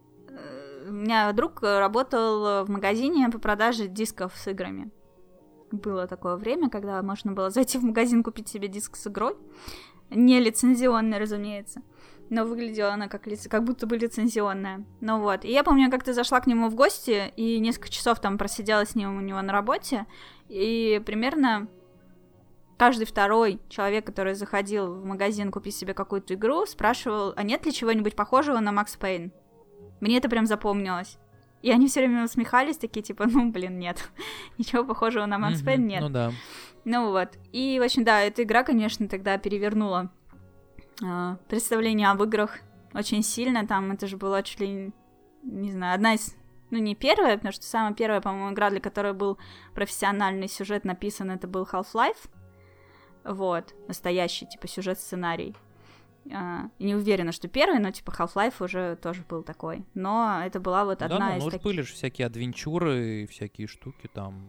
меня друг работал в магазине по продаже дисков с играми. Было такое время, когда можно было зайти в магазин, купить себе диск с игрой. Не лицензионная, разумеется. Но выглядела она как будто бы лицензионная. Ну вот. И я помню, я как-то зашла к нему в гости, и несколько часов там просидела с ним у него на работе. И примерно каждый второй человек, который заходил в магазин купить себе какую-то игру, спрашивал, а нет ли чего-нибудь похожего на Макс Пейн? Мне это прям запомнилось. И они все время усмехались, такие, типа, ну, блин, нет. Ничего похожего на Макс Пейн нет. Ну да. Ну вот. И, в общем, да, эта игра, конечно, тогда перевернула представление об играх очень сильно. Там это же была чуть ли, не знаю, одна из... Ну, не первая, потому что самая первая, по-моему, игра, для которой был профессиональный сюжет написан, это был Half-Life. Вот. Настоящий, типа, сюжет-сценарий. Не уверена, что первый, но типа Half-Life уже тоже был такой. Но это была вот одна из таких... Да, были же всякие адвенчуры, всякие штуки там.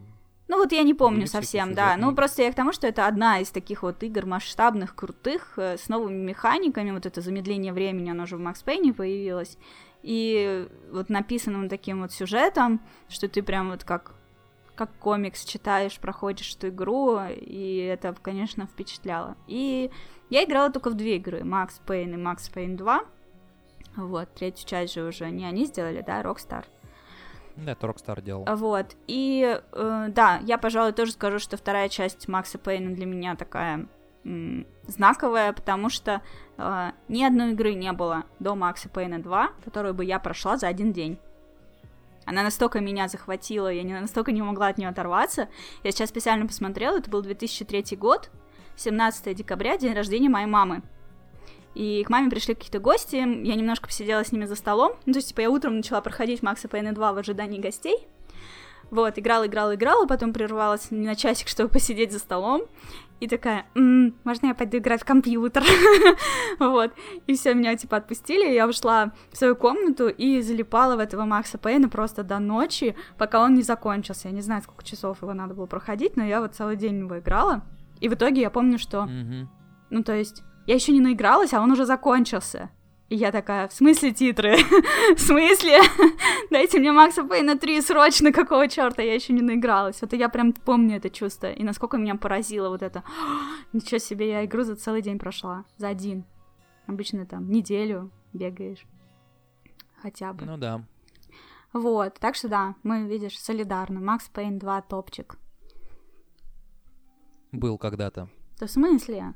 Ну вот я не помню совсем, да. Ну просто я к тому, что это одна из таких вот игр масштабных, крутых, с новыми механиками. Вот это замедление времени, оно же в Макс Пейне появилось. И вот написанным таким вот сюжетом, что ты прям вот как комикс читаешь, проходишь эту игру, и это, конечно, впечатляло. И я играла только в 2 игры, Макс Пейн и Макс Пейн 2. Вот, 3-ю часть же уже не они сделали, да, Rockstar. Да, это Rockstar делал. Вот, и да, я, пожалуй, тоже скажу, что 2-я часть Макса Пейна для меня такая знаковая, потому что ни одной игры не было до Макса Пейна 2, которую бы я прошла за 1 день. Она настолько меня захватила, я настолько не могла от нее оторваться. Я сейчас специально посмотрела, это был 2003 год, 17 декабря, день рождения моей мамы. И к маме пришли какие-то гости, я немножко посидела с ними за столом. Ну, то есть, типа, я утром начала проходить Макса Пейна 2 в ожидании гостей. Вот, играла, потом прервалась на часик, чтобы посидеть за столом. И такая, можно я пойду играть в компьютер? Вот, и все, меня, типа, отпустили, я ушла в свою комнату и залипала в этого Макса Пейна просто до ночи, пока он не закончился. Я не знаю, сколько часов его надо было проходить, но я вот целый день в него играла. И в итоге я помню, что, ну, то есть, я еще не наигралась, а он уже закончился. И я такая, в смысле титры? В смысле? Дайте мне Макса Пейна 3 срочно, какого черта, я еще не наигралась. Вот я прям помню это чувство, и насколько меня поразило вот это. Ничего себе, я игру за целый день прошла, за 1. Обычно там неделю бегаешь, хотя бы. Ну да. Вот, так что да, мы, видишь, солидарны. Макс Пейн 2 топчик. Был когда-то. Да в смысле?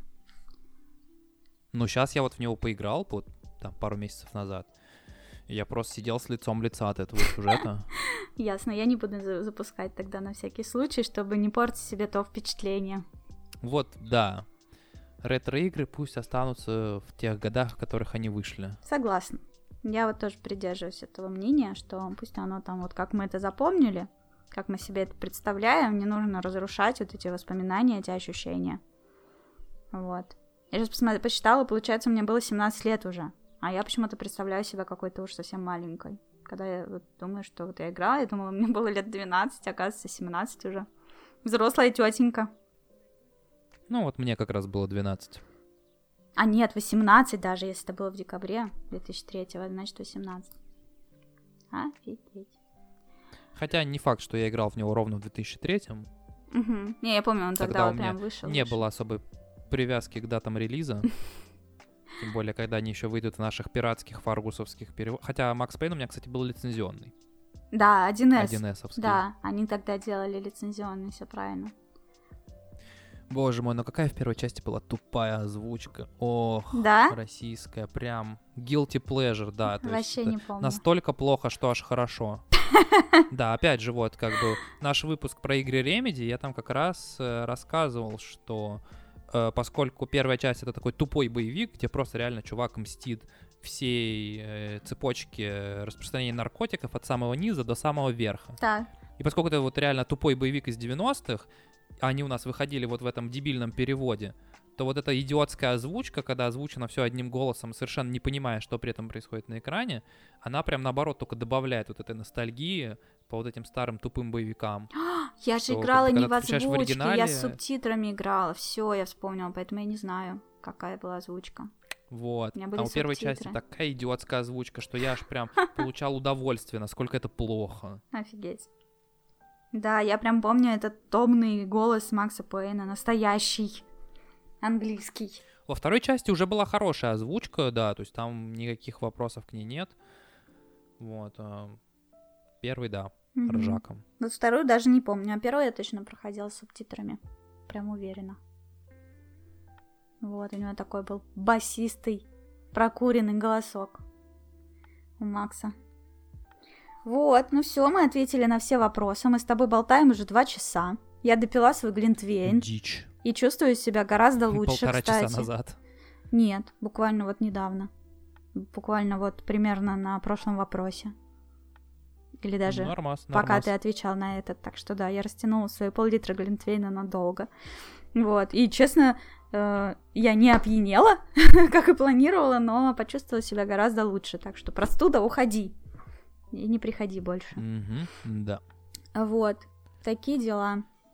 Ну, сейчас я вот в него поиграл, вот там пару месяцев назад. И я просто сидел с лицом лица от этого сюжета. Ясно, я не буду запускать тогда на всякий случай, чтобы не портить себе то впечатление. Вот, да. Ретро-игры пусть останутся в тех годах, в которых они вышли. Согласна. Я вот тоже придерживаюсь этого мнения, что пусть оно там вот как мы это запомнили, как мы себе это представляем, не нужно разрушать вот эти воспоминания, эти ощущения. Вот. Я сейчас посчитала, получается, мне было 17 лет уже. А я почему-то представляю себя какой-то уж совсем маленькой. Когда я вот думаю, что вот я играла, я думала, мне было лет 12, оказывается, 17 уже. Взрослая тетенька. Ну, вот мне как раз было 12. А нет, 18 даже, если это было в декабре 2003-го, значит, 18. Офигеть. Хотя не факт, что я играл в него ровно в 2003-м. Угу. Не, я помню, он тогда вот прям вышел. Не было особой привязки к датам релиза. Тем более, когда они еще выйдут в наших пиратских фаргусовских переводах. Хотя Макс Пейн у меня, кстати, был лицензионный. Да, 1С. 1С-овский. Да, они тогда делали лицензионный, все правильно. Боже мой, ну какая в первой части была тупая озвучка. Ох, да? Российская, прям guilty pleasure, да. Вообще не помню. Настолько плохо, что аж хорошо. Да, опять же, вот как бы наш выпуск про игры Remedy, я там как раз рассказывал, что поскольку первая часть — это такой тупой боевик, где просто реально чувак мстит всей цепочке распространения наркотиков от самого низа до самого верха. Так. И поскольку это вот реально тупой боевик из 90-х, они у нас выходили вот в этом дебильном переводе, то вот эта идиотская озвучка, когда озвучено все одним голосом, совершенно не понимая, что при этом происходит на экране, она прям наоборот только добавляет вот этой ностальгии по вот этим старым тупым боевикам. Я же играла не в озвучке, я с субтитрами играла. Все, я вспомнила, поэтому я не знаю, какая была озвучка. Вот. А у первой части такая идиотская озвучка, что я аж прям получал удовольствие, насколько это плохо. Офигеть. Да, я прям помню этот томный голос Макса Пейна, настоящий, английский. Во второй части уже была хорошая озвучка, да, то есть там никаких вопросов к ней нет. Вот. Первый, да, ржака. Вот вторую даже не помню, а первую я точно проходила с субтитрами. Прям уверена. Вот, у него такой был басистый, прокуренный голосок у Макса. Вот, ну все, мы ответили на все вопросы. Мы с тобой болтаем уже 2 часа. Я допила свой глинтвейн. Дичь. И чувствую себя гораздо лучше, 1,5 кстати. часа назад. Нет, буквально вот недавно. Буквально вот примерно на прошлом вопросе. Или даже пока ты отвечал на этот. Так что да, я растянула свои пол-литра глинтвейна надолго. Вот, и честно, я не опьянела, как и планировала, но почувствовала себя гораздо лучше. Так что простуда, уходи. И не приходи больше. Да. Вот, такие дела.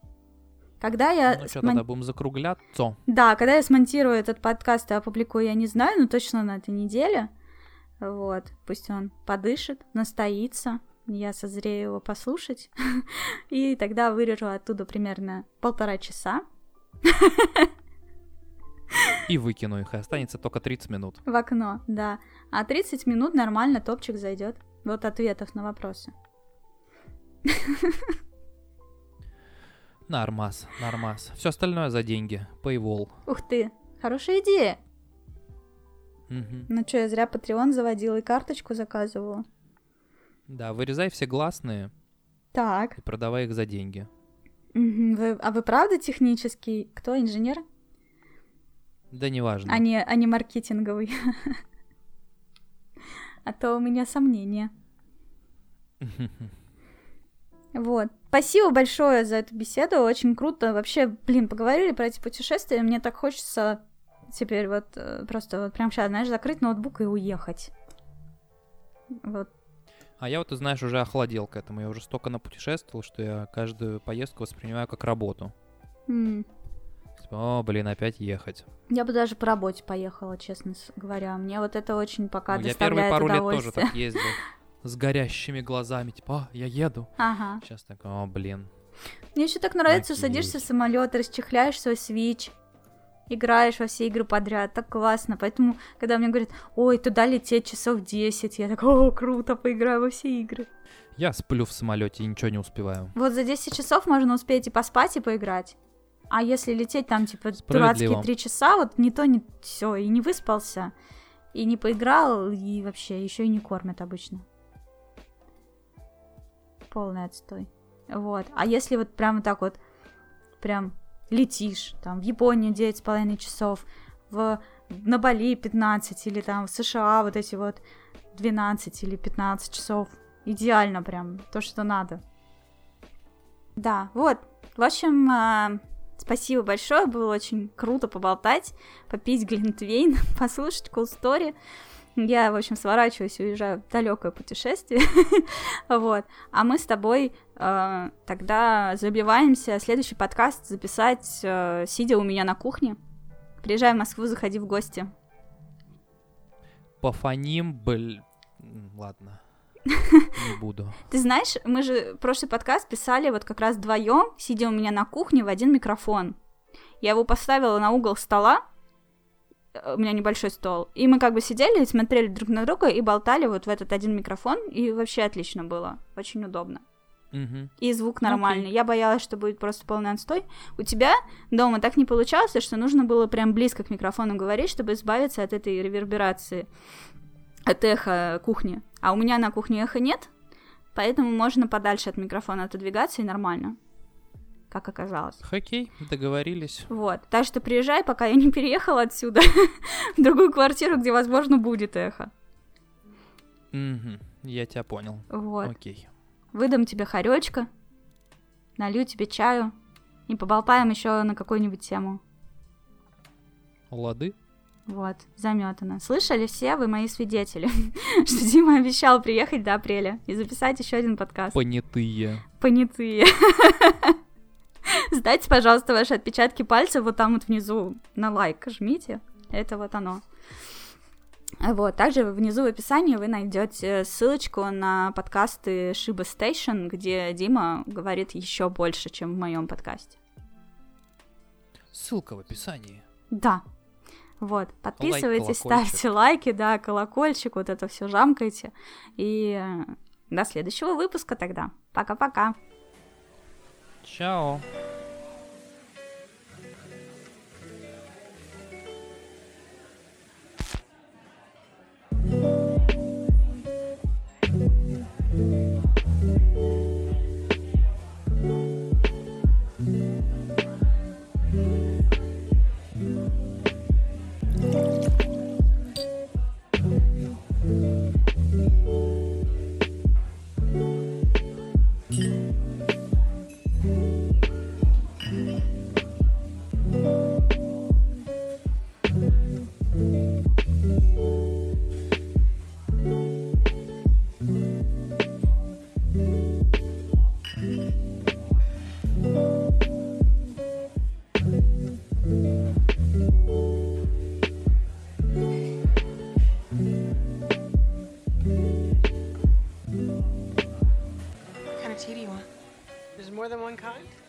Когда я... Ну что, тогда будем закругляться. Да, когда я смонтирую этот подкаст и опубликую, я не знаю, но точно на этой неделе. Вот, пусть он подышит, настоится, я созрею его послушать. И тогда вырежу оттуда примерно 1,5 часа. И выкину их, и останется только 30 минут. В окно, да. А 30 минут нормально топчик зайдет. Вот ответов на вопросы. Нормас. Все остальное за деньги. Paywall. Ух ты, хорошая идея. Угу. Ну что, я зря Patreon заводила и карточку заказывала. Да, вырезай все гласные. Так. И продавай их за деньги. А вы правда технический? Кто, инженер? Да неважно. А не маркетинговый. А то у меня сомнения. Вот. Спасибо большое за эту беседу, очень круто. Вообще, поговорили про эти путешествия, мне так хочется теперь вот просто вот прямо сейчас, знаешь, закрыть ноутбук и уехать. Вот. А я вот, ты знаешь, уже охладел к этому. Я уже столько напутешествовал, что я каждую поездку воспринимаю как работу. О, опять ехать. Я бы даже по работе поехала, честно говоря. Мне вот это очень пока доставляет удовольствие. Я первые пару лет тоже так ездил. С горящими глазами, типа, я еду. Ага. Сейчас так, Мне еще так нравится, садишься в самолет, расчехляешь свой Switch, играешь во все игры подряд, так классно. Поэтому, когда мне говорят, ой, туда лететь часов 10, я так, о, круто, поиграю во все игры. Я сплю в самолете и ничего не успеваю. Вот за 10 часов можно успеть и поспать, и поиграть. А если лететь там, типа, дурацкие 3 часа, вот не то, не все, и не выспался, и не поиграл, и вообще еще и не кормят обычно. Полный отстой. Вот. А если вот прямо так вот, прям летишь, там, в Японию 9,5 часов, на Бали 15, или там в США вот эти вот 12 или 15 часов. Идеально прям, то, что надо. Да, вот. В общем, спасибо большое, было очень круто поболтать, попить глинтвейн, послушать cool story. Я, в общем, сворачиваюсь и уезжаю в далекое путешествие. Вот. А мы с тобой тогда забиваемся следующий подкаст записать, сидя у меня на кухне. Приезжай в Москву, заходи в гости. Пофоним, ладно. Не буду. Ты знаешь, мы же прошлый подкаст писали вот как раз вдвоем, сидя у меня на кухне в один микрофон. Я его поставила на угол стола, у меня небольшой стол, и мы как бы сидели, смотрели друг на друга и болтали вот в этот один микрофон, и вообще отлично было, очень удобно. И звук нормальный. Я боялась, что будет просто полный отстой. У тебя дома так не получалось, что нужно было прям близко к микрофону говорить, чтобы избавиться от этой реверберации, от эха кухни. А у меня на кухне эха нет, поэтому можно подальше от микрофона отодвигаться и нормально, как оказалось. Окей, договорились. Вот, так что приезжай, пока я не переехала отсюда, в другую квартиру, где, возможно, будет эхо. Я тебя понял. Вот. Окей. Выдам тебе хорёчка, налью тебе чаю и поболтаем еще на какую-нибудь тему. Лады? Вот, заметано. Слышали все вы мои свидетели, что Дима обещал приехать до апреля и записать еще один подкаст. Понятые. Сдайте, пожалуйста, ваши отпечатки пальцев вот там вот внизу на лайк жмите. Это вот оно. Вот, также внизу в описании вы найдете ссылочку на подкасты Shiba Station, где Дима говорит еще больше, чем в моем подкасте. Ссылка в описании. Да. Вот, подписывайтесь, ставьте лайки, да, колокольчик, вот это все жамкайте. И до следующего выпуска тогда. Пока-пока. Чао. tea do you want? There's more than one kind?